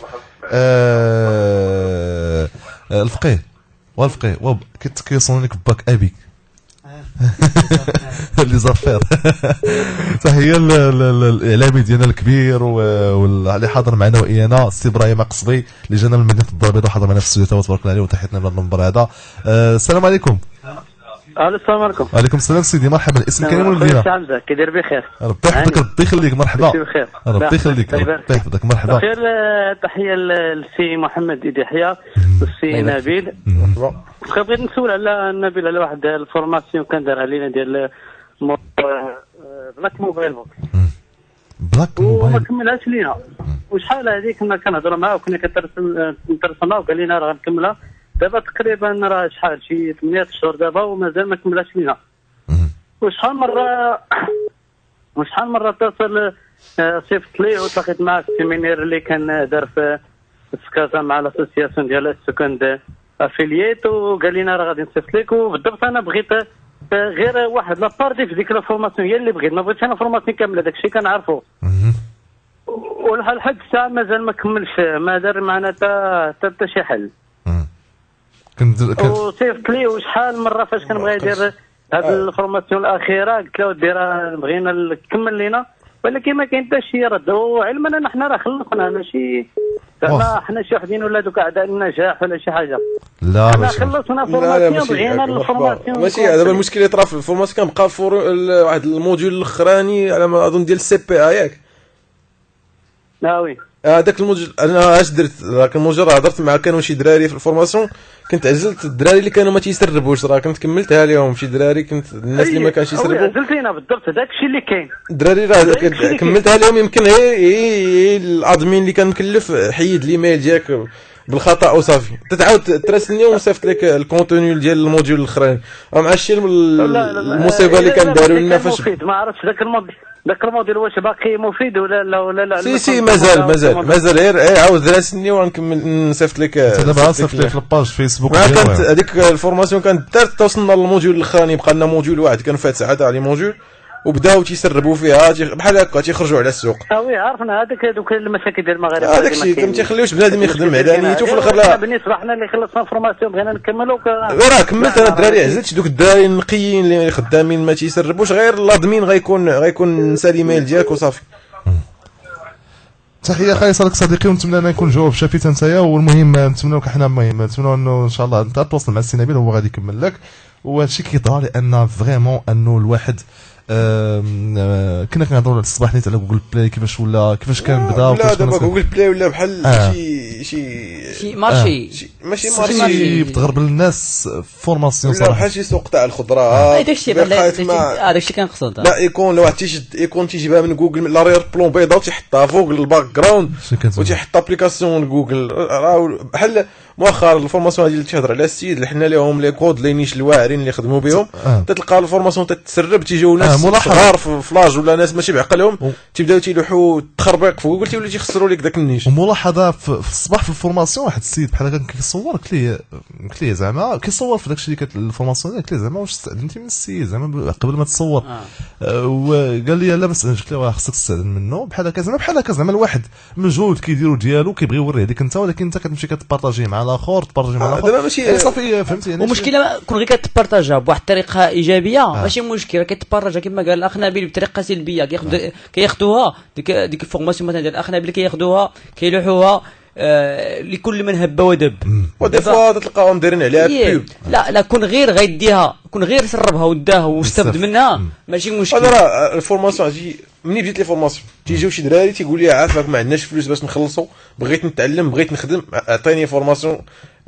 آه آه الفقيه والفقيه كيصوني لك باك ابي اللي زافير تحيه الاعلامي ديالنا الكبير واللي حاضر معنا وايانا السي ابراهيم قصبي اللي جانا من مدينه الدار البيضاء وحضر معنا في الاستوديو تبارك الله عليه وتحياتنا من المنبر هذا. آه السلام عليكم. الو السلام عليكم. وعليكم السلام سيدي مرحبا. الاسم كريم والمدينه؟ حمزه كيدير بخير. ربي يحفظك ربي يخليك مرحبا. ربي يخليك ربي يحفظك مرحبا. بخير. تحيه للسي محمد إيدي يحيى والسي نبيل. بخير بغيت نسول على نبيل على واحد الفورماسيون كان دارها لينا ديال بلاك موبايل بوكس. بلاك موبايل وما كملهاش لينا وشحال هذه كنا كنهضروا معاه وكنا كنترسلنا وقال لنا راه غنكملها دابا تقريبا راه شحال شي ثمانية شهور دابا ومازال ما كملاش لينا. وشحال مره وشحال مره اتصل صيفط لي وتلاقيت معاه في السيمينير اللي كان دار في كازا مع لاسوسياسيون ديال السكن افيلييت وقال لنا راه غادي نصيفط لك. وبالضبط انا بغيت غير واحد لاباردي في ديك الفورماسيون هي اللي بغيت ما بغيتش انا فورماسيون كامله داك الشيء كنعرفو ولحد الساعه مازال ما كملش ما دار معنا حتى حتى شي حل. كنت وصيفط لي وشحال مره فاش كنبغي ندير هاد الفورماسيون الاخيره قلت له ديرها بغينا تكمل لينا ولكن ما كاين حتى شي رد. وعلما ان حنا راه خلصنا ماشي زعما حنا شي وحدين ولا دوك اعداء النجاح ولا شي حاجه. لا حنا خلصنا فورماسيون بغينا الفورماسيون ماشي دابا المشكل اللي طرا في الفورماسيون كنبقى فور واحد الموديول الاخراني على ما اظن ديال السي بي ا ياك. اه وي هذاك الموديول انا اش درت ذاك الموديول هضرت مع كانوا شي دراري في الفورماسيون كنت عزلت الدراري اللي كانوا ما تيسربوش راه كنت كملتها لهم شي دراري كنت الناس اللي ما كانش يسربوا عزلتينا بالضبط داك الشيء اللي كاين الدراري راه كملتها لهم. يمكن هي الادمين اللي كان مكلف حيد الايميل ديالك بالخطا وصافي تتعاود تراسلني ونصيفط لك الكونتوني ديال الموديول الاخرين مع الشيء المصيبه اللي كان داروا لنا فاش ما عرفتش ذاك ذاك الموديل واش باقي مفيد ولا لا ولا لا؟ سي سي مازال مازال مازال غير اي عاود راسلني ونكمل نصيفط لك. دابا صيفط لي في الباج فيسبوك. كانت هذيك الفورماسيون كانت دارت توصلنا للموديول الاخراني، بقى لنا موديول واحد كان فات ساعه تاع لي موديول وبداو تيسربوا فيها بحال هكا تيخرجوا على السوق. اه وي عرفنا هذاك هذوك المشاكل ديال المغاربه. هذاك الشيء ما تيخليوش بنادم يخدم على نيته في الاخر. لا بالنسبه حنا اللي خلصنا فورماسيون بغينا نكملوا راه كملت انا الدراري عزلت دوك الدراري النقيين اللي خدامين ما تيسربوش، غير الادمين غيكون غيكون نسى الايميل ديالك وصافي. تحيه خالصه لك صديقي، ونتمنى ان يكون جواب شافي انت يا. والمهم نتمنوا لك حنا المهم نتمنوا انه ان شاء الله انت تواصل مع السي نبيل هو غادي يكمل لك. وهذا الشيء كيظهر لان فريمون انه الواحد كنا كنهضروا على الصباح نيت على جوجل بلاي كيفاش ولا كيفاش كان بدا. لا دابا جوجل بلاي ولا بحال آه. شي شي شي مارشي آه. ماشي مارشي بتغرب للناس فورماسيون صراحه بحال شي سوق تاع الخضره. هذاك الشيء هذاك الشيء كنقصد. لا يكون لو واحد تيجي يكون تيجيبها من جوجل لا رير بلون بيضاء وتيحطها فوق الباك جراوند وتيحط ابليكاسيون جوجل. راه بحال مؤخرا الفورماسيون اللي تهضر على السيد اللي حنا لهم لي كود اللي نيش الواعرين اللي خدموا بهم آه. تتلقى الفورماسيون تتسرب تيجيو ناس آه صغار في فلاج ولا ناس ماشي بعقلهم تيبداو تيلوحوا تخربيق في جوجل تيولي تيخسروا لك داك النيش. وملاحظه في الصباح في الفورماسيون واحد السيد بحال هكا كيصور قلت ليه قلت ليه زعما كيصور في داك الشيء اللي كانت الفورماسيون قلت ليه زعما واش استأذنتي من السيد زعما قبل ما تصور آه. آه وقال لي لا بس قلت له خصك تستأذن منه بحال هكا زعما بحال هكا زعما الواحد مجهود كيديرو ديالو كيبغي يوري هذيك انت ولكن انت كتمشي كتبارطاجيه مع الاخر تبارطاجي مع دابا ماشي صافي فهمتي يعني. ومشكله كون غير كتبارطاجها بواحد الطريقه ايجابيه آه. ماشي مشكل كتبارطاجها كما قال الاخ نبيل بطريقه سلبيه كياخذ آه. كياخذوها ديك ديك الفورماسيون مثلا ديال الاخ نبيل كياخذوها كيلوحوها آه لكل من هب ودب. ودي فوا تلقاهم دايرين عليها بيب. لا لا كون غير غيديها كون غير سربها وداها واستفد منها ماشي مشكل. هذا راه الفورماسيون تجي منين بديت لي فورماسيون تيجيو شي دراري تيقول لي عافاك ما عندناش فلوس باش نخلصوا بغيت نتعلم بغيت نخدم عطيني فورماسيون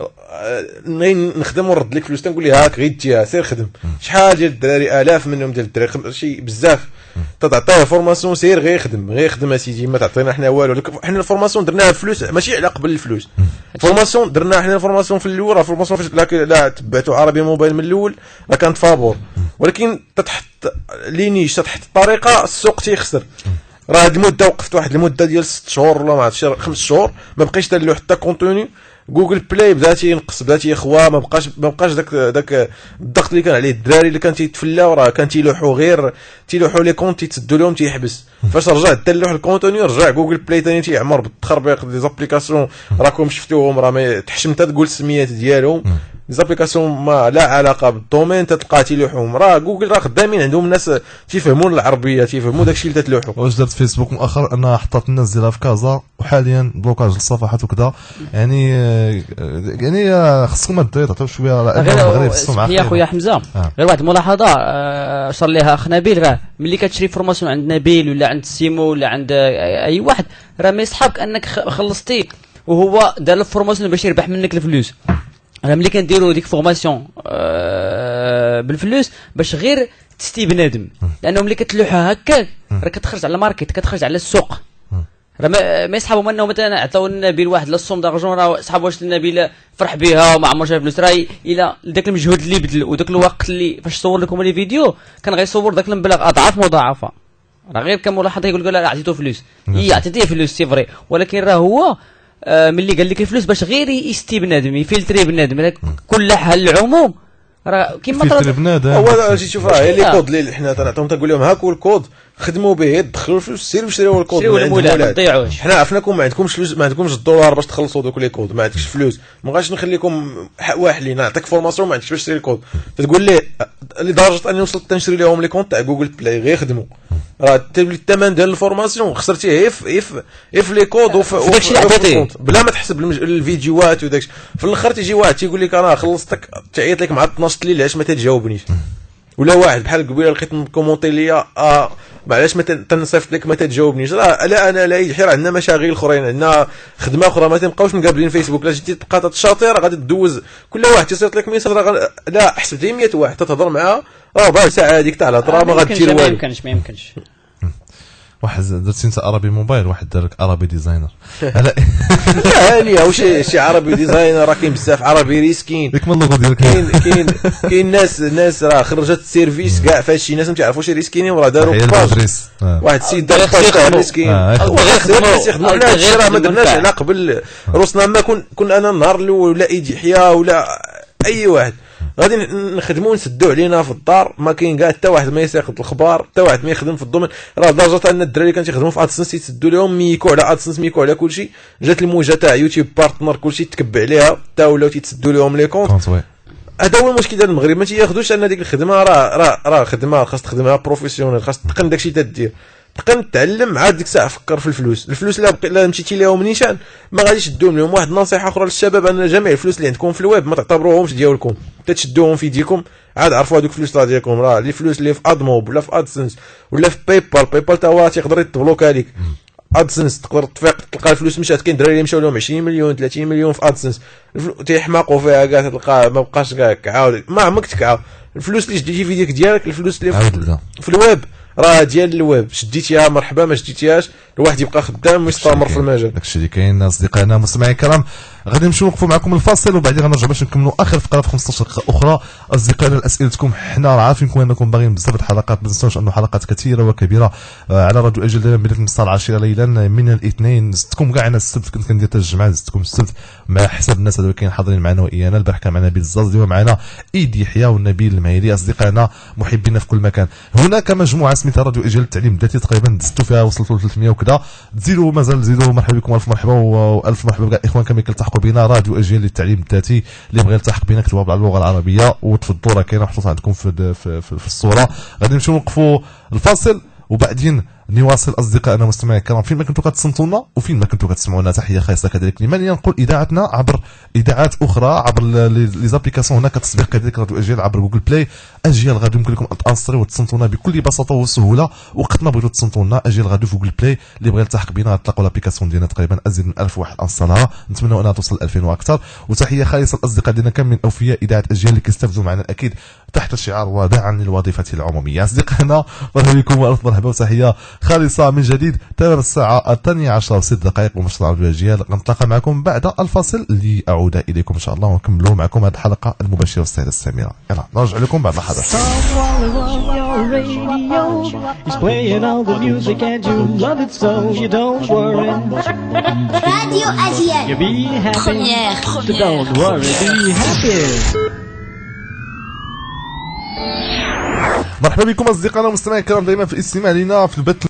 نخدم ونرد لك فلوس تنقول لي هاك غير ديها سير خدم. شحال ديال الدراري الاف منهم ديال الدراري شي بزاف تعطيه فورماسيون سير غير خدم غير خدم اسيدي ما تعطينا حنا والو. حنا الفورماسيون درناها بفلوس ماشي على قبل الفلوس. فورماسيون درناها حنا الفورماسيون في الاول راه فورماسيون لا لا تبعتو عربي موبايل من الاول راه كانت فابور ولكن تتحط لينيش تتحط الطريقه السوق تيخسر. راه هاد المده وقفت واحد المده ديال ست شهور ولا ما عرفتش خمس شهور ما بقيتش دار له حتى كونتوني. جوجل بلاي بدا تينقص بدا تيخوا ما بقاش ما بقاش داك داك الضغط اللي كان عليه الدراري اللي كان تيتفلاو راه كان تيلوحوا غير تيلوحوا لي كونت تيتسدوا لهم تيحبس. فاش رجع تلوح الكونتوني رجع جوجل بلاي ثاني تيعمر بالتخربيق دي زابليكاسيون راكم شفتوهم راه ما تحشم حتى تقول السميات ديالهم دي زابليكاسيون ما لا علاقه بالدومين تلقى تيلوحوهم. راه جوجل راه خدامين عندهم ناس تيفهموا العربيه تيفهموا داكشي اللي تتلوحوا. واش دارت فيسبوك مؤخرا انها حطات الناس ديالها في كازا وحاليا بلوكاج الصفحات وكذا يعني يعني خصكم تعطيو شويه المغرب الصوم يا خويا حمزه آه. غير واحد الملاحظه اشار ليها اخ نبيل راه ملي كتشري فورماسيون عند نبيل ولا عند سيمو ولا عند اي واحد راه ما يصحابك انك خلصتي وهو دار الفورماسيون باش يربح منك الفلوس. راه ملي كنديروا ديك فورماسيون آه بالفلوس باش غير تستي بنادم لانه ملي كتلوحها هكاك راه كتخرج على الماركت كتخرج على السوق. راه ما يصحابهم انه مثلا عطاو النبيل واحد للصوم دارجون راه صحاب واش النبيل فرح بها وما عمر شاف فلوس راه الى داك المجهود اللي بذل وداك الوقت اللي فاش صور لكم لي فيديو كان غيصور داك المبلغ اضعاف مضاعفه. راه غير كملاحظه يقول لك لا عطيتو فلوس هي عطيتيه فلوس سي فري ولكن راه هو آه ملي قال لك الفلوس باش غير يستي بنادم يفلتري بنادم كل حال العموم راه كيما طرا هو جيت شوف راه لي كود اللي حنا تنعطيهم تنقول لهم هاكو الكود خدموا به دخلوا الفلوس سيروا شريوا الكود من عند المولات. حنا عرفناكم ما عندكمش فلوس ما عندكمش الدولار باش تخلصوا دوك لي كود ما عندكش فلوس ما بغاش نخليكم واحلين نعطيك فورماسيون ما عندكش باش تشري الكود تقول لي لدرجه اني وصلت تنشري لهم لي كونت تاع جوجل بلاي غير خدموا راه تبلي الثمن ديال الفورماسيون خسرتيه اف اف اف لي كود وفي بلا ما تحسب الفيديوهات وداكشي. في الاخر تيجي واحد تيقول لك انا خلصتك تعيط لك مع اثناش الليل علاش ما تجاوبنيش ولا واحد بحال قبيله لقيت كومونتي ليا اه معلاش ما تنصيفط لك ما تجاوبنيش راه لا انا لا حير عندنا مشاغل اخرين عندنا خدمه اخرى ما تنبقاوش مقابلين فيسبوك لا جيتي تبقى تشاطر غادي تدوز كل واحد تيصيفط لك ميساج راه لا حسبتي مية واحد تتهضر معاه راه ربع ساعه هذيك تاع الهضره ما غادير والو. ما يمكنش ما يمكنش واحد درتي انت عربي موبايل، واحد دار لك عربي ديزاينر. لا هاني او شي شي عربي ديزاينر راه كاين بزاف عربي ريسكين. ديك من اللوغو ديالك كاين كاين كاين ناس ناس راه خرجت السيرفيس كاع فاش شي ناس ما تعرفوش ريسكينين وراه داروا باج. واحد السيد دار باج ريسكين يخدموا على هادشي راه ما درناش على قبل روسنا. ما كون كون انا النهار الاول ولا ايدي حياه ولا اي واحد غادي نخدموا نسدوا علينا في الدار، ما كاين كاع حتى واحد ما يسيقط الخبار، حتى واحد ما يخدم في الضمن. راه لدرجه ان الدراري كانوا تيخدموا في ادسنس يتسدوا لهم ميكو على ادسنس ميكو على كلشي. جات الموجه تاع يوتيوب بارتنر كلشي تكب عليها حتى ولاو تيتسدوا لهم لي كونت. هذا هو المشكل ديال المغرب، ما تياخذوش ان ديك الخدمه راه راه راه خدمه خاص تخدمها بروفيسيونيل، خاص تقن داكشي تدير، تقن تعلم. عاد ديك الساعه فكر في الفلوس. الفلوس لا لا مشيتي لهم نيشان ما غاديش تدوم لهم. واحد النصيحه اخرى للشباب، ان جميع الفلوس اللي عندكم في الويب ما تعتبروهمش ديالكم، تشدوهم في يديكم. عاد عرفوا هذوك الفلوس راه ديالكم. راه لي فلوس اللي في ادموب ولا في ادسنس ولا في باي بال، باي بال تا هو تيقدر يتبلوكا ليك. ادسنس تقدر تفيق تلقى الفلوس مشات. كاين دراري مشاو لهم عشرين مليون ثلاثين مليون في ادسنس تيحماقوا فيها كاع، تلقى ما بقاش كاع كعاود ما عمرك تكعاود. الفلوس اللي شديتي في يديك ديالك، الفلوس اللي في, في الويب راه ديال الويب، شديتيها مرحبا، ما شديتيهاش الواحد يبقى خدام ويستمر في المجال. داكشي اللي كاين. اصدقائنا مستمعي الكرام، غادي نمشيو نوقفوا معكم الفاصل وبعدين غنرجعوا باش نكملوا اخر فقره في خمسطاش دقيقه اخرى. اصدقائنا اسئلتكم حنا راه عارفينكم انكم باغيين بزاف الحلقات، ما تنساوش انه حلقات كثيره وكبيره على راديو اجل دائما بدايه من الساعه العاشره ليلا من الاثنين. زدتكم كاع انا السبت كنت كندير حتى الجمعه، زدتكم السبت مع حساب الناس اللي كاين حاضرين معنا وايانا. البارح كان معنا نبيل الزازدي ومعنا ايد يحيى والنبيل المهيري. اصدقائنا محبينا في كل مكان، هناك مجموعه سميتها راديو اجل التعليم الذاتي، تقريبا دزتوا فيها وصلتوا ل ثلاثمية وكذا. تزيدوا مازال تزيدوا، مرحبا بكم، الف مرحبا والف مرحبا بكاع الاخوان كما كيلتحقوا بنا. راديو اجل للتعليم الذاتي، اللي بغى يلتحق بنا كتبوها باللغه العربيه وتفضلوا، راه كاينه محطوطه عندكم في في, في, في الصوره. غادي نمشيو نوقفوا الفاصل وبعدين نواصل. اصدقائنا مستمعي الكرام، فين ما كنتوا كتصنتونا وفين ما كنتوا كتسمعونا، تحيه خاصه كذلك لمن ينقل اذاعتنا عبر اذاعات اخرى عبر لي زابليكاسيون. هناك تطبيق كذلك راديو اجيال عبر جوجل بلاي. اجيال غادي يمكن لكم تانستريو وتصنتونا بكل بساطه وسهوله. وقت ما بغيتوا تصنتونا اجيال غادي في جوجل بلاي، اللي بغى يلتحق بنا تلقاو لابليكاسيون ديالنا تقريبا ازيد من ألف واحد انستالها. نتمنوا انها توصل ألفين واكثر. وتحيه خالصه الاصدقاء ديالنا كم من اوفياء اذاعه اجيال اللي كيستافدوا معنا اكيد تحت شعار وداعا للوظيفه العموميه. اصدقائنا مرحبا بكم والف مرحبا وتحيه خالصه من جديد. تمام الساعه الثانية عشرة وست دقائق ومشروع راديو اجيال. غنتلاقى معكم بعد الفاصل لأعود اليكم ان شاء الله ونكملوا معكم هذه الحلقه المباشره والسيده السميره. يلا نرجع لكم بعد لحظات. راديو اجيال مرحبا بكم اصدقائنا المستمعين الكرام، دائما في الاستماع لنا في البث